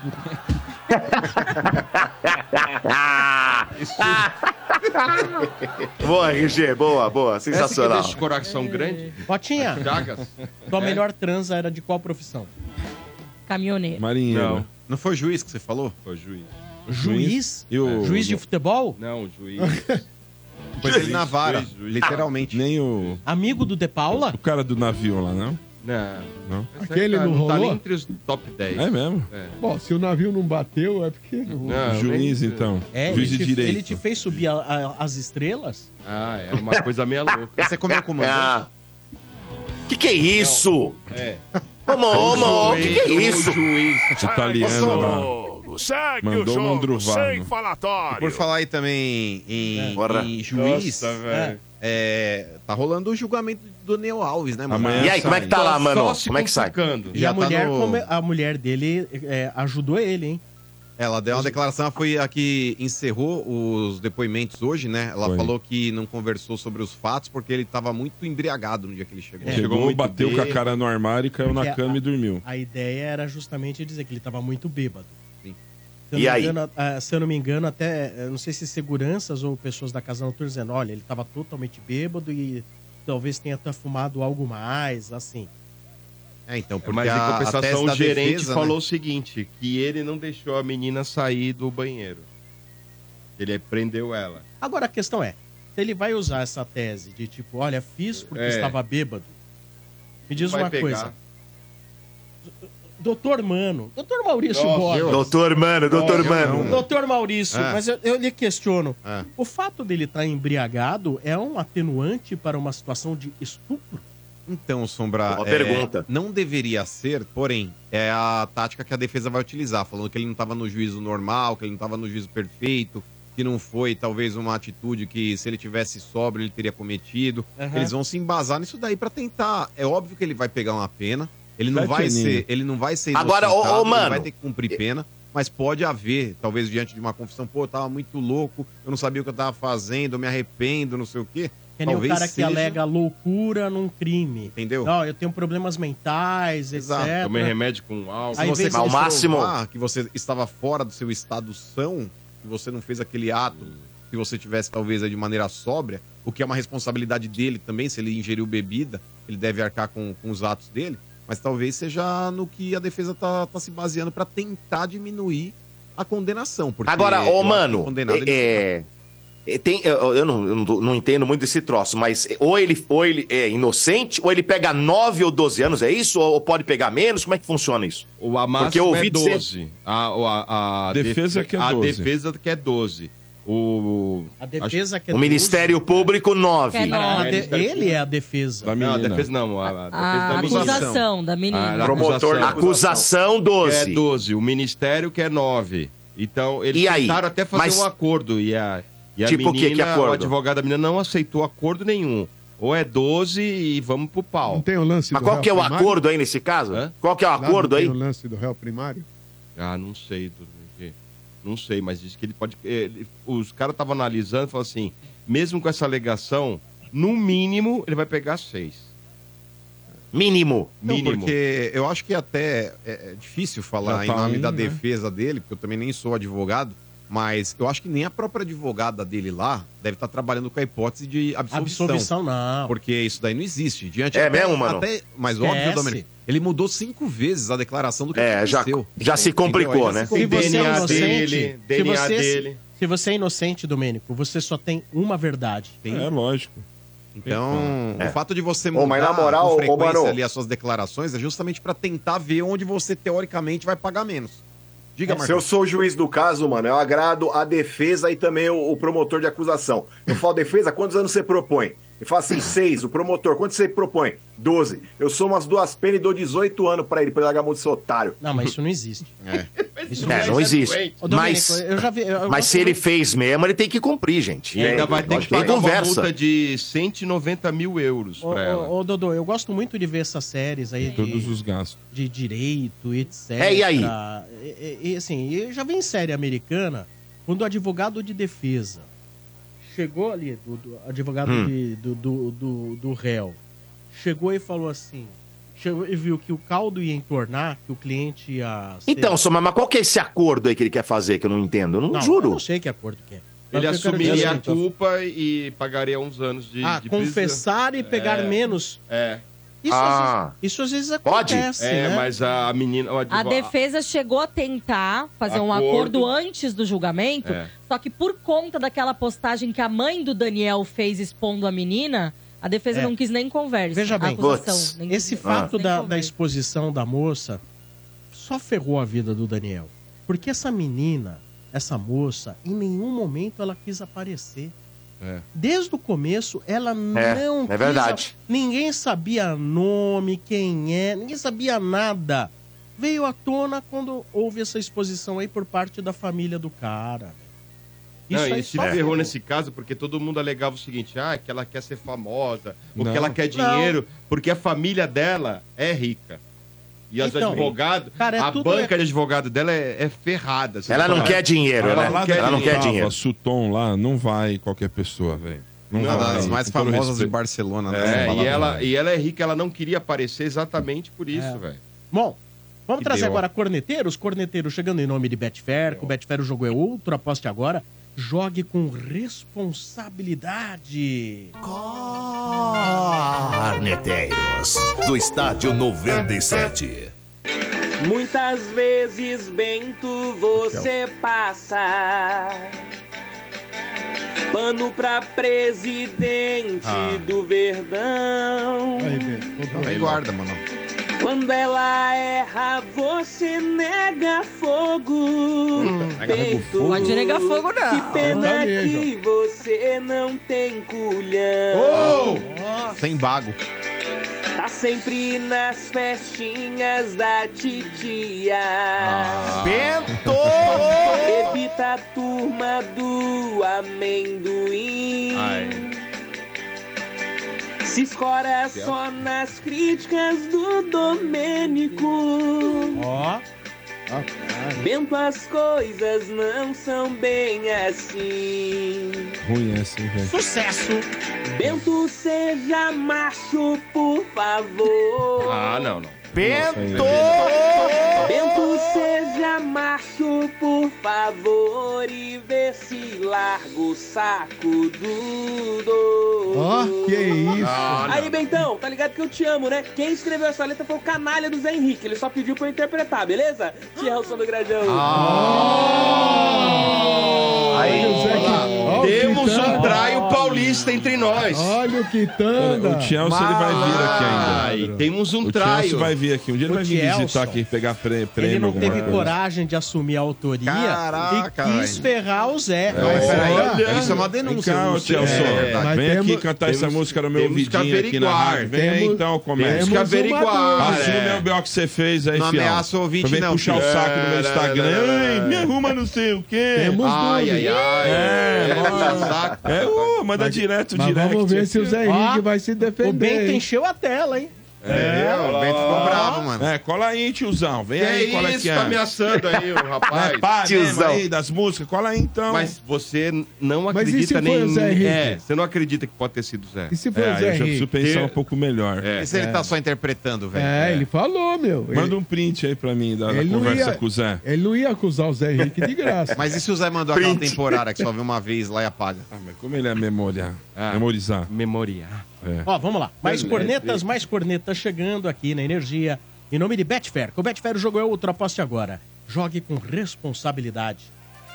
Boa, RG, boa, boa. Essa que Sensacional. deixa o coração grande. Botinha, Chagas. tua melhor transa era de qual profissão? Caminhoneiro. Marinheiro. Não. Não foi juiz que você falou? Foi juiz. Juiz? E o... Juiz de futebol? Não, juiz. Pôs ele na vara, juiz. literalmente. Nem o... Amigo do De Paula? O cara do navio lá, não? Não. Não? Esse Aquele aí, cara, não tá rolou? nem entre os top 10. É mesmo? É. Bom, se o navio não bateu, é porque não... Não, Juiz, nem- então. É, Juiz de ele direito. te fez subir as estrelas? Ah, é uma coisa meio louca. Você comeu com o Ah. Que é isso? É. Ô, que é isso? Juiz. Italiano lá. Jogo, segue Mandou o jogo, Mandruvano. sem falatório. Por falar aí também em Bora. juiz, Nossa, velho. tá rolando o julgamento do Daniel Alves, né, mano? Amanhã E aí, como é que tá lá, mano? Só se Como é que sai? complicando. E Já a tá mulher, no- a mulher dele ajudou ele, hein? Ela deu uma declaração, foi a que encerrou os depoimentos hoje, né? Ela Foi. falou que não conversou sobre os fatos porque ele estava muito embriagado no dia que ele chegou. Chegou, muito bateu com a bêbado. cara no armário e caiu Porque na cama e dormiu. A ideia era justamente dizer que ele estava muito bêbado. Sim. Se eu E não me aí? engano, se eu não me engano, até, eu não sei se seguranças ou pessoas da casa noturna dizendo, olha, ele estava totalmente bêbado e talvez tenha até fumado algo mais, assim. Então, porque Mas em a compensação tese o da gerente defesa, falou né? o seguinte, que ele não deixou a menina sair do banheiro. Ele prendeu ela. Agora a questão é, se ele vai usar essa tese de tipo, olha, fiz porque É. estava bêbado, me diz Vai uma pegar. coisa. Doutor Maurício Nossa, Bob. Doutor Mano. Doutor Maurício, É. mas eu lhe questiono. É. O fato dele estar embriagado é um atenuante para uma situação de estupro? Então, Sombra, Boa pergunta. não deveria ser, porém, é a tática que a defesa vai utilizar, falando que ele não estava no juízo normal, que ele não estava no juízo perfeito, que não foi talvez uma atitude que se ele tivesse sóbrio ele teria cometido. Aham. Eles vão se embasar nisso daí pra tentar. É óbvio que ele vai pegar uma pena, ele não 7 vai aninhos. ser, ele não vai ser Agora, inocentado, ele mano, vai ter que cumprir pena. Mas pode haver, talvez diante de uma confissão, pô, eu tava muito louco, eu não sabia o que eu tava fazendo, eu me arrependo, não sei o quê. Que nem o Talvez cara que seja- alega loucura num crime. Entendeu? Não, eu tenho problemas mentais, Exato. etc. Tomei remédio com álcool. Aí Se você vem- ao máximo- comprovar que você estava fora do seu estado são, que você não fez aquele ato, se você tivesse talvez aí de maneira sóbria, o que é uma responsabilidade dele também, se ele ingeriu bebida, ele deve arcar com os atos dele, mas talvez seja no que a defesa tá se baseando para tentar diminuir a condenação. Porque Agora, eu acho que o mano, condenado, ele- eu não entendo muito desse troço, mas ou ele é inocente, ou ele pega 9 ou 12 anos, é isso? Ou pode pegar menos? Como é que funciona isso? O a Porque eu máxima ouvi é dizer- 12. A Defesa que é A 12. defesa que é 12. O... A defesa que é O Ministério Público, 9. Que é nove. Ele é a defesa. Da Não, a menina. defesa não. A defesa A da menina. acusação da menina. Ah, Promotor da Acusação, Que 12. é 12. O Ministério que é 9. Então, eles E aí? tentaram até fazer Mas- um acordo. E a Tipo o quê? menina, Que acordo? o advogado da menina não aceitou acordo nenhum. Ou é 12 e vamos pro Não pau. tem o lance Mas do qual réu que é o primário? acordo aí nesse caso? Hã? Qual que é o Lá acordo não aí? tem o lance do réu primário? Ah, não sei. Não sei, mas diz que ele pode... Os caras estavam analisando e falaram assim, mesmo com essa alegação, no mínimo, ele vai pegar 6. Mínimo. Não, Mínimo. porque eu acho que até é difícil falar Já em tá nome da né? defesa dele, porque eu também nem sou advogado, mas eu acho que nem a própria advogada dele lá deve estar trabalhando com a hipótese de absolvição. Absolvição não. Porque isso daí não existe. Diante É mesmo, mano? Mas Esquece. óbvio, Domenico, ele mudou 5 vezes a declaração do que É, já aconteceu. se complicou, Entendeu? Aí né? já se Se você é DNA inocente, dele, DNA dele. se você é inocente, Domênico, você só tem uma verdade. É lógico. Então, É. o fato de você Ô, mas mudar na moral, com ô, frequência Mano, ali as suas declarações é justamente para tentar ver onde você teoricamente vai pagar menos. Diga, Se eu Marcos. sou o juiz do caso, mano, eu agrado a defesa e também o promotor de acusação. Eu falo, defesa, quantos anos você propõe? Ele fala assim, 6. O promotor, quanto você propõe? 12. Eu sou umas duas penas e dou 18 anos pra ele largar a mão desse otário. Não, mas isso não existe. Isso Não existe. Ô, Domênico, Mas, eu já vi. eu mas gosto se ele muito- fez mesmo, ele tem que cumprir, gente. E ainda vai ter que Lógico, tem pagar uma conversa. multa de 190 mil euros Ô, pra ela. ô, Dodô, eu gosto muito de ver essas séries aí Todos os gastos. de direito, etc. É, e aí? E, assim, eu já vi em série americana, quando o advogado de defesa chegou ali, do advogado do réu, chegou e falou assim, chegou e viu que o caldo ia entornar, que o cliente ia... ser- Então, Soma, mas qual que é esse acordo aí que ele quer fazer, que eu não entendo? Eu não, eu juro. não sei que acordo que é. Ele Mas o que eu quero assumiria dizer a é o seguinte, culpa e pagaria uns anos de prisão. confessar e pegar menos. É, Isso às vezes Pode? acontece, né? mas a menina... O A advogado, defesa chegou a tentar fazer um Acordo. acordo antes do julgamento, É. só que por conta daquela postagem que a mãe do Daniel fez expondo a menina, a defesa É. não quis nem conversa. Veja bem, a acusação, Putz. nem Esse quis- fato nem da conversa. exposição da moça só ferrou a vida do Daniel. Porque essa menina, essa moça, em nenhum momento ela quis aparecer. É. Desde o começo, ela não é verdade. Ninguém sabia nome, quem é, ninguém sabia nada. Veio à tona quando houve essa exposição aí por parte da família do cara. Não, aí e se só ferrou ferrou. nesse caso porque todo mundo alegava o seguinte, que ela quer ser famosa, ou Não. que ela quer dinheiro, porque a família dela é rica. E as Então, advogados, cara, é a tudo- banca de advogado dela é ferrada. Você Ela não fala- quer dinheiro, Ela né? não quer Ela não quer dinheiro. Sutton lá, não vai qualquer pessoa, velho. Uma vai, das mais com todo famosas de respeito. Barcelona, né? E ela é rica, ela não queria aparecer exatamente por isso, velho. Bom, vamos Que trazer deu. agora corneteiros. Corneteiros chegando em nome de Betfair. Com o Betfair o jogo é outro. Aposte agora. Jogue com responsabilidade. Corneteiros, do Estádio 97. Muitas vezes, Bento, você passa pano pra presidente do Verdão. Aí guarda, mano. Quando ela erra, você nega fogo. Bento, Pode negar fogo, não. que pena Sertanejo. que você não tem culhão. Sem bago. Tá sempre nas festinhas da titia. Bento! Evita a turma do amendoim. Se escora só nas críticas do Domênico. Ó. Bento, as coisas não são bem assim. Ruim essa, hein, velho? Sucesso. Bento, seja macho, por favor. Ah, não. Bento! Bento, seja macho, por favor, e vê se larga o saco do Ó, que isso. Aí, Bentão, tá ligado que eu te amo, né? Quem escreveu essa letra foi o canalha do Zé Henrique. Ele só pediu pra eu interpretar, beleza? Tia Wilson do Grajão. Olha o Zé Temos um Quitanda. traio paulista entre nós. Olha o Quitanda. O Chelsea ele vai vir aqui ainda. Ai, temos um O traio. Chelsea vai vir aqui. Um dia ele O vai vir Chelsea, visitar aqui, pegar prêmio. Ele não alguma teve coisa. coragem de assumir a autoria Caraca, e quis ferrar o Zé. Mas peraí, Olha. isso é uma Vem denúncia. cá, não ô, sei. Chelsea. Mas Vem aqui temos- cantar essa música no meu temos que vidinho aqui na averiguar. rádio. Vem aí Temos- então, começa. Temos que averiguar. Assume o B.O. que você fez aí, Não fiel. ameaça o ouvinte, Vem não, puxar filho. o saco no meu Instagram. Ai, me arruma não sei o quê. Temos Ai, ai, dúvida. ai. É, manda direto, Mas direct. vamos ver se o Zé Henrique Ó, vai se O defender. Bento hein? encheu a tela, hein? O Bento ficou bravo, mano. É, cola aí, tiozão. Vem Que aí, qual é isso, que é? tá ameaçando aí, o rapaz. Pá, Tiozão. aí das músicas, cola aí então. Mas você não Mas e se acredita foi nem... o Zé Henrique? você não acredita que pode ter sido o Zé. E se foi é, o aí Zé eu já preciso Henrique? pensar um pouco melhor. E se ele tá só interpretando, velho? Ele falou, meu. Manda um print aí pra mim da Ele não conversa ia- com o Zé. Ele não ia acusar o Zé Henrique de graça. Mas e se o Zé mandou aquela temporária que só vê uma vez lá e apaga? Ah, mas como ele é memorizar? Memoriar. Ó, vamos lá. Mais cornetas chegando aqui na Energia. Em nome de Betfair. Com o Betfair o jogo é outro. Aposte agora. Jogue com responsabilidade.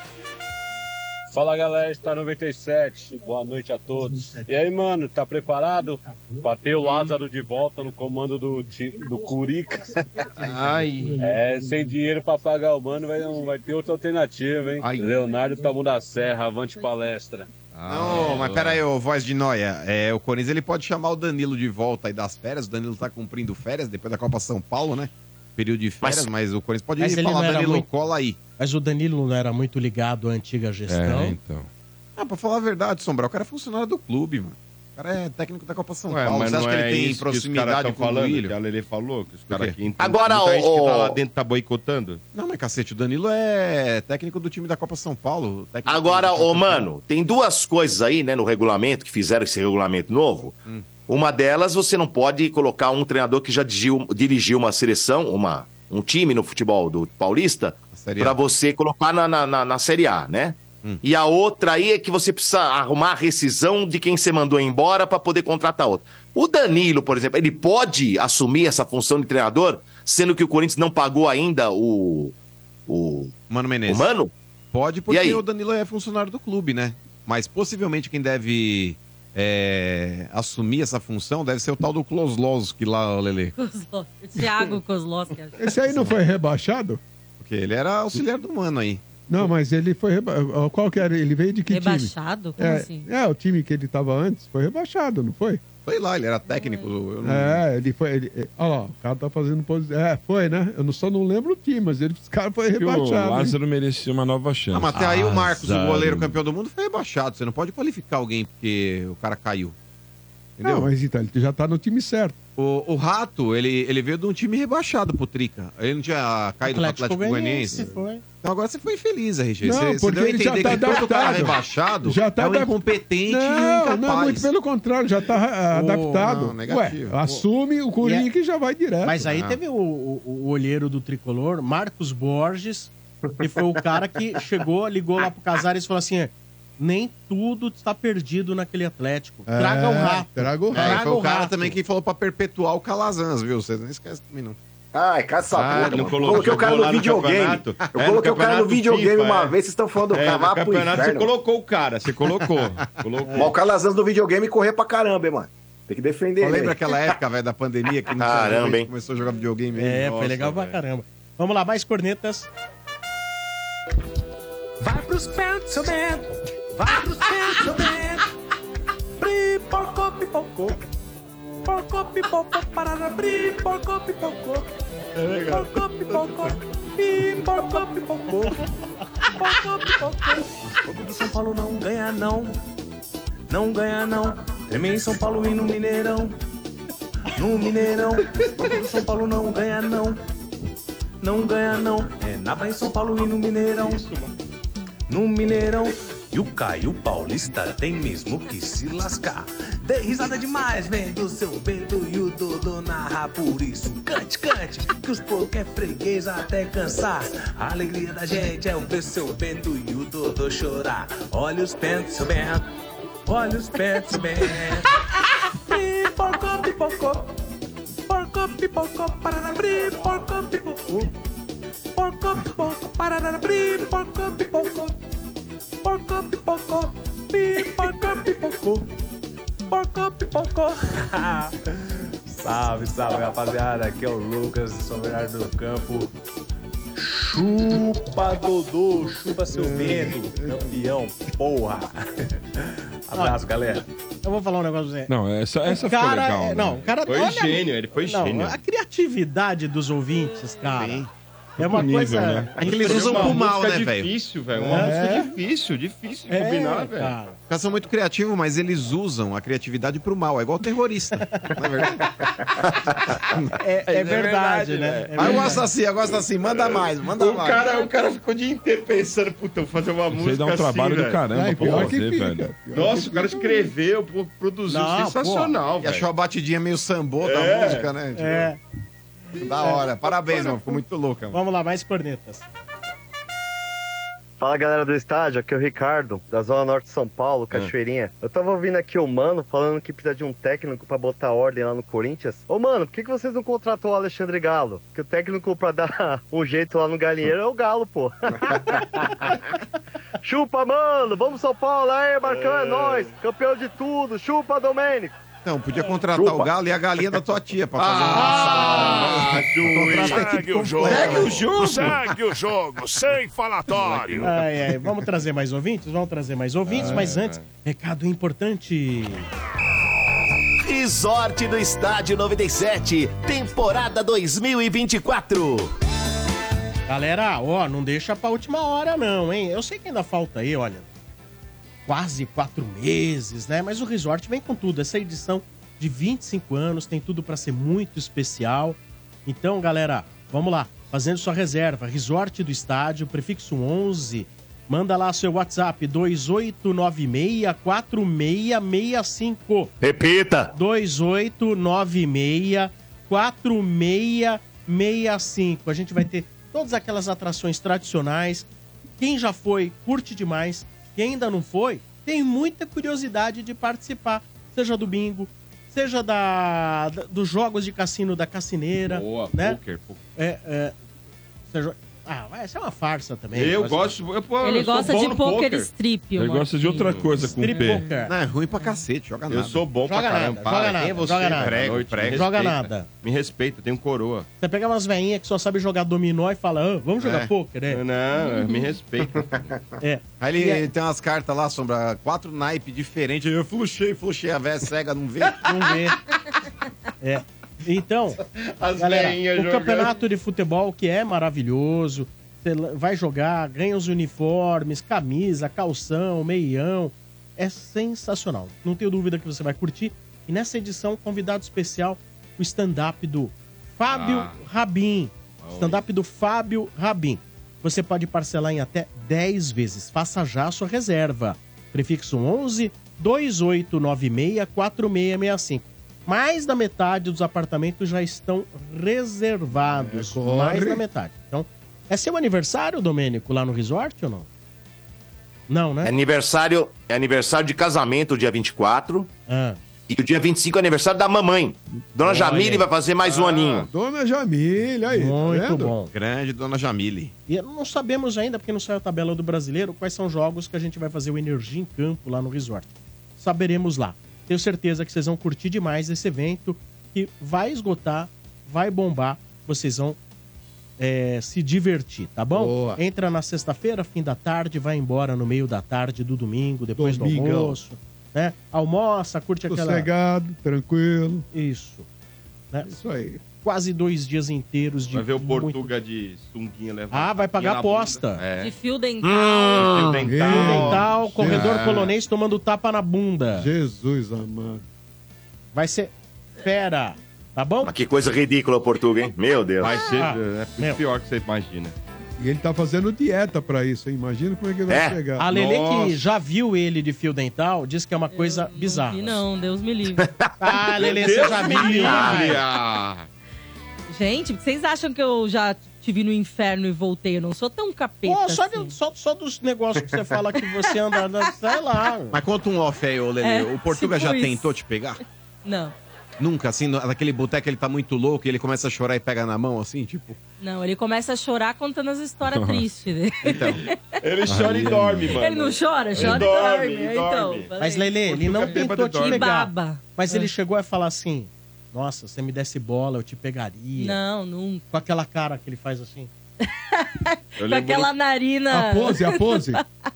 Fala galera, está 97, boa noite a todos. E aí, mano, tá preparado pra ter o Lázaro de volta no comando do Curica? Ai. É, sem dinheiro pra pagar o mano, vai ter outra alternativa, hein? Ai. Leonardo Tamu da Serra, avante palestra. Não, mas pera aí, ô voz de noia. O Corinthians ele pode chamar o Danilo de volta aí das férias. O Danilo tá cumprindo férias depois da Copa São Paulo, né? Período de férias, mas o Corinthians pode Mas ele falar, não era Danilo, muito- cola aí. Mas o Danilo não era muito ligado à antiga gestão. então. Ah, pra falar a verdade, Sombra, o cara é funcionário do clube, mano. O cara é técnico da Copa São Ué, Paulo. mas Você acha não que ele é tem isso que os caras proximidade tão com o falando, Duílio? que a Lelê falou, que os caras aqui... Agora, muita gente que tá o- lá dentro tá boicotando. Não, mas cacete, o Danilo é técnico do time da Copa São Paulo. técnico Agora, do- ô, mano, tem duas coisas aí, né, no regulamento, que fizeram esse regulamento novo. Uma delas, você não pode colocar um treinador que já dirigiu uma seleção, um time no futebol do Paulista, Série A. pra você colocar na Série A, né? E a outra aí é que você precisa arrumar a rescisão de quem você mandou embora pra poder contratar outro. O Danilo, por exemplo, ele pode assumir essa função de treinador, sendo que o Corinthians não pagou ainda o Mano Menezes. o Mano? Pode, E porque aí? o Danilo é funcionário do clube, né? Mas possivelmente quem deve assumir essa função deve ser o tal do Kozlowski lá, Lelê. Thiago Kozlowski. Esse aí não foi rebaixado? Porque ele era auxiliar do Mano aí. Não, mas ele foi rebaixado. Qual que era? Ele veio de que Rebaixado? time? Como assim? O time que ele tava antes foi rebaixado, não foi? Foi lá, ele era técnico. Eu não- Ele foi. Olha lá, o cara tá fazendo posição. Foi, né? Eu só não lembro o time, mas esse cara foi Que o rebaixado. hein? Lázaro merecia uma nova chance. Ah, mas até aí o Marcos, o Lázaro. goleiro campeão do mundo, foi rebaixado. Você não pode qualificar alguém porque o cara caiu. Entendeu? Não, mas então, ele já tá no time certo. O Rato, ele veio de um time rebaixado pro Trica. Ele não tinha caído no Atlético Goianiense. Foi. Então agora você foi infeliz, RG. Não, Você porque deu a ele já entender tá que todo cara adaptado. rebaixado Já tá é um adap- incompetente e um Não, incapaz. não, muito pelo contrário, já tá adaptado. não, negativo. Ué, assume o Corinthians e já vai direto. Mas aí teve o olheiro do tricolor, Marcos Borges, que foi o cara que chegou, ligou lá pro Casares e falou assim: nem tudo está perdido naquele Atlético. Traga o rato. Traga o É, rato. foi o cara também que falou pra perpetuar o Calazans, viu? Vocês não esquecem também, não. Ai, caça a porra, não mano. colocou Coloquei o cara lá no no videogame. campeonato. Eu É, coloquei no o cara no campeonato videogame FIFA, uma é. vez, vocês estão falando do No cavar pro campeonato você inferno. colocou o cara, você colocou. Mas o Calazans do videogame correr pra caramba, hein, mano. Tem que defender ele. Lembra aquela época, velho, da pandemia que não Caramba, tinha hein? começou a jogar videogame? É, Nossa, foi legal pra velho. caramba. Vamos lá, mais cornetas. Vai pros pés, seu Bento. Vai pros pés, seu Bento. Pipocou, pipocou. Pipocou, pipocou. Parada, pipocou, pipocou. Pipocou, pipocou. Pipocou, pipocou. Pipocou, pipocou. O jogo do São Paulo não ganha, não. Não ganha, não. Treme em São Paulo e no Mineirão. No Mineirão. O jogo do São Paulo não ganha, não. Não ganha, não. É nada em São Paulo e no Mineirão. No Mineirão. E o Caio Paulista tem mesmo que se lascar. Dei risada demais vendo o seu Bento e o Dodô narrar. Por isso, cante, cante, que os poucos é freguês até cansar. A alegria da gente é o ver seu Bento e o Dodô chorar. Olha os pés, seu Bento. Olha os pés, seu Bento. Pipocou, pipocou. Porco, pipocou, parada, pipocou, pipocou. Porco, pipocou, parada, pipocou, pipocou. Porco, pipocou, pipocou, pipocou. Porco, pipocou. Salve, salve, rapaziada. Aqui é o Lucas, São Bernardo do Campo. Chupa, Dodô, chupa seu Bento. Campeão, porra. Abraço, galera. Eu vou falar um negócio pra você. Não, essa O ficou cara, legal. né? não, o cara Foi olha- gênio, ele foi não, gênio. A criatividade dos ouvintes, cara. É uma Outro coisa. nível, né? É que eles usam pro mal, né, velho? Difícil, velho. Uma música difícil de combinar, velho. cara. Os caras são muito criativos, mas eles usam a criatividade pro mal. É igual terrorista. Não é verdade? É verdade, né? É Aí o verdade. assassino, gosta assim, manda mais, manda O mais. cara ficou o dia inteiro pensando, puta, eu vou fazer uma Isso aí música dá um trabalho assim, do caramba Ai, pra pior que fazer, fica. velho. Nossa, o cara escreveu, produziu, Não, sensacional, E velho. achou a batidinha meio sambô da É. música, né? Tipo, É. Da hora. Parabéns, mano. Ficou muito louca, mano. Vamos lá, mais cornetas. Fala galera do estádio, aqui é o Ricardo, da Zona Norte de São Paulo, Cachoeirinha. Eu tava ouvindo aqui o Mano falando que precisa de um técnico pra botar ordem lá no Corinthians. Ô Mano, por que vocês não contratou o Alexandre Galo? Que o técnico pra dar um jeito lá no galinheiro é o Galo, pô. Chupa, Mano, vamos São Paulo, aí, Marcão, é nóis, campeão de tudo, chupa, Domênico. Então, podia contratar o galo e a galinha da tua tia pra fazer uma Juiz. Contrata a equipe Segue o jogo. completa. Segue o jogo. Segue o jogo, sem falatório. Ai, vamos trazer mais ouvintes? Vamos trazer mais ouvintes, mas antes, recado importante. Resort do Estádio 97, temporada 2024. Galera, ó, não deixa pra última hora não, hein? Eu sei que ainda falta aí, olha, quase 4 meses, né? Mas o Resort vem com tudo. Essa edição de 25 anos tem tudo pra ser muito especial. Então, galera, vamos lá. Fazendo sua reserva. Resort do Estádio, prefixo 11. Manda lá seu WhatsApp, 2896-4665. Repita. 2896-4665. A gente vai ter todas aquelas atrações tradicionais. Quem já foi, curte demais. Quem ainda não foi, tem muita curiosidade de participar. Seja do bingo, seja dos jogos de cassino da Cassineira. Boa, né? poker. Seja... essa é uma farsa também. Eu gosto... Ele gosta de poker strip. Ele mano. gosta de outra coisa com Strip P. poker. Não, é ruim pra cacete, joga nada. Eu sou bom Joga pra caramba. nada, joga Para, nada, quem é você? joga nada. Prego, Noite, prego. joga Respeita. nada. Me respeita, eu tenho coroa. Você pega umas veinhas que só sabe jogar dominó e fala, vamos jogar poker, né? Não, me respeita. É. Aí ele tem umas cartas lá, Sombra, 4 naipes diferentes. Eu flushei, a véia cega, não vê? Não vê. É. Então, As galera, veinhas o jogando. campeonato de futebol que é maravilhoso, você vai jogar, ganha os uniformes, camisa, calção, meião, é sensacional. Não tenho dúvida que você vai curtir. E nessa edição, convidado especial, o stand-up do Fábio Rabin. Stand-up do Fábio Rabin. Você pode parcelar em até 10 vezes. Faça já a sua reserva. Prefixo 11 2896 4665. Mais da metade dos apartamentos já estão reservados. Mais da metade. Então, é seu aniversário, Domênico, lá no resort ou não? Não, né? É aniversário de casamento, dia 24. E o dia 25 é aniversário da mamãe. Dona Jamile vai fazer mais um aninho. Dona Jamile, aí. Muito tá vendo? bom. Grande Dona Jamile. E não sabemos ainda, porque não saiu a tabela do brasileiro, quais são os jogos que a gente vai fazer o Energia em Campo lá no resort. Saberemos lá. Tenho certeza que vocês vão curtir demais esse evento, que vai esgotar, vai bombar. Vocês vão se divertir, tá bom? Boa. Entra na sexta-feira, fim da tarde, vai embora no meio da tarde do domingo, depois do almoço. Né? Almoça, curte aquela... Sossegado, tranquilo. Isso. Né? Isso aí. Quase 2 dias inteiros de... Vai ver o Portuga de sunguinha levar. Vai pagar a aposta. De fio dental. Fio dental, corredor polonês tomando tapa na bunda. Jesus amado. Vai ser fera, tá bom? Mas que coisa ridícula o Portuga, hein? Meu Deus. Vai ser pior que você imagina. E ele tá fazendo dieta pra isso, hein? Imagina como é que ele vai chegar. A Lelê, que já viu ele de fio dental, diz que é uma coisa bizarra. Não, Deus me livre. Lelê, você já viu. Gente, vocês acham que eu já te vi no inferno e voltei? Eu não sou tão capeta assim. Só dos negócios que você fala que você anda, sei lá. Mas conta um off aí, ô Lelê. O Portuga tipo já isso. tentou te pegar? Não. Nunca, assim, naquele boteco ele tá muito louco e ele começa a chorar e pega na mão, assim, tipo... Não, ele começa a chorar contando as histórias tristes dele. Então. Ele chora e dorme, mano. Ele não chora? Chora e dorme. Então, Mas, Lelê, ele não tentou te pegar. Baba. Mas ele chegou a falar assim, nossa, se você me desse bola, eu te pegaria. Não, nunca. Com aquela cara que ele faz assim. Com aquela narina... A pose.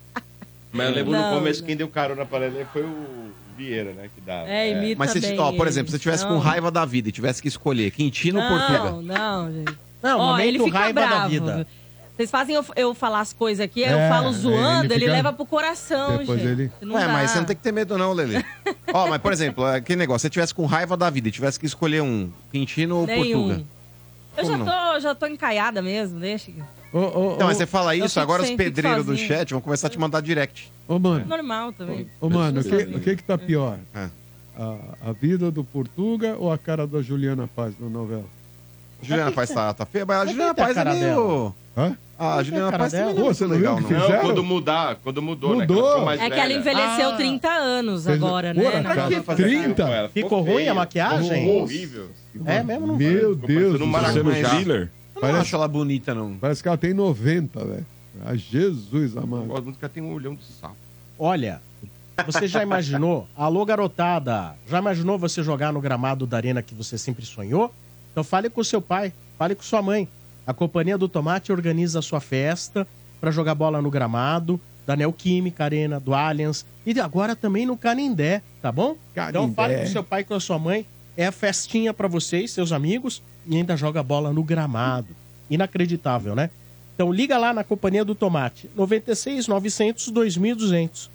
Mas eu lembro Não, no começo, quem deu carona pra Lelê foi o Vieira, né? Que dava. Imita Mas, bem por exemplo, se você tivesse com Não. raiva da vida e tivesse que escolher Quintino ou Portuga? Não, gente. Não, Ó, momento ele fica raiva da bravo. vida. Vocês fazem eu falar as coisas aqui, aí eu falo zoando, ele leva pro coração, Depois gente. ele- Não dá. Mas você não tem que ter medo não, Lelê. Ó, mas por exemplo, aquele negócio, se você tivesse com raiva da vida e tivesse que escolher um, Quintino ou Nenhum. Portuga? Eu Como já tô encaiada mesmo, deixa. Então, mas você fala Eu isso, fico agora os sempre pedreiros do sozinha. chat vão começar a te mandar direct. Ô, mano. Normal também. Ô, mano, o Sozinho. que tá pior? É. A vida do Portuga ou a cara da Juliana Paz na novela? Juliana Paz tá feia, mas a Mas Juliana quem tem a Paz é cara meio... Hã? A Juliana cara Paz dela? também não é Pô, você muito não viu legal, o que não. fizeram? Quando mudou, né? Mudou. Ela ficou mais É que ela velha. envelheceu 30 anos agora, né? Porra, na cara, novela. 30? Ficou ruim a maquiagem? Ficou horrível. É mesmo? Não Meu Deus parecendo um do céu. maracujá. Thriller? Eu não acho ela bonita, não. Parece que ela tem 90, velho. Ah, Jesus A amado. música tem um olhão de sapo. Olha, você já imaginou? Alô, garotada, já imaginou você jogar no gramado da arena que você sempre sonhou? Então fale com seu pai, fale com sua mãe. A Companhia do Tomate organiza a sua festa para jogar bola no gramado da Neoquímica Arena, do Allianz e agora também no Canindé, tá bom? Então fale com seu pai e com a sua mãe. É a festinha para vocês, seus amigos, e ainda joga bola no gramado. Inacreditável, né? Então liga lá na Companhia do Tomate, 96 900 2200.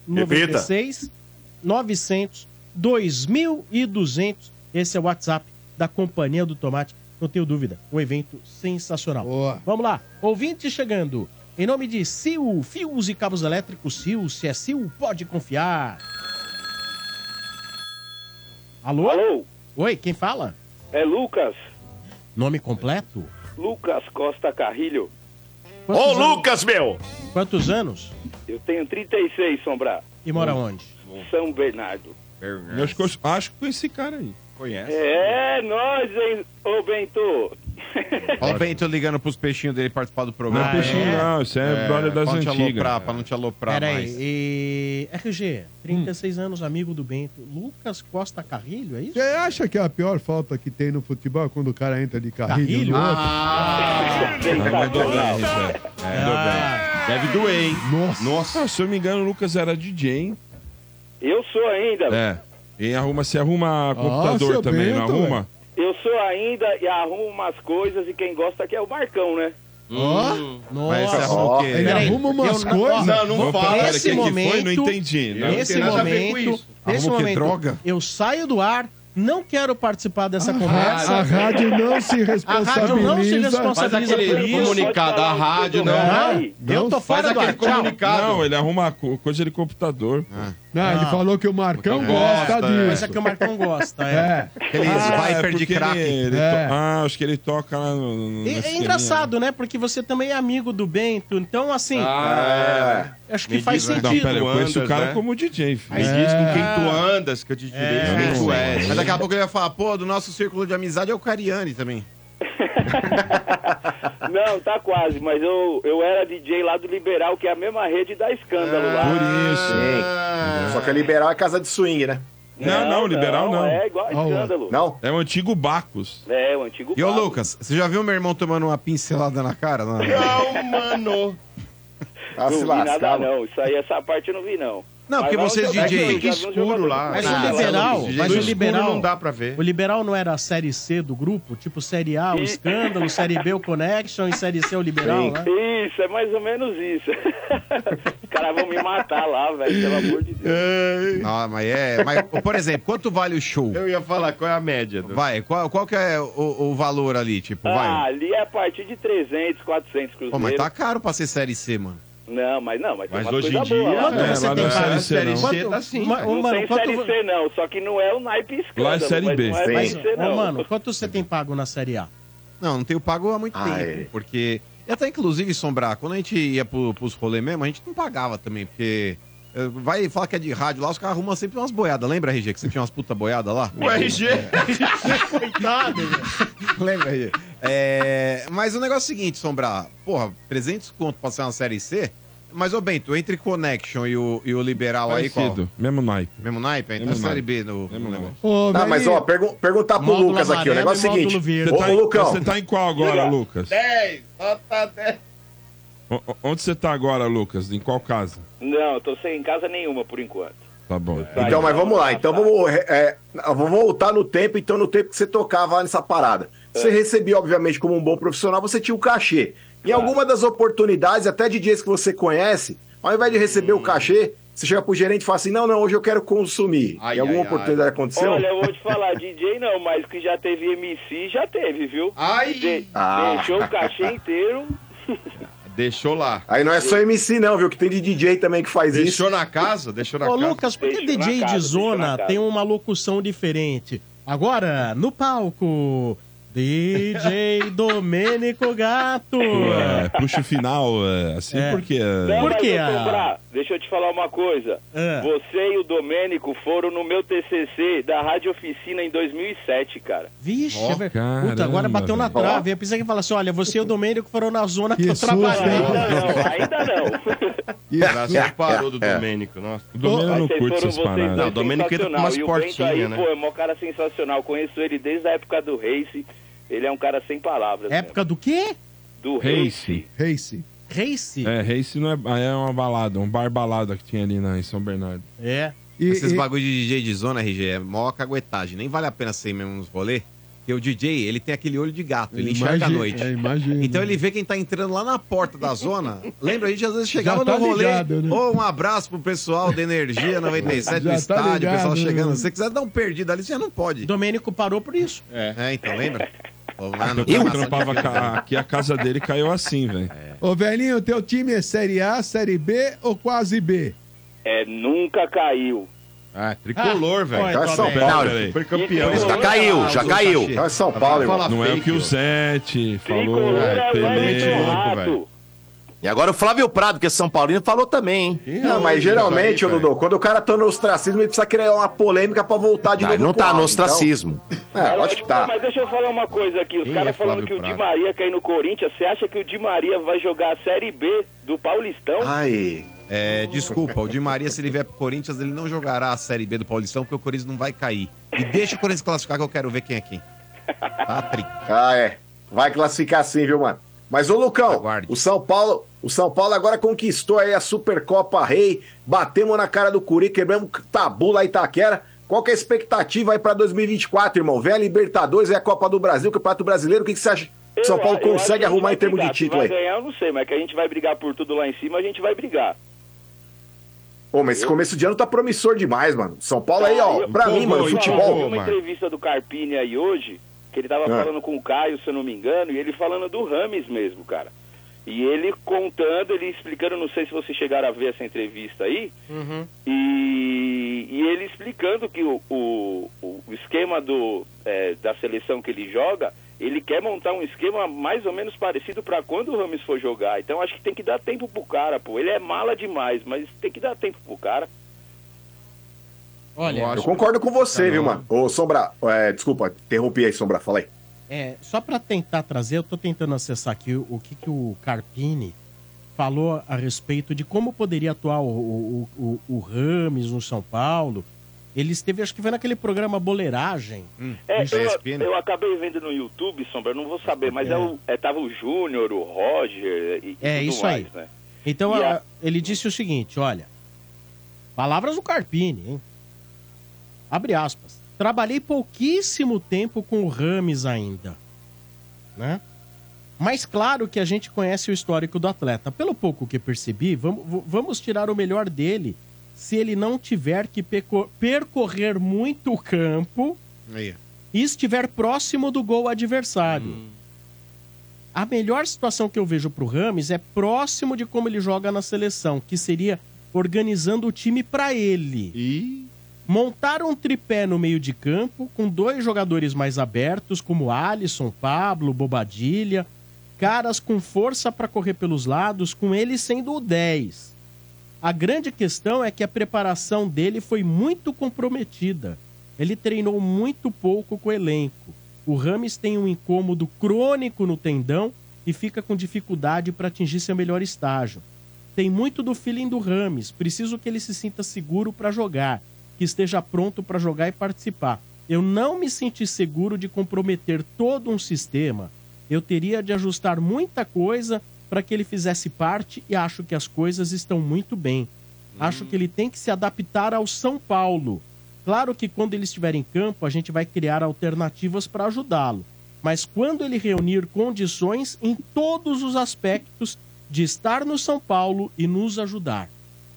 96 900 2200. Esse é o WhatsApp da Companhia do Tomate. Não tenho dúvida, um evento sensacional. Boa. Vamos lá, ouvinte chegando. Em nome de Sil, fios e cabos elétricos Sil. Se é Sil, pode confiar. Alô? Alô? Oi, quem fala? É Lucas. Nome completo? Lucas Costa Carrilho. Ô, Lucas, meu! Quantos anos? Eu tenho 36, Sombra. E mora onde? São Bernardo. Eu acho que conheci esse cara aí. Conhece? É, nós, hein, ô Bento. Ó o Bento ligando pros peixinhos dele participar do programa. Peixinho não, isso é brother das pra não te antigas. aloprar, pra não te aloprar Pera mais. aí, RG, 36 anos, amigo do Bento. Lucas Costa Carrilho, é isso? Você acha que é a pior falta que tem no futebol é quando o cara entra de carrilho? Carrilho? no outro? Vai doer, isso Deve doer, hein? Nossa, se eu não me engano, o Lucas era DJ, hein? Eu sou ainda. É. E se arruma computador seu também, não Bento, arruma? Eu sou ainda e arrumo umas coisas e quem gosta aqui é o Marcão, né? Mas você arruma o quê? Ele arruma umas coisas. Não fala. Nesse momento, foi? Não entendi. Nesse momento, droga? eu saio do ar, não quero participar dessa conversa. A rádio não se responsabiliza. Faz aquele comunicado, a rádio não. Eu tô fora do ar. Não, ele arruma coisa de computador. Não, ele falou que o Marcão gosta disso. Mas é que o Marcão gosta, Aqueles Viper de crack. Acho que ele toca lá no É engraçado, né? Porque você também é amigo do Bento. Então, assim, acho que faz sentido. Não, pera, eu conheço o cara como DJ. Me diz com quem tu andas, que eu te direi quem tu és. Mas daqui a pouco ele vai falar, pô, do nosso círculo de amizade é o Cariani também. Não, tá quase, mas eu era DJ lá do Liberal, que é a mesma rede da Escândalo lá. Por isso. Só que a Liberal é casa de swing, né? Não, Liberal não. É igual a Escândalo. Não? É o antigo Bacos. É, o antigo E ô, Pablo. Lucas, você já viu meu irmão tomando uma pincelada na cara? Não, mano. Tá se Não vi nada lascando. não, isso aí, essa parte eu não vi não. Não, porque Mas vocês vamos jogar, DJ, já vi um jogador lá. Mas de o Liberal, não dá pra ver. O Liberal não era a série C do grupo? Tipo série A, o Escândalo, série B, o Connection e série C, o Liberal, né? Isso, é mais ou menos isso. Os caras vão me matar lá, velho, pelo amor de Deus. Ah, mas, por exemplo, quanto vale o show? Eu ia falar qual é a média. Vai, qual que é o valor ali, tipo, vai? Ali é a partir de 300, 400 cruzeiros. Pô, mas tá caro pra ser Série C, mano. Não, mas tem Mas umas hoje coisa em dia, boa lá. Quanto você lá tem não é pago? série C, não. Tá sim. Não tem Série C não, só que não é o naipe Escândalo. Lá é Série B. Mas não é Mas, Série C não. mano, quanto você tem pago na série A? Não tenho pago há muito tempo, porque... E até, inclusive, Sombrar, quando a gente ia pros rolê mesmo, a gente não pagava também, porque... Vai falar que é de rádio lá, os caras arrumam sempre umas boiadas. Lembra, RG, que você tinha umas puta boiadas lá? O RG. Coitado, velho. Lembra, RG? Mas o negócio é o seguinte, Sombrar. Porra, 300 conto pra ser uma Série C... Mas, ô Bento, entre Connection e o Liberal aí, qual? Mesmo naipe. Mesmo naipe? Então é Série B no negócio. Tá, mas ó, perguntar pro Lucas aqui, o negócio é o seguinte. Ô, Lucão. Você tá em qual agora, Lucas? 10, nota 10. Onde você tá agora, Lucas? Em qual casa? Não, eu tô sem casa nenhuma por enquanto. Tá bom. Então, mas vamos lá. Então, vamos voltar no tempo, então, no tempo que você tocava lá nessa parada. Você recebia, obviamente, como um bom profissional, você tinha o cachê. Em alguma das oportunidades, até DJs que você conhece, ao invés de receber o cachê, você chega pro gerente e fala assim, não, hoje eu quero consumir. E alguma oportunidade aconteceu? Olha, eu vou te falar, DJ não, mas que já teve MC, já teve, viu? Deixou o cachê inteiro. Deixou lá. Aí não é só MC não, viu? Que tem de DJ também que faz isso. Deixou na casa? Deixou na Ô, casa. Lucas, por que DJ de zona tem uma locução diferente? Agora, no palco, DJ Domênico Gato. Puxa o final, assim, porque... Não, Por mas, quê? ô, Sombra, deixa eu te falar uma coisa. Você e o Domênico foram no meu TCC da Rádio Oficina em 2007, cara. Vixe, Ó, é verdade. caramba, Puta, agora bateu na velho. trave. Eu pensei que ia falar assim, olha, você e o Domênico foram na zona que eu susto, trabalhei. Ainda não. Graças parou do Domênico, nossa. O Domênico não Mas vocês curte foram essas vocês paradas. dois Não, o Domênico entra com umas sensacional. E o Bento portinhas, aí, né? pô, é um cara sensacional. Conheço ele desde a época do Race. Ele é um cara sem palavras. Época do quê? Do Race. Race. Race? Race não é uma balada, um bar balada que tinha ali em São Bernardo. É. Esses bagulho de DJ de zona, RG, é mó caguetagem. Nem vale a pena ser mesmo nos rolê. Porque o DJ, ele tem aquele olho de gato, ele enxerga à noite. Imagina. Então ele vê quem tá entrando lá na porta da zona. Lembra, a gente às vezes chegava Já tá no rolê. ligado, né? Ô, um abraço pro pessoal da Energia 97 do Já tá estádio, o pessoal ligado, chegando. né? Se você quiser dar um perdido ali, você já não pode. Domênico parou por isso. Então, lembra? Ô, mano, Eu trampava aqui, a casa dele caiu assim, velho. Ô, velhinho, teu time é Série A, Série B ou quase B? Nunca caiu. Tricolor, velho. Então é São Paulo. Foi campeão. Já caiu. Então é São Paulo, irmão. Não é o que o Zete falou, Tricolor é o Pelé. louco, velho. E agora o Flávio Prado, que é São Paulino, falou também, hein? Não, mas geralmente, ô Dudu, quando o cara tá no ostracismo, ele precisa criar uma polêmica pra voltar de novo. Ele não pro tá auge, no ostracismo. Então... É, lógico que tá. Mas deixa eu falar uma coisa aqui. Os Quem caras é falando Flávio que o Di Prado? Maria quer ir no Corinthians. Você acha que o Di Maria vai jogar a Série B do Paulistão? Ai. Desculpa, o Di Maria, se ele vier pro Corinthians, ele não jogará a Série B do Paulistão, porque o Corinthians não vai cair. E deixa o Corinthians classificar, que eu quero ver quem é quem. Tá, Tri? Vai classificar sim, viu, mano? Mas, ô Lucão, Aguarde. o São Paulo agora conquistou aí a Supercopa Rei, batemos na cara do Curi, quebramos tabu lá em Itaquera. Qual que é a expectativa aí pra 2024, irmão? Vem a Libertadores, é a Copa do Brasil, o Campeonato Brasileiro, o que você acha São Paulo eu acho consegue que a gente arrumar vai em termos de brigar. Se título aí. vai ganhar, eu não sei, mas que a gente vai brigar por tudo lá em cima, a gente vai brigar. Pô, mas esse começo de ano tá promissor demais, mano. São Paulo aí, ó, pra mim, mano, Eu futebol. vi uma entrevista do Carpini aí hoje, que ele tava falando com o Caio, se eu não me engano, e ele falando do Rames mesmo, cara. E ele contando, ele explicando, não sei se vocês chegaram a ver essa entrevista aí, e ele explicando que o esquema da seleção que ele joga, ele quer montar um esquema mais ou menos parecido para quando o Rames for jogar. Então acho que tem que dar tempo pro cara, pô. Ele é mala demais, mas tem que dar tempo pro cara. Olha, eu concordo com você, viu, mano? Ô, Sombra, desculpa, interrompi aí, Sombra, fala aí. Só pra tentar trazer, eu tô tentando acessar aqui o que o Carpini falou a respeito de como poderia atuar o Rames no São Paulo. Ele esteve, acho que foi naquele programa Boleiragem. Eu acabei vendo no YouTube, Sombra, não vou saber, mas tava o Júnior, o Roger e tudo isso mais, aí. né? Então, ele disse o seguinte, olha, palavras do Carpini, hein? Abre aspas. Trabalhei pouquíssimo tempo com o Rames ainda, né? Mas claro que a gente conhece o histórico do atleta. Pelo pouco que percebi, vamos tirar o melhor dele se ele não tiver que percorrer muito o campo e estiver próximo do gol adversário. A melhor situação que eu vejo pro Rames é próximo de como ele joga na seleção, que seria organizando o time para ele. Montar um tripé no meio de campo, com 2 jogadores mais abertos, como Alisson, Pablo, Bobadilha, caras com força para correr pelos lados, com ele sendo o 10. A grande questão é que a preparação dele foi muito comprometida. Ele treinou muito pouco com o elenco. O Rames tem um incômodo crônico no tendão e fica com dificuldade para atingir seu melhor estágio. Tem muito do feeling do Rames, preciso que ele se sinta seguro para jogar, que esteja pronto para jogar e participar. Eu não me senti seguro de comprometer todo um sistema. Eu teria de ajustar muita coisa para que ele fizesse parte e acho que as coisas estão muito bem. Acho que ele tem que se adaptar ao São Paulo. Claro que quando ele estiver em campo, a gente vai criar alternativas para ajudá-lo. Mas quando ele reunir condições em todos os aspectos de estar no São Paulo e nos ajudar.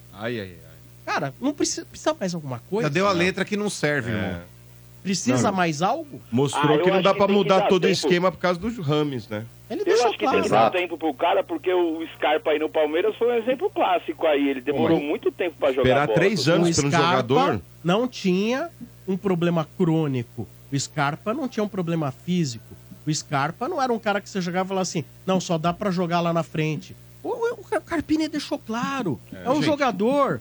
Cara, não precisa mais alguma coisa? Já deu a letra que não serve, irmão. Precisa mais algo? Mostrou que não dá pra mudar todo o esquema por causa dos Rames, né? Ele Eu acho que tem que dar tempo pro cara, porque o Scarpa aí no Palmeiras foi um exemplo clássico aí. Ele demorou muito tempo pra jogar Esperar bola. 3 anos O pelo Scarpa jogador. não tinha um problema crônico. O Scarpa não tinha um problema físico. O Scarpa não era um cara que você jogava e falava assim, não, só dá pra jogar lá na frente. O Carpini deixou claro. É um jogador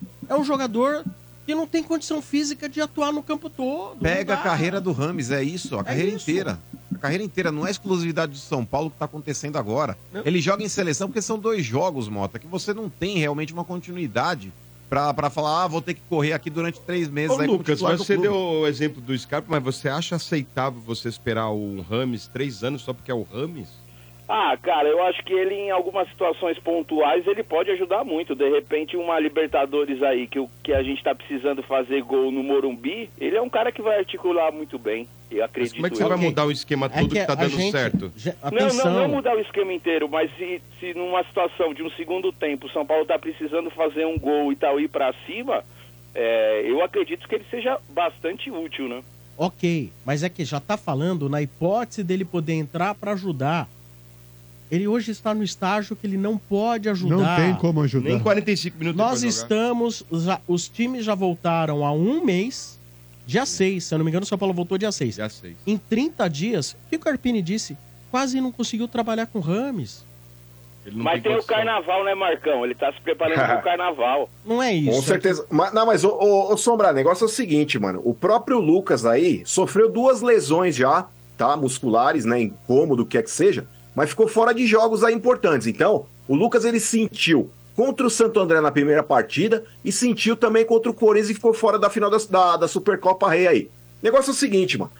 que não tem condição física de atuar no campo todo. Pega a carreira do Rames, é isso, a carreira inteira. A carreira inteira, não é exclusividade do São Paulo que tá acontecendo agora. Ele joga em seleção porque são 2 jogos, Mota, que você não tem realmente uma continuidade pra falar, vou ter que correr aqui durante 3 meses. Ô, aí Lucas, com o titular do você clube. deu o exemplo do Scarpa, mas você acha aceitável você esperar o Rames 3 anos só porque é o Rames? Ah, cara, eu acho que ele em algumas situações pontuais ele pode ajudar muito. De repente uma Libertadores aí que a gente tá precisando fazer gol no Morumbi, ele é um cara que vai articular muito bem. Eu acredito. Como é que você vai mudar o esquema todo que tá dando certo? Não mudar o esquema inteiro, mas se numa situação de um segundo tempo o São Paulo tá precisando fazer um gol e tal, ir pra cima, eu acredito que ele seja bastante útil, né? Ok, mas é que já tá falando na hipótese dele poder entrar pra ajudar. Ele hoje está no estágio que ele não pode ajudar. Não tem como ajudar. Nem 45 minutos Nós estamos, os times já voltaram há 1 mês, dia 6, se eu não me engano, o São Paulo voltou dia 6. Dia 6. Em 30 dias, o que o Carpini disse? Quase não conseguiu trabalhar com o Rames. Mas tem o carnaval, né, Marcão? Ele tá se preparando pro carnaval. Não é isso. Com certeza. Mas, ô, Sombra, o negócio é o seguinte, mano. O próprio Lucas aí sofreu 2 lesões já, tá? Musculares, né? Incômodo, o que é que seja. Mas ficou fora de jogos aí importantes. Então, o Lucas, ele sentiu contra o Santo André na primeira partida e sentiu também contra o Corinthians e ficou fora da final da Supercopa Rei aí. O negócio é o seguinte, mano.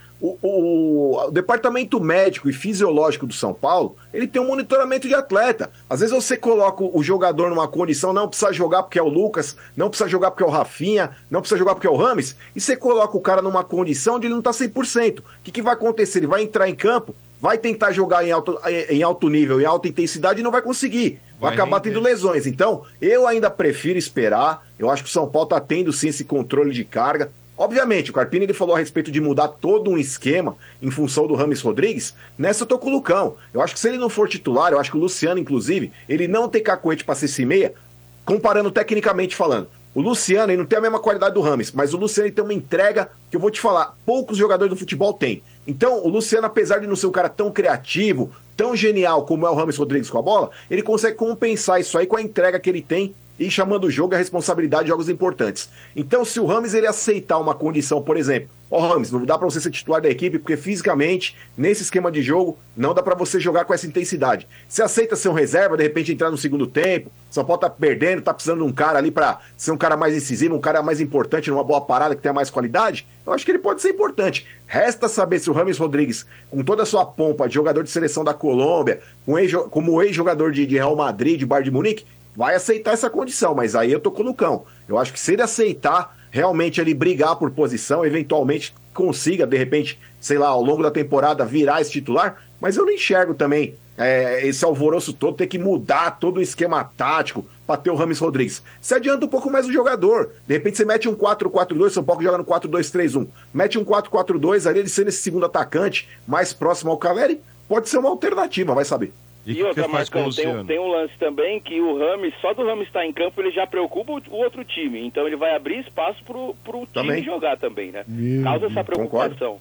O departamento médico e fisiológico do São Paulo, ele tem um monitoramento de atleta. Às vezes você coloca o jogador numa condição, não precisa jogar porque é o Lucas, não precisa jogar porque é o Rafinha, não precisa jogar porque é o Rames, e você coloca o cara numa condição onde ele não tá 100%. O que vai acontecer? Ele vai entrar em campo vai tentar jogar em alto nível, em alta intensidade e não vai conseguir. Vai acabar tendo lesões. Então, eu ainda prefiro esperar. Eu acho que o São Paulo tá tendo sim esse controle de carga. Obviamente, o Carpini ele falou a respeito de mudar todo um esquema em função do Rames Rodrigues. Nessa eu tô com o Lucão. Eu acho que se ele não for titular, eu acho que o Luciano, inclusive, ele não tem cacoete pra ser esse meia, comparando tecnicamente falando. O Luciano, ele não tem a mesma qualidade do Rames, mas o Luciano ele tem uma entrega que eu vou te falar, poucos jogadores do futebol têm. Então, o Luciano, apesar de não ser um cara tão criativo, tão genial como é o Rames Rodrigues com a bola, ele consegue compensar isso aí com a entrega que ele tem e chamando o jogo a responsabilidade de jogos importantes. Então, se o Rames ele aceitar uma condição, por exemplo, Rames, não dá pra você ser titular da equipe, porque fisicamente, nesse esquema de jogo, não dá pra você jogar com essa intensidade. Você aceita ser um reserva, de repente entrar no segundo tempo, São Paulo tá perdendo, tá precisando de um cara ali pra ser um cara mais incisivo, um cara mais importante, numa boa parada, que tenha mais qualidade, eu acho que ele pode ser importante. Resta saber se o Rames Rodrigues, com toda a sua pompa de jogador de seleção da Colômbia, como ex-jogador de Real Madrid, de Bayern de Munique, vai aceitar essa condição, mas aí eu tô com o Lucão. Eu acho que se ele aceitar realmente ele brigar por posição, eventualmente consiga, de repente, sei lá, ao longo da temporada virar esse titular, mas eu não enxergo também esse alvoroço todo, ter que mudar todo o esquema tático para ter o Rames Rodrigues. Você adianta um pouco mais o jogador, de repente você mete um 4-4-2, São Paulo joga no 4-2-3-1, mete um 4-4-2, ali ele sendo esse segundo atacante, mais próximo ao Caleri, pode ser uma alternativa, vai saber. E outra, Marcão, tem um lance também que o Rames, só do Rames estar em campo, ele já preocupa o outro time. Então ele vai abrir espaço pro time também jogar também, né? Causa essa preocupação.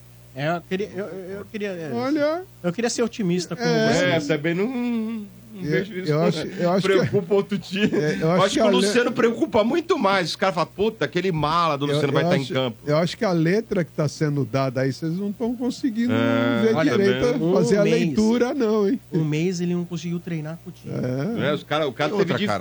Eu queria ser otimista com você. Também não vejo isso. Eu acho preocupa outro time. Eu acho que o Luciano preocupa muito mais. Os caras falam, puta, aquele mala do Luciano vai estar em campo. Eu acho que a letra que está sendo dada aí, vocês não estão conseguindo ver direito, fazer a leitura, não, hein? Um mês ele não conseguiu treinar com o time. O cara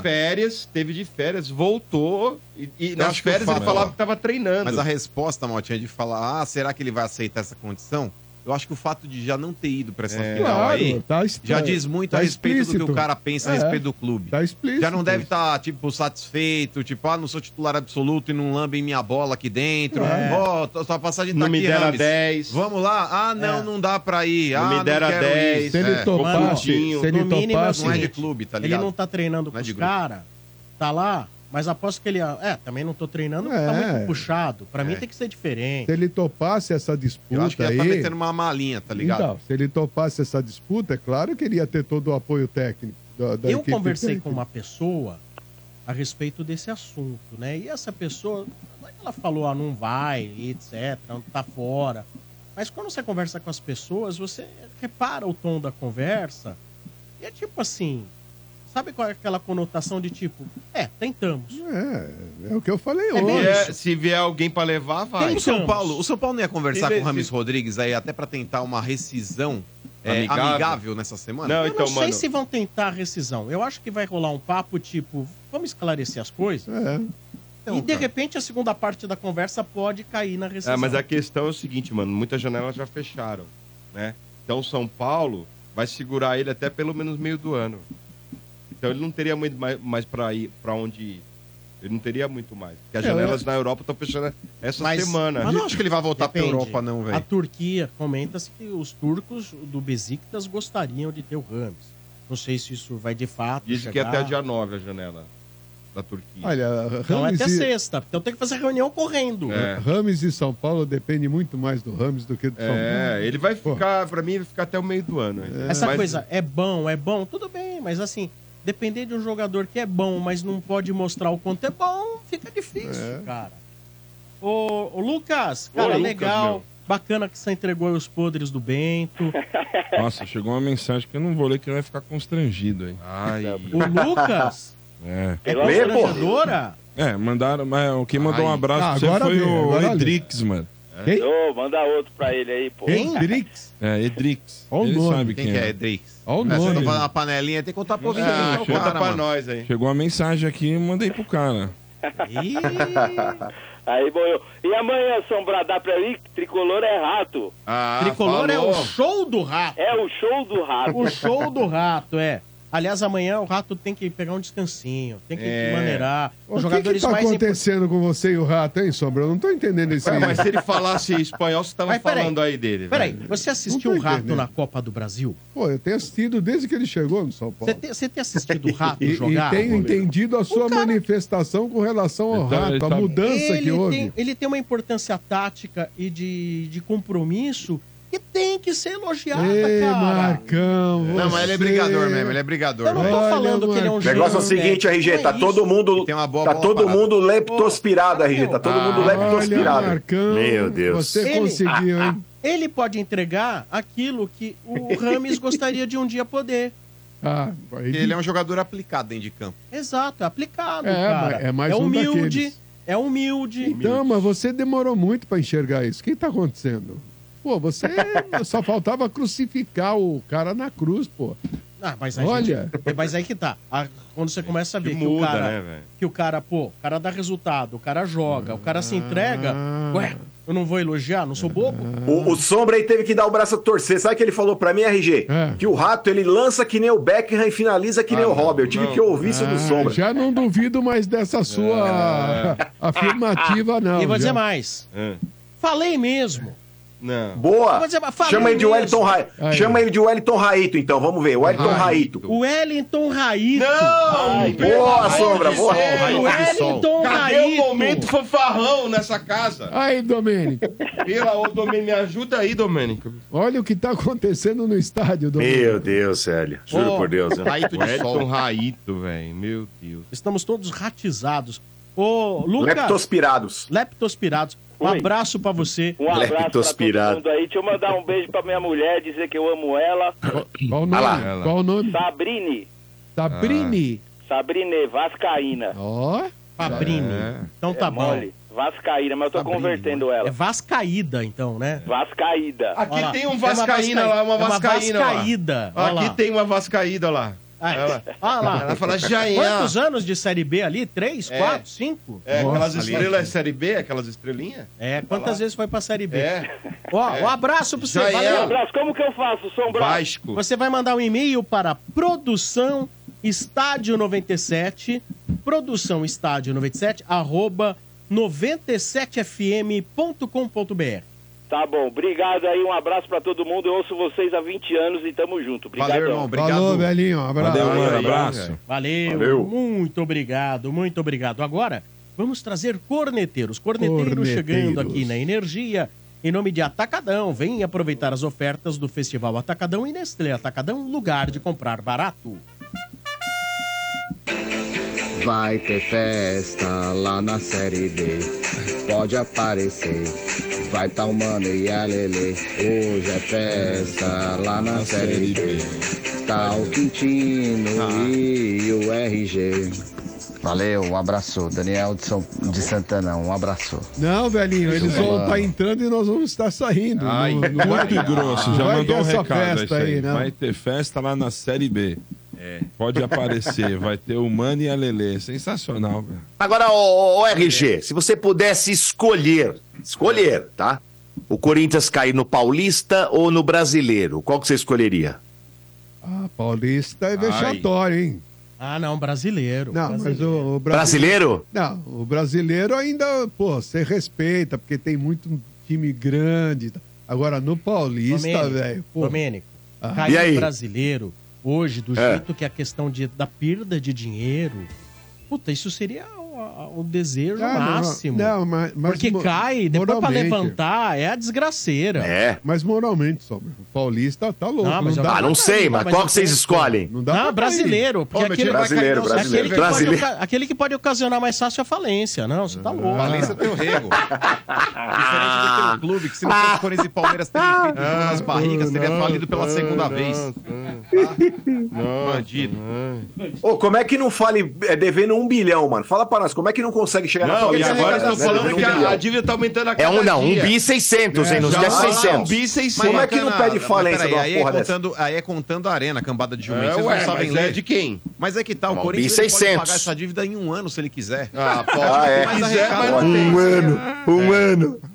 teve de férias, voltou e nas férias ele falava que estava treinando. Mas a resposta, Maltinha, de falar, será que ele vai aceitar essa condição? Eu acho que o fato de já não ter ido pra essa final aí já diz muito a respeito do que o cara pensa a respeito do clube. Tá explícito. Já não deve estar, satisfeito, não sou titular absoluto e não lambem minha bola aqui dentro. Sua passagem tá não aqui, me dera Rames. 10. Vamos lá? Não dá pra ir. Não me dera 10. Se ele topasse, não é de clube, tá ligado? Ele não tá treinando com os caras, tá lá, mas aposto que ele... também não tô treinando porque tá muito puxado. Pra mim tem que ser diferente. Se ele topasse essa disputa eu acho que ele tá metendo uma malinha, tá ligado? Então, se ele topasse essa disputa, é claro que ele ia ter todo o apoio técnico da Eu equipe conversei técnica. com uma pessoa a respeito desse assunto, né? E essa pessoa, não é que ela falou, não vai, etc, não tá fora. Mas quando você conversa com as pessoas, você repara o tom da conversa e é tipo assim... Sabe qual é aquela conotação de tipo, tentamos. É o que eu falei hoje. Se vier alguém pra levar, vai. O São Paulo não ia conversar com o Rames Rodrigues aí até pra tentar uma rescisão amigável nessa semana? Eu não sei se vão tentar a rescisão. Eu acho que vai rolar um papo tipo, vamos esclarecer as coisas? E de repente a segunda parte da conversa pode cair na rescisão. Mas a questão é o seguinte, mano, muitas janelas já fecharam, né? Então o São Paulo vai segurar ele até pelo menos meio do ano. Então ele não teria muito mais pra ir, pra onde ir. Ele não teria muito mais. Porque as janelas na Europa estão fechando essa semana. Mas não acho que ele vai voltar pra Europa, não, velho. A Turquia, comenta-se que os turcos do Besiktas gostariam de ter o Rames. Não sei se isso vai de fato Dizem que é até dia 9 a janela da Turquia. Olha, não é até sexta. Então tem que fazer reunião correndo. Rames e São Paulo depende muito mais do Rames do que do São Paulo. Ele vai ficar, pra mim, vai ficar até o meio do ano. Essa coisa, é bom, tudo bem, mas assim... Depender de um jogador que é bom, mas não pode mostrar o quanto é bom, fica difícil, cara. Ô Lucas, cara, legal. Bacana que você entregou os podres do Bento. Nossa, chegou uma mensagem que eu não vou ler, que vai ficar constrangido aí. O Lucas? É constrangedora? Mandaram, mas quem mandou um abraço pra você foi o Edrix, mano. Manda outro pra ele aí, pô. Edrix? Edrix. Ele sabe quem é Edrix? Olha o nome. Você tá fazendo uma panelinha, tem que contar pro vídeo. Conta pra nós aí. Chegou uma mensagem aqui e mandei pro cara. Aí, boiou. E amanhã, Sombra, dá pra ir? Tricolor é rato. Tricolor é o show do rato. É o show do rato. O show do rato, Aliás, amanhã o Rato tem que pegar um descansinho, tem que maneirar. O que tá acontecendo com você e o Rato, hein, Sombra? Eu não tô entendendo isso aí. Mas se ele falasse espanhol, você tava falando aí dele. Peraí, você assistiu Não o tô Rato entendendo. na Copa do Brasil? Pô, eu tenho assistido desde que ele chegou no São Paulo. Você tem assistido o Rato E jogar? tenho entendido a sua manifestação com relação ao Rato, a mudança que houve. Ele tem uma importância tática e de compromisso que tem que ser elogiada, Ei, cara. Marcão, Não, mas ele é brigador mesmo, ele é brigador. Eu não tô falando que ele é um O negócio é o seguinte, RG, tá todo mundo, tá todo mundo leptospirado, RG, tá todo mundo leptospirado. Marcão, Meu Deus. Você conseguiu, hein? Ele pode entregar aquilo que o Rames gostaria de um dia poder. Ele é um jogador aplicado dentro de campo. Exato, é aplicado, É, cara. é mais um humilde, daqueles. é humilde. Então, mas você demorou muito pra enxergar isso. O que tá acontecendo? Pô, você só faltava crucificar o cara na cruz, pô. Ah, mas aí, Olha. mas aí que tá. Quando você começa a ver que, muda, o cara, né, velho? que o cara, o cara dá resultado, o cara joga, o cara se entrega. Ué, eu não vou elogiar, não sou bobo? O Sombra aí teve que dar o braço a torcer. Sabe o que ele falou pra mim, RG? Que o Rato, ele lança que nem o Beckham e finaliza que nem o Robert. Eu tive que ouvir isso do Sombra. Já não duvido mais dessa sua afirmativa, não. E vou dizer já. mais. Falei mesmo. Não. Boa! Vou dizer, falei Chama ele de mesmo. Wellington Raito. Chama ele de Wellington Raito, então. Vamos ver. Wellington Raito. O Wellington Raito. Não! Boa, Sombra, boa. Wellington Cadê Raito. o momento fanfarrão nessa casa? Aí, Domênico. Ô, Domênico, me ajuda aí, Domênico. Olha o que tá acontecendo no estádio, Domênico. Meu Deus, Célio. Juro por Deus. né? Wellington Raito, velho. Meu Deus. Estamos todos ratizados. Ô, Lucas. Leptospirados. Leptospirados. Um abraço pra você. Um abraço pra todo mundo aí. Deixa eu mandar um beijo pra minha mulher, dizer que eu amo ela. Qual o nome? Qual o nome? Sabrine. Sabrine. Sabrine Vascaína. Ó. Fabrini. Então tá bom. Mole. Vascaína, mas eu tô Sabrine, convertendo ela. É Vascaída, então, né? Vascaída. Aqui Olha lá. tem um Vascaína lá, uma Vascaína lá. Vascaída. Olha Aqui lá. tem uma Vascaída lá. Olha lá. Ela fala Jair. Quantos anos de Série B ali? 3, 4, 5? É, aquelas estrelas Série B, aquelas estrelinhas? É, quantas vezes foi pra Série B? É. Ó, um abraço pra você. Já Valeu. Um abraço, como que eu faço, Sombra? Vasco. Você vai mandar um e-mail para produção estádio 97, produção estádio 97, @ 97fm.com.br. Tá bom, obrigado aí, um abraço pra todo mundo. Eu ouço vocês há 20 anos e tamo junto. Obrigadão. Valeu, irmão. Obrigado. Falou, velhinho. Um abraço. Valeu, mano. Abraço. Valeu, muito obrigado, muito obrigado. Agora, vamos trazer corneteiros. Corneteiros chegando aqui na Energia, em nome de Atacadão. Vem aproveitar as ofertas do Festival Atacadão e Nestlé Atacadão, lugar de comprar barato. Vai ter festa lá na Série B, pode aparecer. Vai tá o Mano e a Lelê, hoje é festa lá na Série B. Tá o Quintino e o RG. Valeu, um abraço. Daniel de Santana, um abraço. Não, velhinho, eles vão estar entrando e nós vamos estar saindo. Ai, Não vai Mato ter- Grosso, já vai mandou ter um essa recado festa isso aí. aí, né? Vai ter festa lá na Série B. Pode aparecer, vai ter o Mano e a Lelê. Sensacional, velho. Agora, ô RG, se você pudesse escolher, tá? O Corinthians cair no Paulista ou no Brasileiro, qual que você escolheria? Ah, Paulista é vexatório, hein? Ah, não, brasileiro. Não, mas o Brasileiro? Não, o brasileiro ainda, pô, você respeita, porque tem muito time grande. Agora, no Paulista, velho, pô. Domênico, Ah. caiu E aí? o brasileiro, hoje, do jeito que é a questão da perda de dinheiro, puta, isso seria o desejo Ah, não, máximo. não, mas Porque cai, depois pra moralmente. levantar, é a desgraceira. É. Mas moralmente, só, o Paulista tá louco. Não, mas dá pra não sei, cair. mas qual que vocês escolhem? Não dá pra brasileiro. cair. Porque aquele, Brasileiro. aquele que pode ocasionar mais fácil a falência. Não, você tá louco. Valência tem o Rego. Diferente daquele clube que se não fosse Corinthians e Palmeiras terem feito jogo nas barrigas, teria falido pela segunda vez. Bandido. Ô, como é que não fale devendo 1 bilhão, mano? Fala pra nós, como é que não consegue chegar na Não, e Paulista? agora estão falando Devendo que 1 bilhão. a dívida tá aumentando a É cada dia. 1 bi 600, hein? Não esquece 600. 1 bi 600. Mas como é que não pede falência de uma aí, porra dessa? aí é contando a arena, a cambada de jumento. É, Vocês ué, não sabem mas ler. é de quem? Mas é que tá, o Não, Corinthians bi ele pode 600. pagar essa dívida em 1 ano, se ele quiser. Ah, pode. Ah, é. Se quiser, mas não tem. Um ano.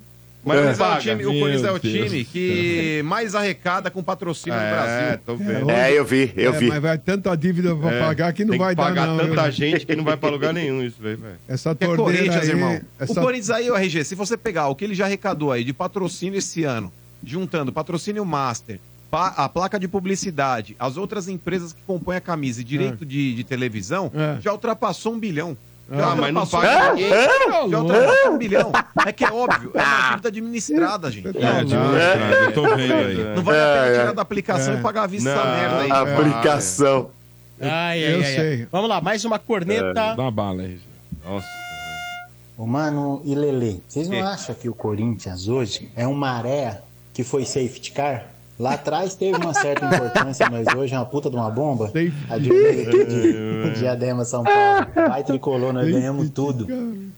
Mas paga. o Corinthians é o time que mais arrecada com patrocínio no Brasil. Tô vendo. Eu vi. Mas vai tanta dívida pra pagar que não tem vai que dar, pagar não. tanta gente que não vai pra lugar nenhum isso, velho. Essa Que é torneira Corinthians, aí, irmão. essa- O Corinthians aí, o RG, se você pegar o que ele já arrecadou aí de patrocínio esse ano, juntando patrocínio master, a placa de publicidade, as outras empresas que compõem a camisa e direito de televisão, já ultrapassou 1 bilhão. Mas não ultrapassou paga ninguém. ninguém. Já ultrapassou 1 bilhão. É que é óbvio, é uma dívida administrada, gente. Administrado, eu tô vendo aí. Não vale a pena tirar da aplicação e pagar a vista essa merda aí. Aplicação. Ai. Vamos lá, mais uma corneta. Dá uma bala aí. Nossa. Ô, Mano e Lele, vocês não acham que o Corinthians hoje é um maré que foi safety car? Lá atrás teve uma certa importância, mas hoje é uma puta de uma bomba. A de Diadema, São Paulo. Vai tricolor, nós ganhamos tudo.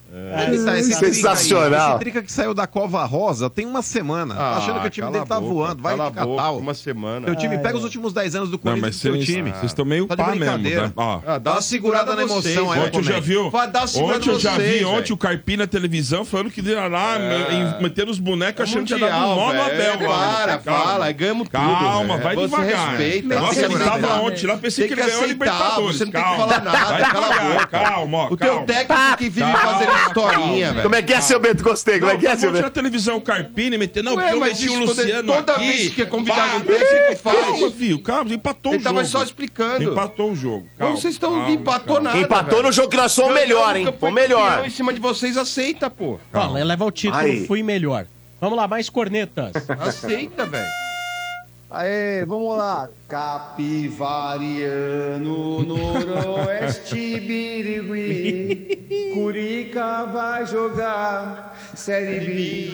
Sensacional. Esse Trica que saiu da Cova Rosa tem uma semana. Tá achando que o time dele tá voando. Vai cala de a boca, catal. uma semana. Teu time pega os últimos 10 anos do Não, Corinthians mas do seu vocês time. estão meio Tá de pá mesmo. brincadeira. Né? Ó, Dá uma segurada na emoção aí. Ontem eu já viu. Vai dar uma segurada Ontem eu já vocês, vi velho. ontem o Carpim na televisão falando que ia lá metendo os bonecos achando que ia dar Mundial, um nó no velho. Abel. Fala, ganhamos tudo. Calma, velho. vai Você devagar. respeita. Nossa, ele segurar, tava né? ontem lá, pensei Tem que ele ganhou a aceitar, Libertadores. Você não tem que Calma. falar nada. Vai Cala a devagar, boca. calma, ó, O teu calma. técnico que vive fazendo historinha, velho. Como é que é, seu Bento? Gostei. Como é que é, seu Ontem na Bento? televisão o Carpini metendo, não, Ué, porque eu mas meti o isso quando ele- Luciano toda aqui. vez que é convidado um Pá, técnico, faz. Calma, filho, calma, empatou Ele o jogo. tava só explicando. Empatou o jogo. Não, Calma, vocês estão calma, empatou calma. nada. Empatou velho. no jogo que nós somos melhor, hein? Foi O melhor. campeão em cima de vocês, aceita, pô. Fala, leva o título, Aí. fui melhor. Vamos lá, mais cornetas. Aceita, velho. Aê, vamos lá. Capivariano, Noroeste, Birigui. Curica vai jogar Série B.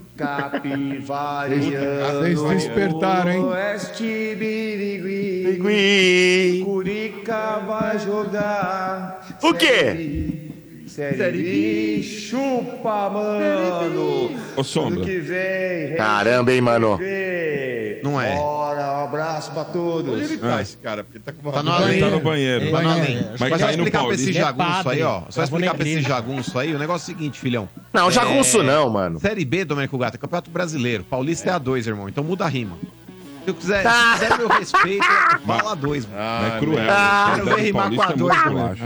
Capivariano, Vocês despertaram, hein? Noroeste, Birigui. Curica vai jogar O quê? Série B. Chupa, mano. Ô, Sombra. Ano que vem. Caramba, hein, mano? Não é. Bora, um abraço pra todos. Onde ele tá, esse cara? Porque ele tá com uma... Tá no Ele além. tá no banheiro. Tá no além. Mas Mas só cai no explicar pra esse Paulista. jagunço aí, ó. Só Travou explicar na pra esse igreja. jagunço aí. O negócio é o seguinte, filhão. Não, jagunço não, mano. Série B, Domênico Gato, é Campeonato Brasileiro. Paulista é A2, irmão. Então muda a rima. Se eu quiser, Tá. se quiser meu respeito, fala A2, mano. É cruel. Quero ver rimar com A2, mano.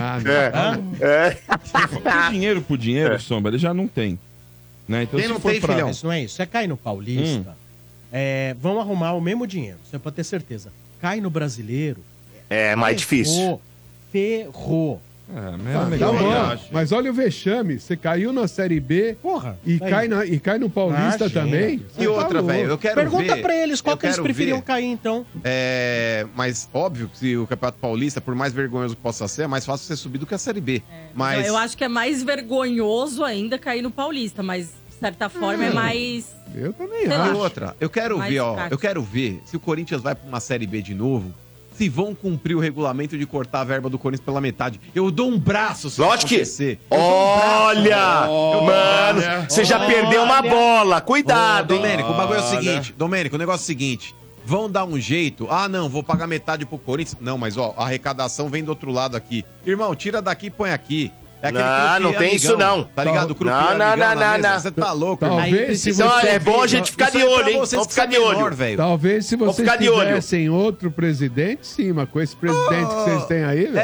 Porque dinheiro por dinheiro, Sombra, ele já não tem. Né? Então, Quem se não for tem, pra- filhão? Isso não é isso. Você cai no Paulista, vão arrumar o mesmo dinheiro. Você pode ter certeza. Cai no Brasileiro. É mais difícil. Ferrou. Tá bom, mas olha o vexame. Você caiu na Série B e, cai no Paulista Imagina. também. E outra, velho, eu quero Pergunta ver... pra eles qual eu que eles quero preferiam ver. cair, então. Mas óbvio que se o Campeonato Paulista, por mais vergonhoso que possa ser, é mais fácil você subir do que a Série B. Mas Eu acho que é mais vergonhoso ainda cair no Paulista, mas de certa forma é mais. Eu também Sei lá. E outra, eu quero Mais ver, ó. prático. Eu quero ver se o Corinthians vai pra uma Série B de novo, se vão cumprir o regulamento de cortar a verba do Corinthians pela metade. Eu dou um braço se Lógico que. acontecer. Eu dou um Olha! braço. Mano, você já perdeu uma bola. Cuidado, Ô, hein? Domênico, o bagulho é o seguinte. Domênico, o negócio é o seguinte. Vão dar um jeito. Ah, não, vou pagar metade pro Corinthians. Não, mas ó, a arrecadação vem do outro lado aqui. Irmão, tira daqui e põe aqui. É aquele Não, croupier não tem amigão, isso não. Tá ligado? O croupier Não, não, amigão não, na não, mesa. não. Você tá louco, Talvez, se Então, você é bom a gente ficar de olho, hein? Vamos ficar de olho. Talvez se Vamos vocês ficar de olho. tivessem outro presidente, sim, mas com esse presidente que vocês têm aí, velho.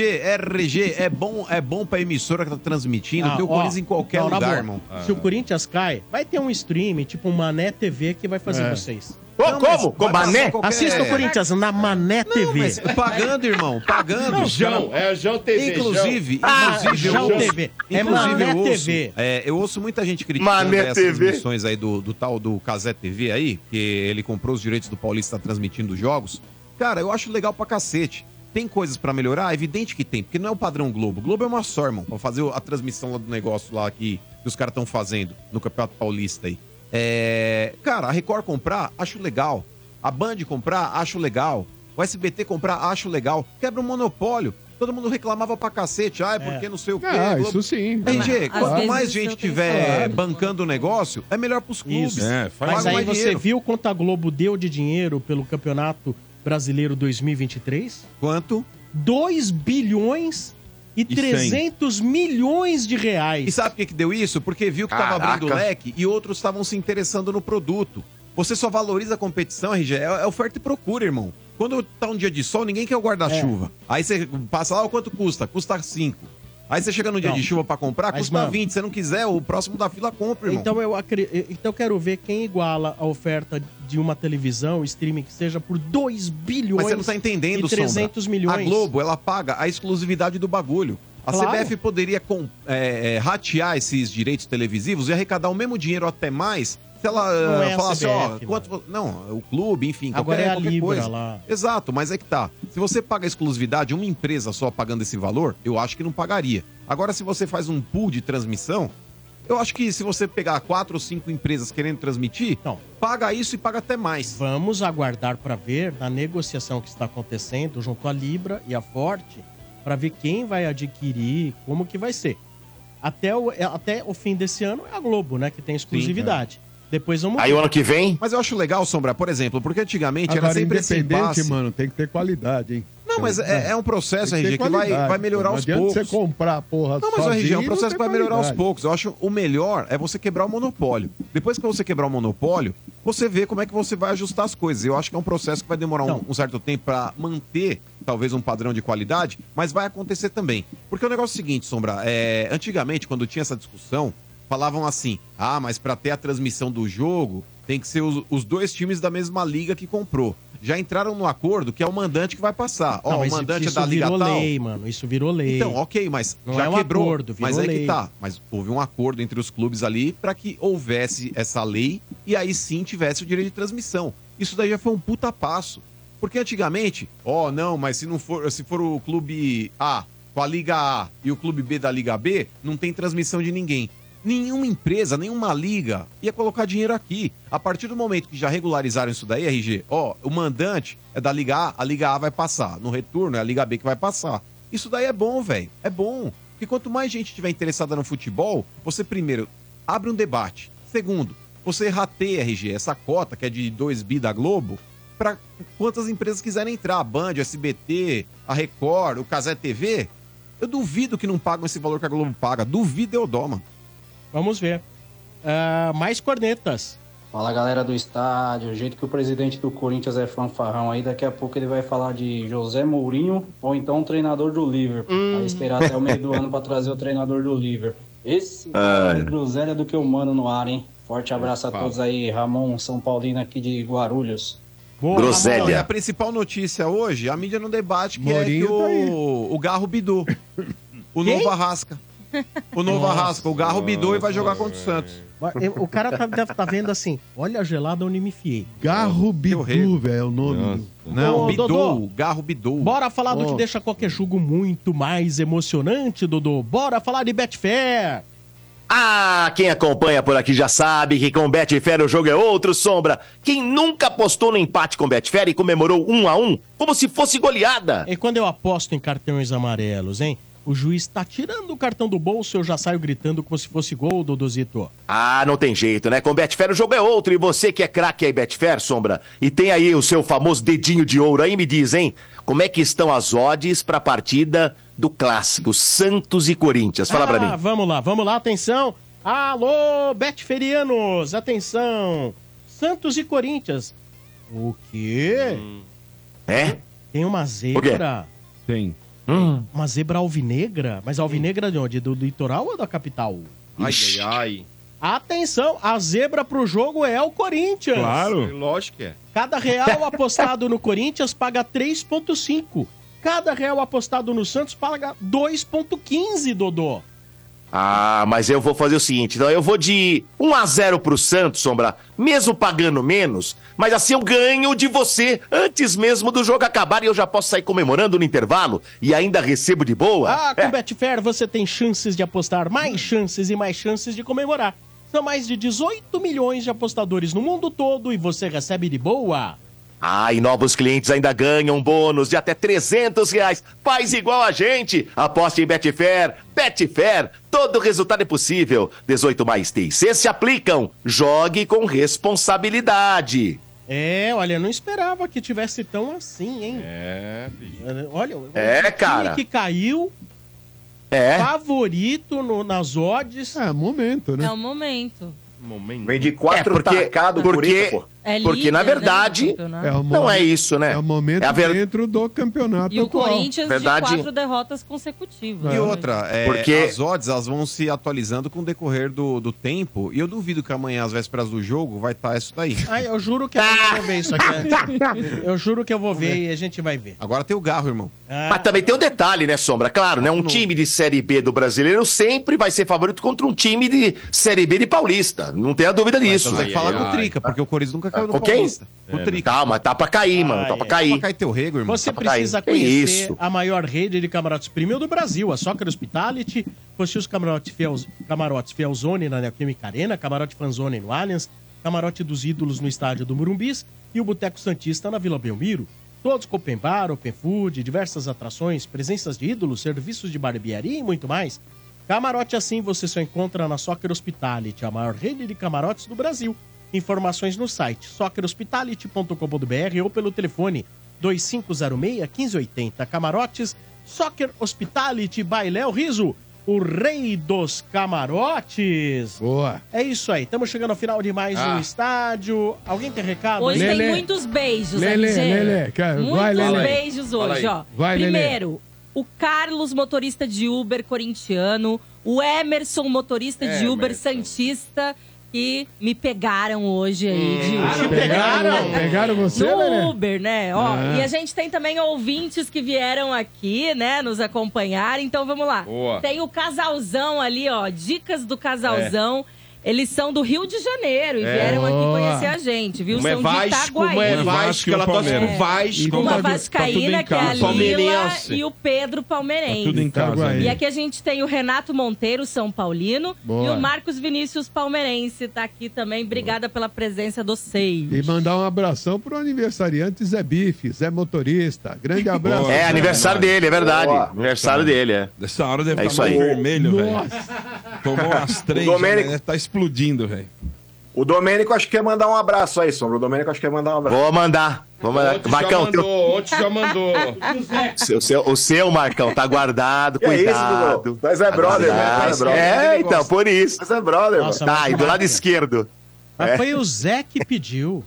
RG, é bom pra emissora que tá transmitindo. Tem o ó, Corinthians em qualquer não, na lugar, boa, irmão. Se o Corinthians cai, vai ter um stream, tipo um Mané TV, que vai fazer vocês. Como? Com Mané? Assista o Corinthians na Mané TV. Mas pagando, irmão, pagando. Não, João, é o João TV. Inclusive, João eu ouço- TV. É inclusive, Mané eu ouço, TV. eu ouço muita gente criticando Mané essas TV. transmissões aí do tal do Casé TV aí, que ele comprou os direitos do Paulista tá transmitindo os jogos. Cara, eu acho legal pra cacete. Tem coisas pra melhorar? É evidente que tem, porque não é o padrão Globo. Globo é uma só, irmão, pra fazer a transmissão lá do negócio lá que os caras estão fazendo no Campeonato Paulista aí. Cara, a Record comprar, acho legal. A Band comprar, acho legal. O SBT comprar, acho legal. Quebra um monopólio. Todo mundo reclamava pra cacete. Ah, é porque não sei o quê. Ah, Globo- isso sim. RG, Às quanto vezes mais isso gente eu tenho tiver claro. bancando o negócio, é melhor pros clubes. Isso. É, faz Mas Paga aí mais você dinheiro. viu quanto a Globo deu de dinheiro pelo Campeonato Brasileiro 2023? Quanto? 2 bilhões e 300 milhões de reais. E sabe por que deu isso? Porque viu que estava abrindo o leque e outros estavam se interessando no produto. Você só valoriza a competição, RG, é oferta e procura, irmão. Quando tá um dia de sol, ninguém quer o guarda-chuva. Aí você passa lá, quanto custa? Custa 5. Aí você chega no dia de chuva pra comprar, custa 20. Se você não quiser, o próximo da fila compra, irmão. Então eu quero ver quem iguala a oferta de uma televisão, streaming, que seja por 2 bilhões Mas você não tá entendendo, e 300 Sombra. milhões. A Globo, ela paga a exclusividade do bagulho. A Claro. CBF poderia ratear esses direitos televisivos e arrecadar o mesmo dinheiro, até mais, se ela Não é a falar assim, ó, CBF, quanto... Não, o clube, enfim, Agora é a qualquer Libra coisa. lá. Exato, mas é que tá. Se você paga a exclusividade, uma empresa só pagando esse valor, eu acho que não pagaria. Agora, se você faz um pool de transmissão, eu acho que se você pegar 4 ou 5 empresas querendo transmitir, paga isso e paga até mais. Vamos aguardar para ver na negociação que está acontecendo junto à Libra e à Forte, para ver quem vai adquirir, como que vai ser. Até o fim desse ano é a Globo, né, que tem exclusividade. Depois vamos Aí o ano que vem? Mas eu acho legal, Sombra, por exemplo, porque antigamente Agora, era sempre esse independente, impasse. mano, tem que ter qualidade, hein? Não, mas é um processo, Tem que RG, ter que qualidade, vai melhorar pô. aos Não adianta poucos. você comprar a porra Não, mas o RG é um sozinho, processo não que tem vai melhorar aos qualidade. poucos. Eu acho o melhor é você quebrar o monopólio. Depois que você quebrar o monopólio, você vê como é que você vai ajustar as coisas. Eu acho que é um processo que vai demorar um certo tempo para manter, talvez, um padrão de qualidade, mas vai acontecer também. Porque o negócio é o seguinte, Sombra, antigamente, quando tinha essa discussão, falavam assim, mas para ter a transmissão do jogo, tem que ser os dois times da mesma liga que comprou. Já entraram no acordo que é o mandante que vai passar. Não, O mas mandante é isso da liga virou tal. lei, mano. Isso virou lei. Então, ok, mas Não já é um quebrou. acordo, virou Mas aí lei. que tá. Mas houve um acordo entre os clubes ali para que houvesse essa lei e aí sim tivesse o direito de transmissão. Isso daí já foi um puta passo. Porque antigamente, não, mas se for o clube A com a Liga A e o clube B da Liga B, não tem transmissão de ninguém. Nenhuma empresa, nenhuma liga ia colocar dinheiro aqui. A partir do momento que já regularizaram isso daí, RG, o mandante é da Liga A Liga A vai passar. No retorno é a Liga B que vai passar. Isso daí é bom, velho. É bom. Porque quanto mais gente estiver interessada no futebol, você primeiro abre um debate. Segundo, você rateia, RG, essa cota que é de 2 bi da Globo, para quantas empresas quiserem entrar. A Band, a SBT, a Record, o Cazé TV. Eu duvido que não pagam esse valor que a Globo paga. Duvido eu dou, mano. Vamos ver. Mais cornetas. Fala, galera do estádio. O jeito que o presidente do Corinthians é fanfarrão aí, daqui a pouco ele vai falar de José Mourinho ou então o treinador do Liverpool. Vai esperar até o meio do ano pra trazer o treinador do Liverpool. Esse é groselha do que eu mando no ar, hein? Forte abraço a todos aí. Ramon, São Paulino aqui de Guarulhos. Groselha. E a principal notícia hoje, a mídia no debate, que Mourinho é que tá aí. o Garro bidou. O novo Arrasca. O novo Arrasca. O Garro bidou e vai jogar contra o Santos. O cara deve estar vendo assim, olha a gelada onde me enfiei. Garro Bidu, velho, é o nome. Não, Ô, bidou. Dodô. Garro bidou. Bora falar do que deixa qualquer jogo muito mais emocionante, Dodô. Bora falar de Betfair. Quem acompanha por aqui já sabe que com Betfair o jogo é outro, Sombra. Quem nunca apostou no empate com Betfair e comemorou 1-1 como se fosse goleada? E quando eu aposto em cartões amarelos, hein? O juiz tá tirando o cartão do bolso, eu já saio gritando como se fosse gol, Dodozito. Não tem jeito, né? Com Betfair o jogo é outro. E você que é craque aí, Betfair, Sombra, e tem aí o seu famoso dedinho de ouro aí, me diz, hein? Como é que estão as odds pra partida do clássico Santos e Corinthians? Fala pra mim. Vamos lá, atenção. Alô, Betferianos, atenção. Santos e Corinthians. O quê? Tem uma zebra. Tem. Uma zebra alvinegra? Mas alvinegra de onde? Do litoral ou da capital? Ai. Atenção, a zebra pro jogo é o Corinthians. Claro. Lógico que é. Cada real apostado no Corinthians paga 3,5. Cada real apostado no Santos paga 2,15, Dodô. Mas eu vou fazer o seguinte, então eu vou de 1-0 pro Santos, Sombra, mesmo pagando menos, mas assim eu ganho de você antes mesmo do jogo acabar e eu já posso sair comemorando no intervalo e ainda recebo de boa. Com Betfair você tem chances de apostar, mais chances e mais chances de comemorar. São mais de 18 milhões de apostadores no mundo todo e você recebe de boa. E novos clientes ainda ganham bônus de até R$300. Faz igual a gente. Aposte em Betfair. Betfair, todo resultado é possível. 18 mais TIC se aplicam. Jogue com responsabilidade. Olha, eu não esperava que tivesse tão assim, hein? bicho. Olha, cara. time que caiu favorito nas odds. É, momento, né? É o momento. Vem de 4 tacados do Corinthians, pô. Porque, na verdade, não é isso, né? É o momento dentro do campeonato E o atual. Corinthians de 4 derrotas consecutivas. E outra, Porque- as odds elas vão se atualizando com o decorrer do tempo. E eu duvido que amanhã, às vésperas do jogo, vai estar isso daí. Eu juro que eu vou ver isso aqui. Eu juro que eu vou ver e a gente vai ver. Agora tem o Garro, irmão. Mas também tem um detalhe, né, Sombra? Claro, né? Um time de Série B do brasileiro sempre vai ser favorito contra um time de Série B de Paulista. Não tenha dúvida disso. Então você tem que falar com o Trica, porque o Corinthians nunca caiu no Ok? Paulista. O Trica. Calma, tá pra cair, mano. Tá pra cair. Tá pra cair teu rego, irmão. Você Tá pra cair. precisa Que conhecer isso? a maior rede de camarotes premium do Brasil, a Soccer Hospitality. Possui os camarotes Fielzone na Neoquímica Arena, camarote Fanzone no Allianz, camarote dos Ídolos no estádio do Murumbis e o Boteco Santista na Vila Belmiro. Todos com open bar, open food, diversas atrações, presenças de ídolos, serviços de barbearia e muito mais. Camarote assim você só encontra na Soccer Hospitality, a maior rede de camarotes do Brasil. Informações no site soccerhospitality.com.br ou pelo telefone 2506-1580. Camarotes, Soccer Hospitality by Léo Riso, o rei dos camarotes. Boa. É isso aí, estamos chegando ao final de mais um estádio. Alguém tem recado? Hoje aí? tem muitos beijos, Lelê, RG. Lelê, cara, Muitos vai, Lelê. beijos Fala hoje, aí. ó. Vai, Lelê. Primeiro, o Carlos, motorista de Uber corintiano, o Emerson, motorista de Uber santista, que me pegaram hoje aí de Uber. Pegaram você, No Lelê? Uber, né? Ó, e a gente tem também ouvintes que vieram aqui, né, nos acompanhar. Então vamos lá. Boa. Tem o casalzão ali, ó, dicas do casalzão. Eles são do Rio de Janeiro e vieram aqui conhecer a gente, viu? Uma é São Vasco, de Itaguaí. uma é Vasco, ela torce pro Vasco. Uma Tá vascaína, tudo que é a em casa. Lila, Palmeirense. e o Pedro palmeirense. Tá tudo em casa. E aqui a gente tem o Renato Monteiro, São Paulino, Boa. e o Marcos Vinícius palmeirense tá aqui também. Obrigada pela presença do seis. E mandar um abração pro aniversariante Zé Bife, Zé Motorista. Grande abraço. É, aniversário dele, é verdade. Boa. Aniversário dele, é. Dessa hora deve É estar isso mais aí. vermelho, velho. Nossa. Tomou umas 3, Domênico- né? Tá explodindo, velho. O Domênico acho que quer mandar um abraço aí, Sombra. O Domênico acho que quer mandar um abraço. Vou mandar. Marcão, Ontem já mandou. o seu, Marcão, tá guardado, Que é isso, cuidado. Dudu? Nós é brother, né? Tá Nós é brother. É, então, por isso. Mas é brother, Nossa, mano. Tá, e do lado esquerdo. Mas É. foi o Zé que pediu.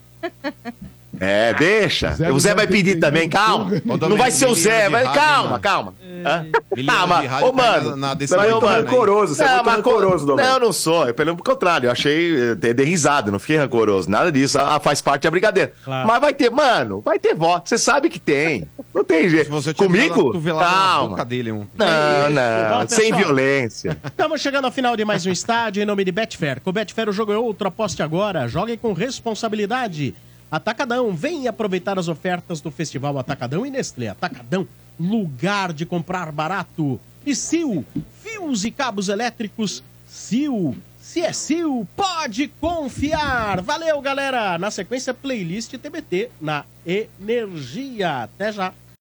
É, deixa. Zé O Zé vai não pedir tem também, calma. Não vai ser o Zé, vai, calma. Calma. Ô, mano. Você é muito rancoroso, você é muito rancoroso, Domênico. Não, não sou. Pelo contrário, eu achei. Dei risada, não fiquei rancoroso. Nada disso. Faz parte da brincadeira. Claro. Mas vai ter, mano, vai ter voto. Você sabe que tem. Não tem jeito. Você tinha dado uma Comigo? cotovelada na Calma. boca dele, um. Não, Bom, sem pessoal. violência. Estamos chegando ao final de mais um estádio em nome de Betfair. Com Betfair o jogo é outro, aposte agora, jogue com responsabilidade. Atacadão, vem aproveitar as ofertas do Festival Atacadão e Nestlé. Atacadão, lugar de comprar barato. E Sil, fios e cabos elétricos, Sil. Se é Sil, pode confiar. Valeu, galera. Na sequência, playlist TBT na Energia. Até já.